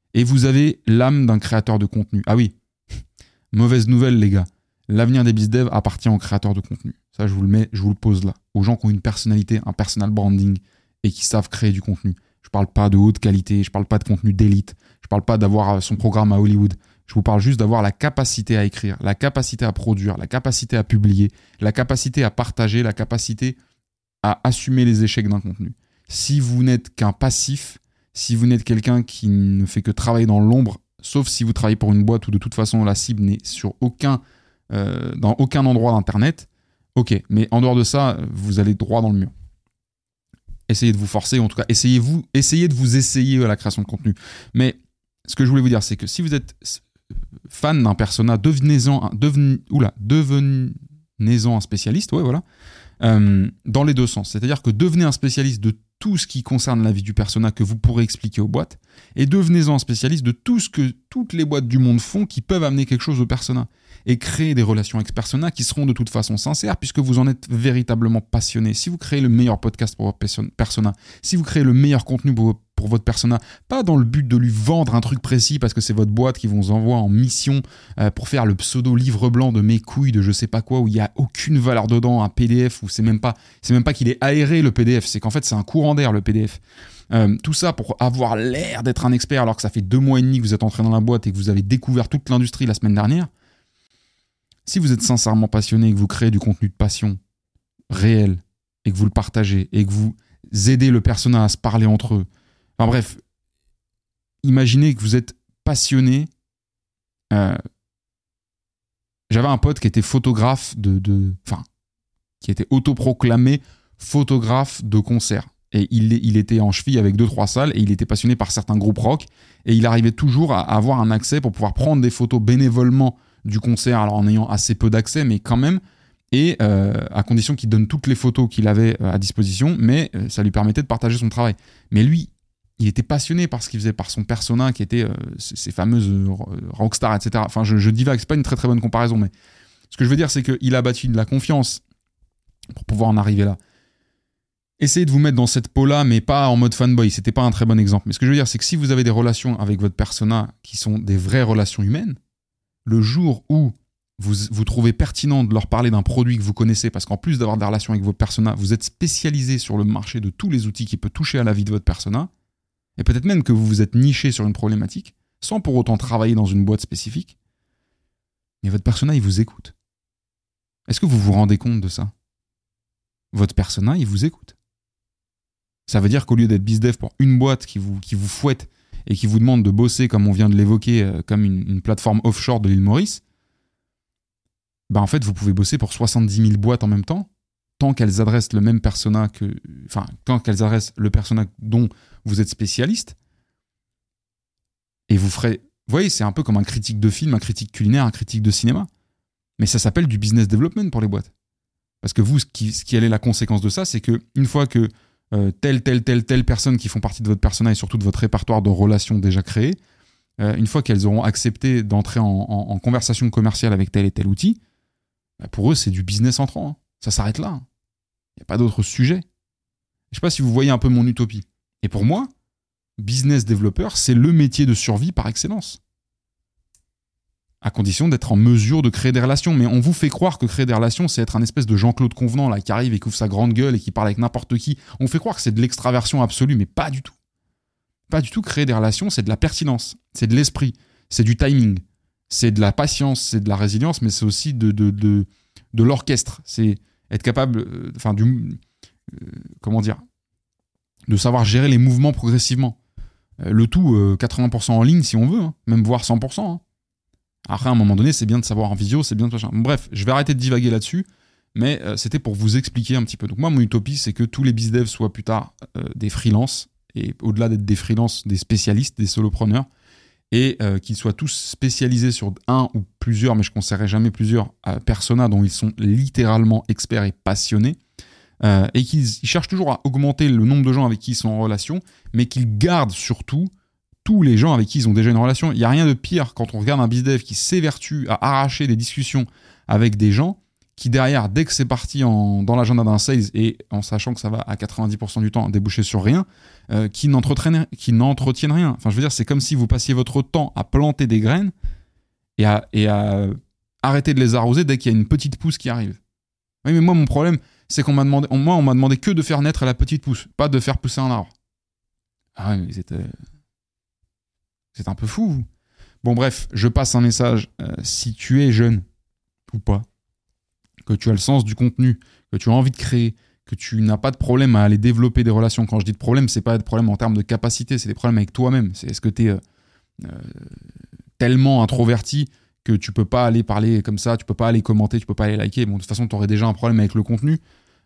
Et vous avez l'âme d'un créateur de contenu. Ah oui, mauvaise nouvelle les gars. L'avenir des BizDev appartient aux créateurs de contenu. Ça, je vous le pose là. Aux gens qui ont une personnalité, un personal branding et qui savent créer du contenu. Je parle pas de haute qualité, je parle pas de contenu d'élite, je parle pas d'avoir son programme à Hollywood. Je vous parle juste d'avoir la capacité à écrire, la capacité à produire, la capacité à publier, la capacité à partager, la capacité à assumer les échecs d'un contenu. Si vous n'êtes qu'un passif, si vous n'êtes quelqu'un qui ne fait que travailler dans l'ombre, sauf si vous travaillez pour une boîte où de toute façon la cible n'est sur dans aucun endroit d'Internet, ok, mais en dehors de ça, vous allez droit dans le mur. Essayez de vous forcer, en tout cas, essayez de vous essayer à la création de contenu. Mais ce que je voulais vous dire, c'est que si vous êtes fan d'un persona, devenez-en un spécialiste, ouais, voilà, dans les deux sens. C'est-à-dire que devenez un spécialiste de tout ce qui concerne la vie du persona que vous pourrez expliquer aux boîtes, et devenez-en un spécialiste de tout ce que toutes les boîtes du monde font qui peuvent amener quelque chose au persona, et créer des relations avec persona qui seront de toute façon sincères, puisque vous en êtes véritablement passionné. Si vous créez le meilleur podcast pour votre persona, si vous créez le meilleur contenu pour votre persona, pas dans le but de lui vendre un truc précis parce que c'est votre boîte qui vous envoie en mission pour faire le pseudo livre blanc de mes couilles de je sais pas quoi où il y a aucune valeur dedans, un PDF où c'est même pas qu'il est aéré le PDF, c'est qu'en fait c'est un courant d'air le PDF. Tout ça pour avoir l'air d'être un expert alors que ça fait 2 mois et demi que vous êtes entré dans la boîte et que vous avez découvert toute l'industrie la semaine dernière. Si vous êtes sincèrement passionné et que vous créez du contenu de passion réel et que vous le partagez et que vous aidez le persona à se parler entre eux, enfin bref, imaginez que vous êtes passionné. J'avais un pote qui était photographe qui était autoproclamé photographe de concert. Et il était en cheville avec 2-3 salles et il était passionné par certains groupes rock et il arrivait toujours à avoir un accès pour pouvoir prendre des photos bénévolement du concert, alors en ayant assez peu d'accès, mais quand même, et à condition qu'il donne toutes les photos qu'il avait à disposition, mais ça lui permettait de partager son travail. Mais lui, il était passionné par ce qu'il faisait, par son persona qui était ces fameuses rockstars, etc. Enfin, je divague, c'est pas une très très bonne comparaison, mais ce que je veux dire, c'est qu'il a bâti de la confiance pour pouvoir en arriver là. Essayez de vous mettre dans cette peau-là, mais pas en mode fanboy, c'était pas un très bon exemple. Mais ce que je veux dire, c'est que si vous avez des relations avec votre persona qui sont des vraies relations humaines, le jour où vous trouvez pertinent de leur parler d'un produit que vous connaissez, parce qu'en plus d'avoir des relations avec vos personas, vous êtes spécialisé sur le marché de tous les outils qui peuvent toucher à la vie de votre persona, et peut-être même que vous vous êtes niché sur une problématique, sans pour autant travailler dans une boîte spécifique, mais votre persona, il vous écoute. Est-ce que vous vous rendez compte de ça ? Votre persona, il vous écoute. Ça veut dire qu'au lieu d'être BizDev pour une boîte qui vous fouette et qui vous demande de bosser, comme on vient de l'évoquer, comme une plateforme offshore de l'île Maurice, en fait, vous pouvez bosser pour 70 000 boîtes en même temps, tant qu'elles adressent le même persona tant qu'elles adressent le persona dont vous êtes spécialiste. Et vous ferez... Vous voyez, c'est un peu comme un critique de film, un critique culinaire, un critique de cinéma. Mais ça s'appelle du business development pour les boîtes. Parce que vous, ce qui est la conséquence de ça, c'est qu'une fois que telle personne qui font partie de votre persona et surtout de votre répertoire de relations déjà créées, une fois qu'elles auront accepté d'entrer en conversation commerciale avec tel et tel outil, pour eux, c'est du business entrant. Hein. Ça s'arrête là. Il n'y a pas d'autre sujet. Je ne sais pas si vous voyez un peu mon utopie. Et pour moi, business développeur, c'est le métier de survie par excellence. À condition d'être en mesure de créer des relations. Mais on vous fait croire que créer des relations, c'est être un espèce de Jean-Claude Convenant là, qui arrive et qui ouvre sa grande gueule et qui parle avec n'importe qui. On fait croire que c'est de l'extraversion absolue, mais pas du tout. Pas du tout. Créer des relations, c'est de la pertinence, c'est de l'esprit, c'est du timing, c'est de la patience, c'est de la résilience, mais c'est aussi de l'orchestre. C'est être capable, de savoir gérer les mouvements progressivement. Le tout, 80% en ligne si on veut, hein, même voire 100%. Hein. Après, à un moment donné, c'est bien de savoir en visio, c'est bien de machin. Bref, je vais arrêter de divaguer là-dessus, mais c'était pour vous expliquer un petit peu. Donc moi, mon utopie, c'est que tous les BizDevs soient plus tard des freelances, et au-delà d'être des freelances, des spécialistes, des solopreneurs, et qu'ils soient tous spécialisés sur un ou plusieurs, mais je ne conseillerais jamais plusieurs, personas dont ils sont littéralement experts et passionnés, et qu'ils cherchent toujours à augmenter le nombre de gens avec qui ils sont en relation, mais qu'ils gardent surtout tous les gens avec qui ils ont déjà une relation. Il n'y a rien de pire quand on regarde un BizDev qui s'évertue à arracher des discussions avec des gens qui derrière, dès que c'est parti dans l'agenda d'un sales et en sachant que ça va à 90% du temps déboucher sur rien, qui n'entretiennent rien. Enfin, je veux dire, c'est comme si vous passiez votre temps à planter des graines et à arrêter de les arroser dès qu'il y a une petite pousse qui arrive. Oui, mais moi, mon problème, c'est qu'on m'a demandé que de faire naître la petite pousse, pas de faire pousser un arbre. Ah ouais, mais c'est un peu fou, vous. Bon, bref, je passe un message. Si tu es jeune ou pas, que tu as le sens du contenu, que tu as envie de créer, que tu n'as pas de problème à aller développer des relations. Quand je dis de problème, c'est pas des problèmes en termes de capacité, c'est des problèmes avec toi-même. Est-ce que tu es tellement introverti que tu peux pas aller parler comme ça, tu peux pas aller commenter, tu peux pas aller liker. Bon, de toute façon, tu aurais déjà un problème avec le contenu.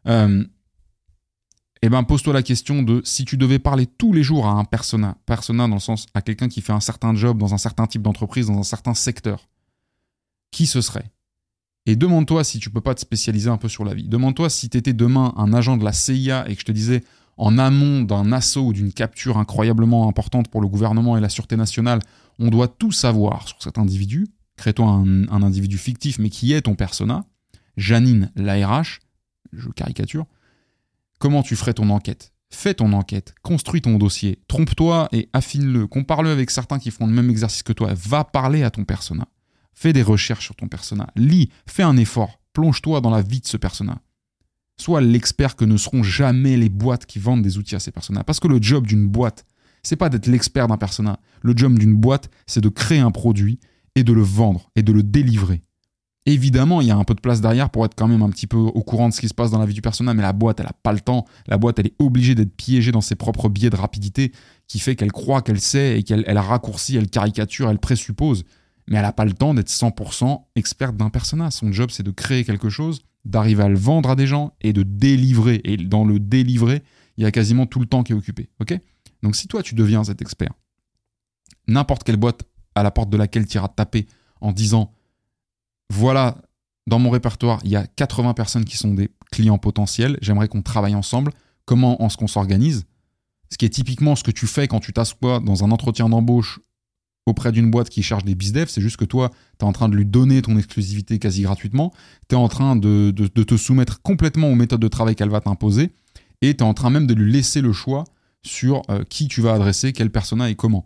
Eh ben, pose-toi la question de si tu devais parler tous les jours à un persona dans le sens à quelqu'un qui fait un certain job dans un certain type d'entreprise, dans un certain secteur, qui ce serait ? Et demande-toi si tu peux pas te spécialiser un peu sur la vie. Demande-toi si tu étais demain un agent de la CIA et que je te disais en amont d'un assaut ou d'une capture incroyablement importante pour le gouvernement et la sûreté nationale, on doit tout savoir sur cet individu. Crée-toi un individu fictif mais qui est ton persona. Janine, l'ARH, je caricature. Comment tu ferais ton enquête ? Fais ton enquête, construis ton dossier, trompe-toi et affine-le, compare-le avec certains qui font le même exercice que toi, va parler à ton persona. Fais des recherches sur ton persona, lis, fais un effort, plonge-toi dans la vie de ce persona. Sois l'expert que ne seront jamais les boîtes qui vendent des outils à ces personas. Parce que le job d'une boîte, c'est pas d'être l'expert d'un persona. Le job d'une boîte, c'est de créer un produit et de le vendre et de le délivrer. Évidemment, il y a un peu de place derrière pour être quand même un petit peu au courant de ce qui se passe dans la vie du persona, mais la boîte, elle n'a pas le temps. La boîte, elle est obligée d'être piégée dans ses propres biais de rapidité qui fait qu'elle croit qu'elle sait et qu'elle raccourcit, elle caricature, elle présuppose. Mais elle n'a pas le temps d'être 100% experte d'un persona. Son job, c'est de créer quelque chose, d'arriver à le vendre à des gens et de délivrer. Et dans le délivrer, il y a quasiment tout le temps qui est occupé. Okay ? Donc si toi, tu deviens cet expert, n'importe quelle boîte à la porte de laquelle tu iras taper en disant « Voilà, dans mon répertoire, il y a 80 personnes qui sont des clients potentiels. J'aimerais qu'on travaille ensemble. Comment est-ce qu'on s'organise ?» Ce qui est typiquement ce que tu fais quand tu t'assois dans un entretien d'embauche auprès d'une boîte qui cherche des bizdev, c'est juste que toi, tu es en train de lui donner ton exclusivité quasi gratuitement, tu es en train de te soumettre complètement aux méthodes de travail qu'elle va t'imposer, et tu es en train même de lui laisser le choix sur qui tu vas adresser, quel persona et comment.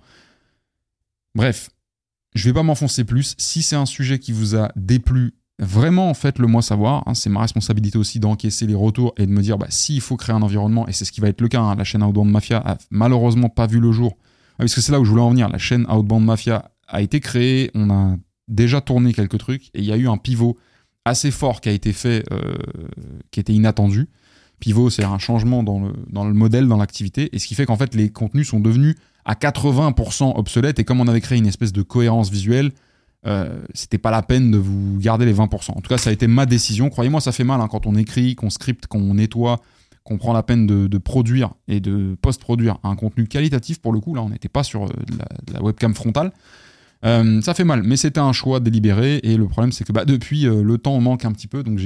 Bref, je vais pas m'enfoncer plus. Si c'est un sujet qui vous a déplu, vraiment faites-le moi savoir. C'est ma responsabilité aussi d'encaisser les retours et de me dire s'il faut créer un environnement, et c'est ce qui va être le cas. La chaîne Outbound Mafia a malheureusement pas vu le jour. Parce que c'est là où je voulais en venir. La chaîne Outbound Mafia a été créée, on a déjà tourné quelques trucs, et il y a eu un pivot assez fort qui a été fait, qui était inattendu. Pivot, c'est un changement dans le modèle, dans l'activité, et ce qui fait qu'en fait, les contenus sont devenus à 80% obsolètes, et comme on avait créé une espèce de cohérence visuelle, c'était pas la peine de vous garder les 20%. En tout cas, ça a été ma décision. Croyez-moi, ça fait mal quand on écrit, qu'on scripte, qu'on nettoie, qu'on prend la peine de produire et de post-produire un contenu qualitatif. Pour le coup, là, on n'était pas sur la webcam frontale. Ça fait mal, mais c'était un choix délibéré, et le problème, c'est que depuis, le temps manque un petit peu, donc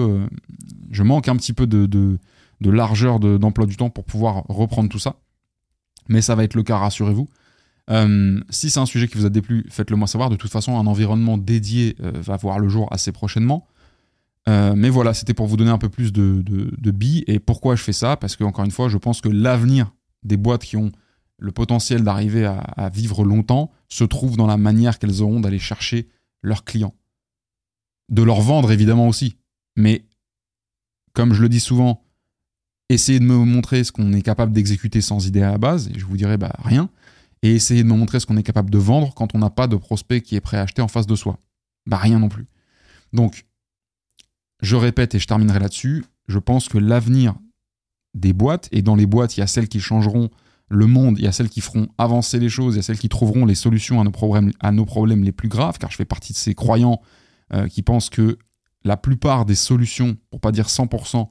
je manque un petit peu de largeur d'emploi du temps pour pouvoir reprendre tout ça. Mais ça va être le cas, rassurez-vous. Si c'est un sujet qui vous a déplu, faites-le moi savoir. De toute façon, un environnement dédié va voir le jour assez prochainement. Mais voilà, c'était pour vous donner un peu plus de billes. Et pourquoi je fais ça ? Parce que, encore une fois, je pense que l'avenir des boîtes qui ont le potentiel d'arriver à vivre longtemps se trouve dans la manière qu'elles auront d'aller chercher leurs clients. De leur vendre, évidemment, aussi. Mais, comme je le dis souvent, essayez de me montrer ce qu'on est capable d'exécuter sans idée à la base, et je vous dirai rien. Et essayez de me montrer ce qu'on est capable de vendre quand on n'a pas de prospect qui est prêt à acheter en face de soi. Rien non plus. Donc, je répète et je terminerai là-dessus, je pense que l'avenir des boîtes, et dans les boîtes, il y a celles qui changeront le monde, il y a celles qui feront avancer les choses, il y a celles qui trouveront les solutions à nos problèmes les plus graves, car je fais partie de ces croyants qui pensent que la plupart des solutions, pour pas dire 100%,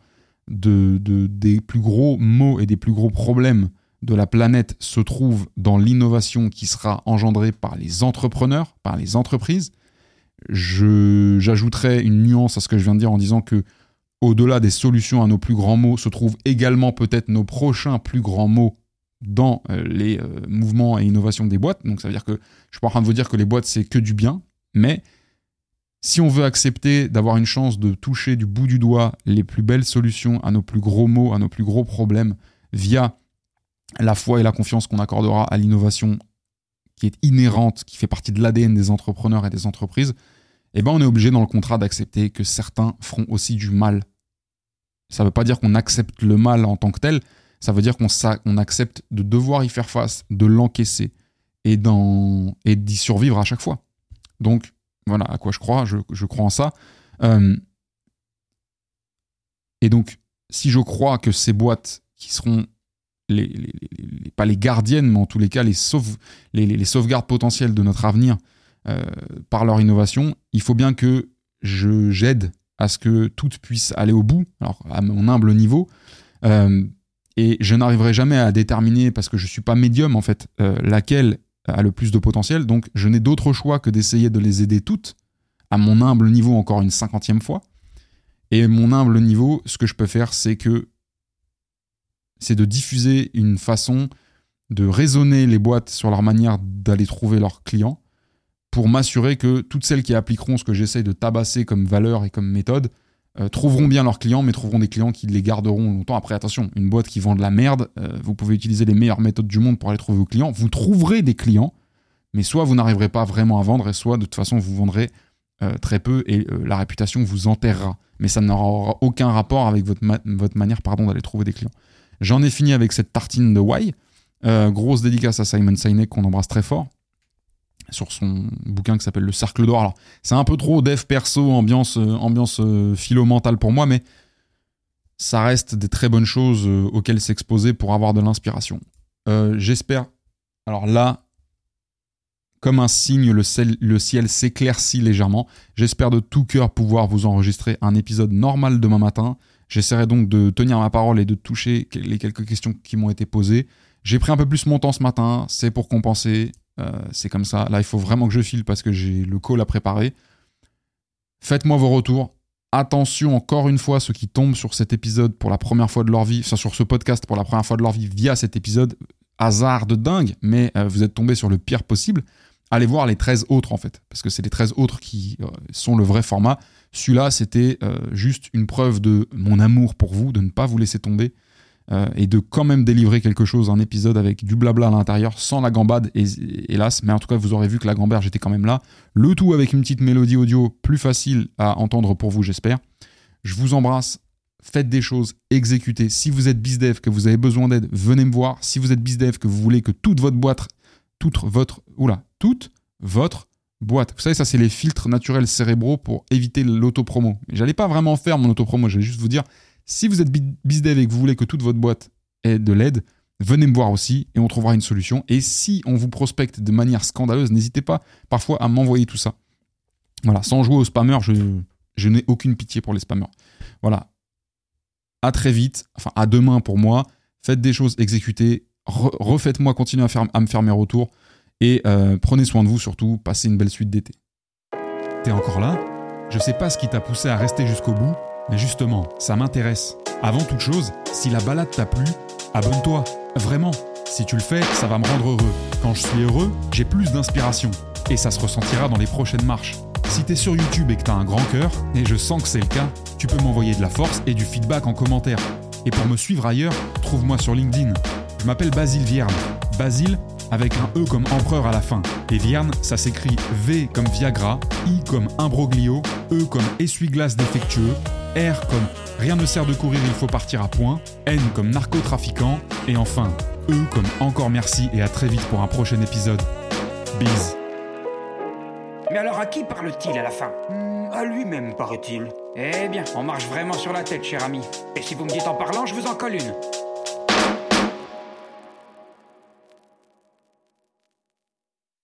des plus gros maux et des plus gros problèmes de la planète se trouvent dans l'innovation qui sera engendrée par les entrepreneurs, par les entreprises. J'ajouterai une nuance à ce que je viens de dire en disant que au-delà des solutions à nos plus grands maux se trouvent également peut-être nos prochains plus grands maux dans les mouvements et innovations des boîtes. Donc ça veut dire que je suis pas en train de vous dire que les boîtes c'est que du bien, mais Si on veut accepter d'avoir une chance de toucher du bout du doigt les plus belles solutions à nos plus gros maux, à nos plus gros problèmes, via la foi et la confiance qu'on accordera à l'innovation qui est inhérente, qui fait partie de l'ADN des entrepreneurs et des entreprises, eh ben on est obligé dans le contrat d'accepter que certains feront aussi du mal. Ça ne veut pas dire qu'on accepte le mal en tant que tel, ça veut dire qu'on accepte de devoir y faire face, de l'encaisser et d'y survivre à chaque fois. Donc, voilà à quoi je crois, je crois en ça. Et donc, si je crois que ces boîtes qui seront pas les gardiennes, mais en tous les cas les sauvegardes potentielles de notre avenir par leur innovation, il faut bien que j'aide à ce que toutes puissent aller au bout, alors à mon humble niveau. Et je n'arriverai jamais à déterminer, parce que je ne suis pas médium en fait, laquelle a le plus de potentiel. Donc je n'ai d'autre choix que d'essayer de les aider toutes, à mon humble niveau encore une 50e fois. Et mon humble niveau, ce que je peux faire, c'est de diffuser une façon de raisonner les boîtes sur leur manière d'aller trouver leurs clients, pour m'assurer que toutes celles qui appliqueront ce que j'essaye de tabasser comme valeur et comme méthode trouveront bien leurs clients, mais trouveront des clients qui les garderont longtemps. Après, attention, une boîte qui vend de la merde, vous pouvez utiliser les meilleures méthodes du monde pour aller trouver vos clients. Vous trouverez des clients, mais soit vous n'arriverez pas vraiment à vendre, et soit de toute façon vous vendrez très peu et la réputation vous enterrera. Mais ça n'aura aucun rapport avec votre manière d'aller trouver des clients. J'en ai fini avec cette tartine de Why. Grosse dédicace à Simon Sinek qu'on embrasse très fort, sur son bouquin qui s'appelle Le Cercle d'Or. Alors, c'est un peu trop dev perso, ambiance philo-mentale pour moi, mais ça reste des très bonnes choses auxquelles s'exposer pour avoir de l'inspiration. J'espère, alors là, comme un signe, le ciel s'éclaircit légèrement. J'espère de tout cœur pouvoir vous enregistrer un épisode normal demain matin. J'essaierai donc de tenir ma parole et de toucher les quelques questions qui m'ont été posées. J'ai pris un peu plus mon temps ce matin, c'est pour compenser. C'est comme ça. Là, il faut vraiment que je file parce que j'ai le call à préparer. Faites-moi vos retours. Attention, encore une fois, ceux qui tombent sur cet épisode pour la première fois de leur vie, enfin, sur ce podcast pour la première fois de leur vie via cet épisode, hasard de dingue, mais vous êtes tombés sur le pire possible. Allez voir les 13 autres, en fait, parce que c'est les 13 autres qui sont le vrai format. Celui-là, c'était juste une preuve de mon amour pour vous, de ne pas vous laisser tomber. Et de quand même délivrer quelque chose, un épisode avec du blabla à l'intérieur, sans la gambade, hélas, mais en tout cas vous aurez vu que la gamberge était quand même là, le tout avec une petite mélodie audio plus facile à entendre pour vous, j'espère. Je vous embrasse, faites des choses, exécutez. Si vous êtes bizdev, que vous avez besoin d'aide, venez me voir. Si vous êtes bizdev, que vous voulez que toute votre boîte, vous savez, ça c'est les filtres naturels cérébraux pour éviter l'autopromo. J'allais pas vraiment faire mon autopromo, j'allais juste vous dire, si vous êtes bizdev et que vous voulez que toute votre boîte ait de l'aide, venez me voir aussi et on trouvera une solution. Et si on vous prospecte de manière scandaleuse, n'hésitez pas parfois à m'envoyer tout ça. Voilà, sans jouer aux spammers, je n'ai aucune pitié pour les spammers. Voilà, à très vite, enfin à demain pour moi. Faites des choses, exécutez, refaites-moi, continuez à me faire mes retours et prenez soin de vous surtout, passez une belle suite d'été. T'es encore là ? Je sais pas ce qui t'a poussé à rester jusqu'au bout, mais justement, ça m'intéresse. Avant toute chose, si la balade t'a plu, abonne-toi. Vraiment, si tu le fais, ça va me rendre heureux. Quand je suis heureux, j'ai plus d'inspiration. Et ça se ressentira dans les prochaines marches. Si t'es sur YouTube et que t'as un grand cœur, et je sens que c'est le cas, tu peux m'envoyer de la force et du feedback en commentaire. Et pour me suivre ailleurs, trouve-moi sur LinkedIn. Je m'appelle Basile Vierne. Basile avec un E comme empereur à la fin. Et Vierne, ça s'écrit V comme Viagra, I comme imbroglio, E comme essuie-glace défectueux, R comme rien ne sert de courir, il faut partir à point, N comme narcotrafiquant, et enfin E comme encore merci et à très vite pour un prochain épisode. Bise. Mais alors à qui parle-t-il à la fin ? À lui-même, paraît-il. Eh bien, on marche vraiment sur la tête, cher ami. Et si vous me dites en parlant, je vous en colle une.